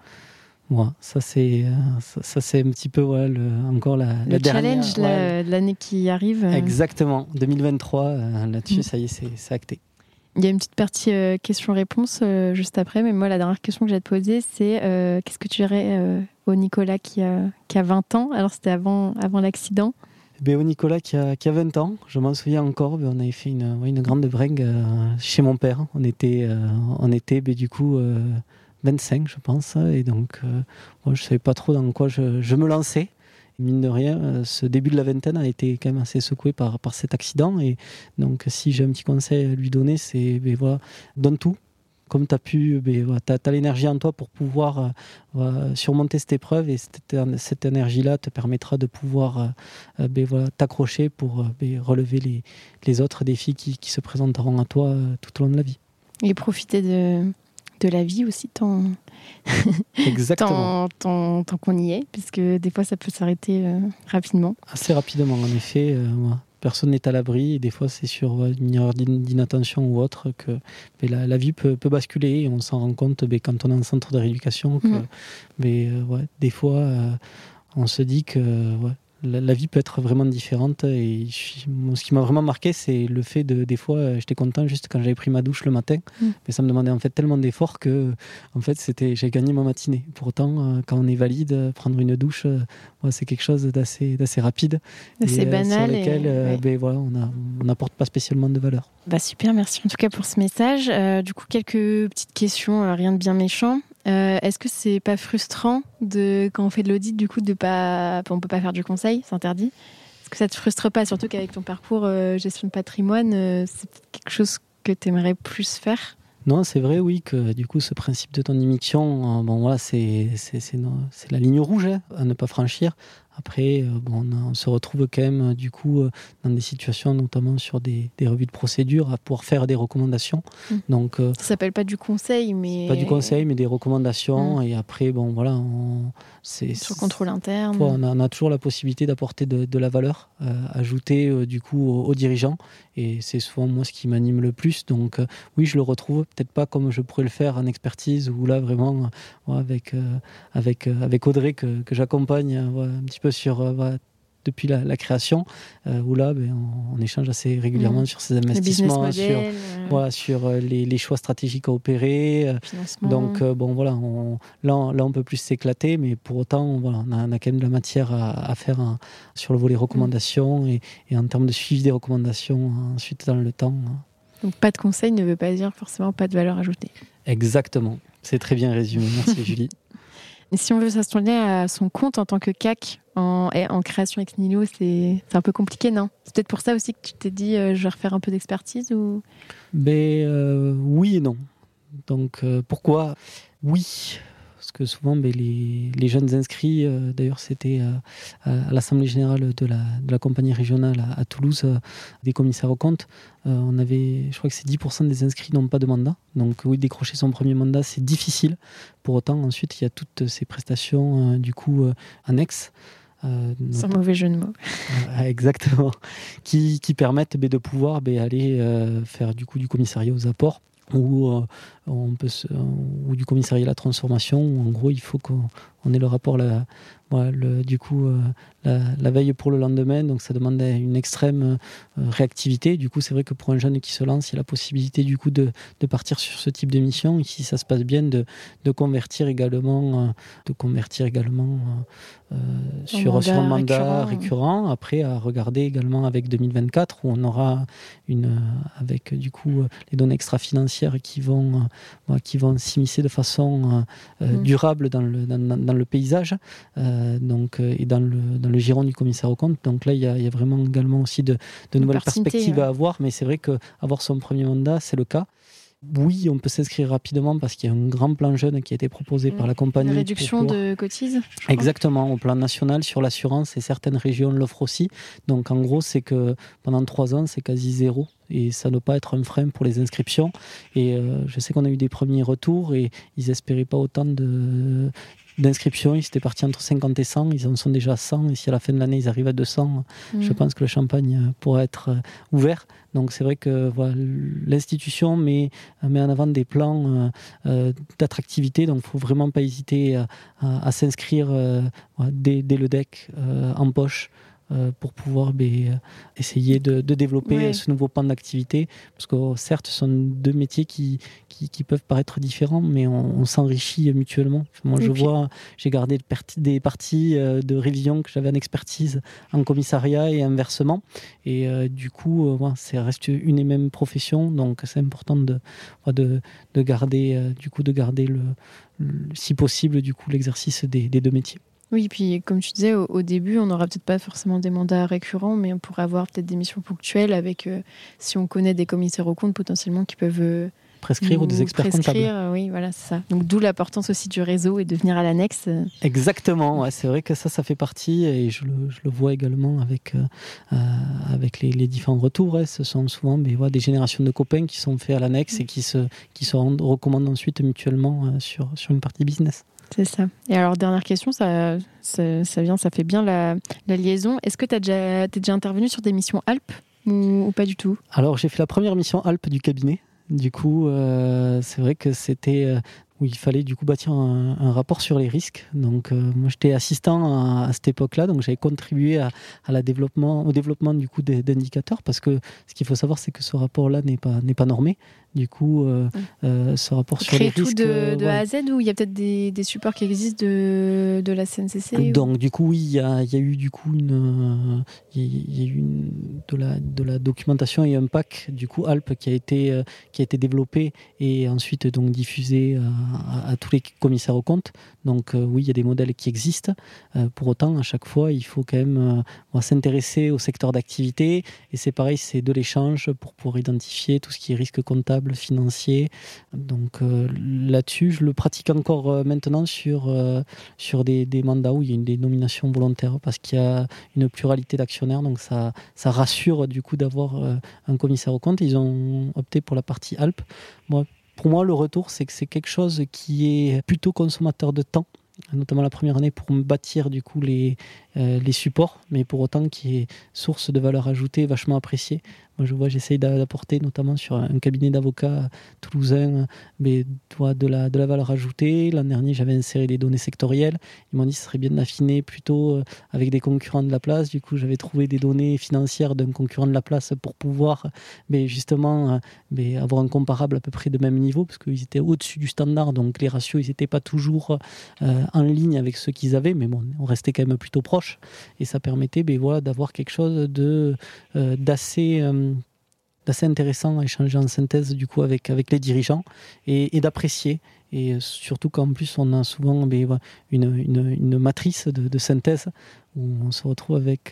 ça c'est un petit peu encore la dernière challenge de l'année qui arrive. Exactement, 2023, là-dessus ça y est, c'est acté. Il y a une petite partie questions-réponses juste après, mais moi la dernière question que j'ai à te poser, c'est qu'est-ce que tu dirais au Nicolas qui a 20 ans ? Alors c'était avant l'accident. Au Nicolas qui a 20 ans, je m'en souviens encore, on avait fait une grande bringue chez mon père. On était du coup 25, je pense, et donc je ne savais pas trop dans quoi je me lançais. Mine de rien, ce début de la vingtaine a été quand même assez secoué par cet accident, et donc si j'ai un petit conseil à lui donner, c'est donne tout. Comme tu as pu, tu as l'énergie en toi pour pouvoir surmonter cette épreuve, et cette énergie-là te permettra de pouvoir t'accrocher pour relever les autres défis qui se présenteront à toi tout au long de la vie. Et profiter de la vie aussi, Exactement. tant qu'on y est, puisque des fois ça peut s'arrêter rapidement. Assez rapidement, en effet. Personne n'est à l'abri, et des fois c'est sur une erreur d'inattention ou autre que la vie peut basculer, et on s'en rend compte quand on est en centre de rééducation que des fois on se dit que la vie peut être vraiment différente. Et ce qui m'a vraiment marqué, c'est le fait des fois j'étais content juste quand j'avais pris ma douche le matin, mais ça me demandait en fait tellement d'efforts que en fait j'ai gagné ma matinée. Pour autant, quand on est valide, prendre une douche, c'est quelque chose d'assez rapide, assez banal, sur lequel on n'apporte pas spécialement de valeur. Super, merci en tout cas pour ce message. Du coup, quelques petites questions, rien de bien méchant. Est-ce que c'est pas frustrant quand on fait de l'audit, du coup, on peut pas faire du conseil, c'est interdit? Est-ce que ça te frustre pas, surtout qu'avec ton parcours gestion de patrimoine, c'est quelque chose que tu aimerais plus faire? Non, c'est vrai, oui, que du coup, ce principe de ton-immixtion, c'est la ligne rouge à ne pas franchir. Après, on se retrouve quand même du coup dans des situations, notamment sur des revues de procédure, à pouvoir faire des recommandations. Donc, ça s'appelle pas du conseil, mais... Pas du conseil, mais des recommandations. Et après, sur contrôle interne. On a toujours la possibilité d'apporter de la valeur ajoutée du coup aux dirigeants. Et c'est souvent moi ce qui m'anime le plus. Donc oui, je le retrouve. Peut-être pas comme je pourrais le faire en expertise, où là vraiment avec Audrey que j'accompagne un petit peu depuis la création, où là on échange assez régulièrement sur ces investissements, sur les choix stratégiques à opérer. Donc on peut plus s'éclater, mais pour autant on a quand même de la matière à faire sur le volet recommandations et en termes de suivi des recommandations ensuite dans le temps. Donc pas de conseil ne veut pas dire forcément pas de valeur ajoutée. Exactement, c'est très bien résumé, merci Julie. Et si on veut s'installer à son compte en tant que CAC en création ex nihilo, c'est un peu compliqué, non? C'est peut-être pour ça aussi que tu t'es dit je vais refaire un peu d'expertise ou... Oui et non. Donc pourquoi? Oui, parce que souvent les jeunes inscrits, d'ailleurs c'était à l'Assemblée Générale de la compagnie régionale à Toulouse, des commissaires aux comptes, je crois que c'est 10% des inscrits n'ont pas de mandat. Donc oui, décrocher son premier mandat, c'est difficile. Pour autant, ensuite, il y a toutes ces prestations annexes. Sans mauvais jeu de mots. Exactement. Qui permettent de pouvoir aller faire du commissariat aux apports, ou du commissariat à la transformation, où en gros il faut qu'on ait le rapport la veille pour le lendemain, donc ça demande une extrême réactivité. Du coup, c'est vrai que pour un jeune qui se lance, il y a la possibilité du coup de partir sur ce type de mission, et si ça se passe bien, de convertir également sur un mandat récurrent. Après, à regarder également avec 2024, où on aura avec du coup les données extra-financières qui vont s'immiscer de façon durable dans le paysage, et dans le giron du commissaire aux comptes. Donc là, il y a vraiment également aussi de nouvelles perspectives à avoir, mais c'est vrai qu'avoir son premier mandat, c'est le cas. Oui, on peut s'inscrire rapidement parce qu'il y a un grand plan jeune qui a été proposé par la compagnie. Une réduction de cotises, je crois. Exactement, au plan national sur l'assurance, et certaines régions l'offrent aussi. Donc en gros, c'est que pendant 3 ans, c'est quasi zéro. Et ça ne doit pas être un frein pour les inscriptions. Et je sais qu'on a eu des premiers retours et ils n'espéraient pas autant d'inscriptions. Ils étaient partis entre 50 et 100. Ils en sont déjà à 100. Et si à la fin de l'année, ils arrivent à 200, je pense que le champagne pourra être ouvert. Donc c'est vrai que l'institution met en avant des plans d'attractivité. Donc il ne faut vraiment pas hésiter à s'inscrire dès le DEC en poche, pour pouvoir essayer de développer ce nouveau pan d'activité. Parce que certes, ce sont 2 métiers qui peuvent paraître différents, mais on s'enrichit mutuellement. Moi, j'ai gardé des parties de révision que j'avais en expertise en commissariat et inversement. Et du coup, ça reste une et même profession. Donc, c'est important de garder si possible, du coup, l'exercice des 2 métiers. Oui, puis comme tu disais, au début, on n'aura peut-être pas forcément des mandats récurrents, mais on pourrait avoir peut-être des missions ponctuelles avec, si on connaît des commissaires aux comptes potentiellement qui peuvent prescrire, ou des experts comptables. Oui, voilà, c'est ça. Donc d'où l'importance aussi du réseau et de venir à l'annexe. Exactement, ouais, c'est vrai que ça fait partie, et je le vois également avec les différents retours. Ouais. Ce sont souvent des générations de copains qui sont faits à l'annexe et qui se recommandent ensuite mutuellement sur une partie business. C'est ça. Et alors, dernière question, ça fait bien la liaison. Est-ce que t'es déjà intervenu sur des missions Alpes ou pas du tout ? Alors, j'ai fait la première mission Alpes du cabinet. Du coup, c'est vrai que c'était où il fallait du coup bâtir un rapport sur les risques. Donc, moi, j'étais assistant à cette époque-là, donc j'avais contribué au développement du coup d'indicateurs, parce que ce qu'il faut savoir, c'est que ce rapport-là n'est pas normé. Du coup, ce rapport sur les risques... Créer tout de A à Z, ou il y a peut-être des supports qui existent de la CNCC Donc, du coup, oui, il y a eu du coup de la documentation et un pack du coup Alpes qui a été développé et ensuite donc diffusé à tous les commissaires aux comptes. Donc oui, il y a des modèles qui existent. Pour autant, à chaque fois, il faut quand même s'intéresser au secteur d'activité. Et c'est pareil, c'est de l'échange pour pouvoir identifier tout ce qui est risque comptable, financier. Donc là-dessus, je le pratique encore maintenant sur des mandats où il y a des nominations volontaires, parce qu'il y a une pluralité d'actionnaires. Donc ça rassure du coup d'avoir un commissaire aux comptes. Ils ont opté pour la partie Alpes. Pour moi, le retour, c'est que c'est quelque chose qui est plutôt consommateur de temps, notamment la première année, pour me bâtir du coup les supports, mais pour autant qui est source de valeur ajoutée vachement appréciée. Moi, j'essaye d'apporter, notamment sur un cabinet d'avocats toulousain, de la valeur ajoutée. L'an dernier, j'avais inséré des données sectorielles. Ils m'ont dit que ce serait bien d'affiner plutôt avec des concurrents de la place. Du coup, j'avais trouvé des données financières d'un concurrent de la place pour pouvoir justement avoir un comparable à peu près de même niveau, parce qu'ils étaient au-dessus du standard. Donc, les ratios, ils n'étaient pas toujours en ligne avec ceux qu'ils avaient, mais bon, on restait quand même plutôt proche. Et ça permettait d'avoir quelque chose d'assez intéressant à échanger en synthèse du coup avec les dirigeants et d'apprécier. Et surtout qu'en plus on a souvent une matrice de synthèse où on se retrouve avec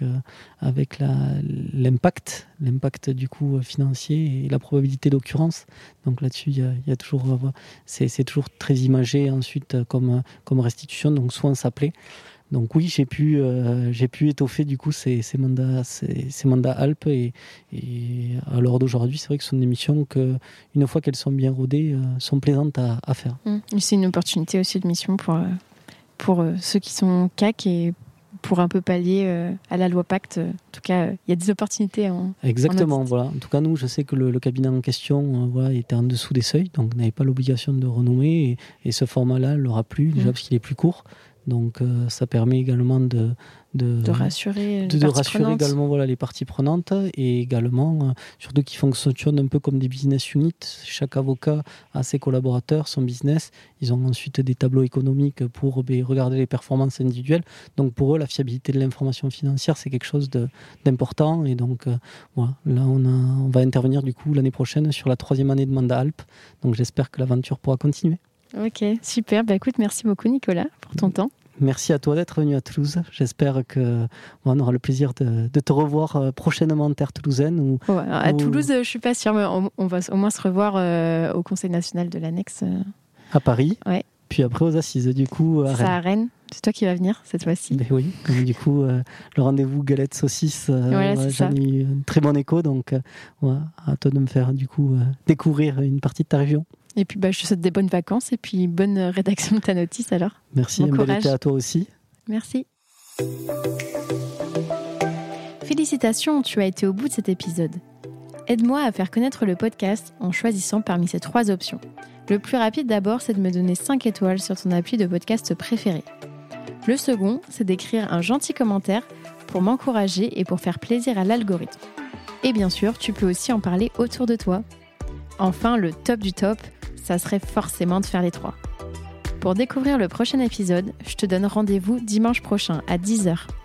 l'impact du coup financier et la probabilité d'occurrence. Donc là-dessus il y a toujours c'est toujours très imagé ensuite comme restitution, donc soit on s'appelait. Donc oui, j'ai pu étoffer du coup ces mandats Alpes et à l'heure d'aujourd'hui, c'est vrai que ce sont des missions que, une fois qu'elles sont bien rodées, sont plaisantes à faire. C'est une opportunité aussi de mission pour ceux qui sont CAC et pour un peu pallier à la loi Pacte. En tout cas, il y a des opportunités Exactement, voilà. En tout cas, nous, je sais que le cabinet en question était en dessous des seuils, donc n'avait pas l'obligation de renommer, et ce format-là ne l'aura plus, déjà parce qu'il est plus court. Donc ça permet également de rassurer également les parties prenantes, et également surtout qui fonctionnent un peu comme des business units. Chaque avocat a ses collaborateurs, son business. Ils ont ensuite des tableaux économiques pour regarder les performances individuelles. Donc pour eux, la fiabilité de l'information financière, c'est quelque chose d'important. Et donc voilà, là on va intervenir du coup l'année prochaine sur la 3e année de mandat Alp. Donc j'espère que l'aventure pourra continuer. Ok, super. Écoute, merci beaucoup Nicolas pour ton temps. Merci à toi d'être venu à Toulouse. J'espère qu'on aura le plaisir de te revoir prochainement en terre toulousaine. À Toulouse, je ne suis pas sûre, mais on va au moins se revoir au Conseil national de l'annexe. À Paris, ouais. Puis après aux assises, du coup à Rennes. C'est à Rennes. C'est toi qui vas venir cette fois-ci. Mais oui, du coup, le rendez-vous galette saucisse, j'en ai eu un très bon écho, donc à toi de me faire du coup découvrir une partie de ta région. Et puis je te souhaite des bonnes vacances et puis bonne rédaction de ta notice alors. Merci, un bel été à toi aussi. Merci. Félicitations, tu as été au bout de cet épisode. Aide-moi à faire connaître le podcast en choisissant parmi ces 3 options. Le plus rapide d'abord, c'est de me donner 5 étoiles sur ton appli de podcast préféré. Le second, c'est d'écrire un gentil commentaire pour m'encourager et pour faire plaisir à l'algorithme. Et bien sûr, tu peux aussi en parler autour de toi. Enfin, le top du top, ça serait forcément de faire les 3. Pour découvrir le prochain épisode, je te donne rendez-vous dimanche prochain à 10h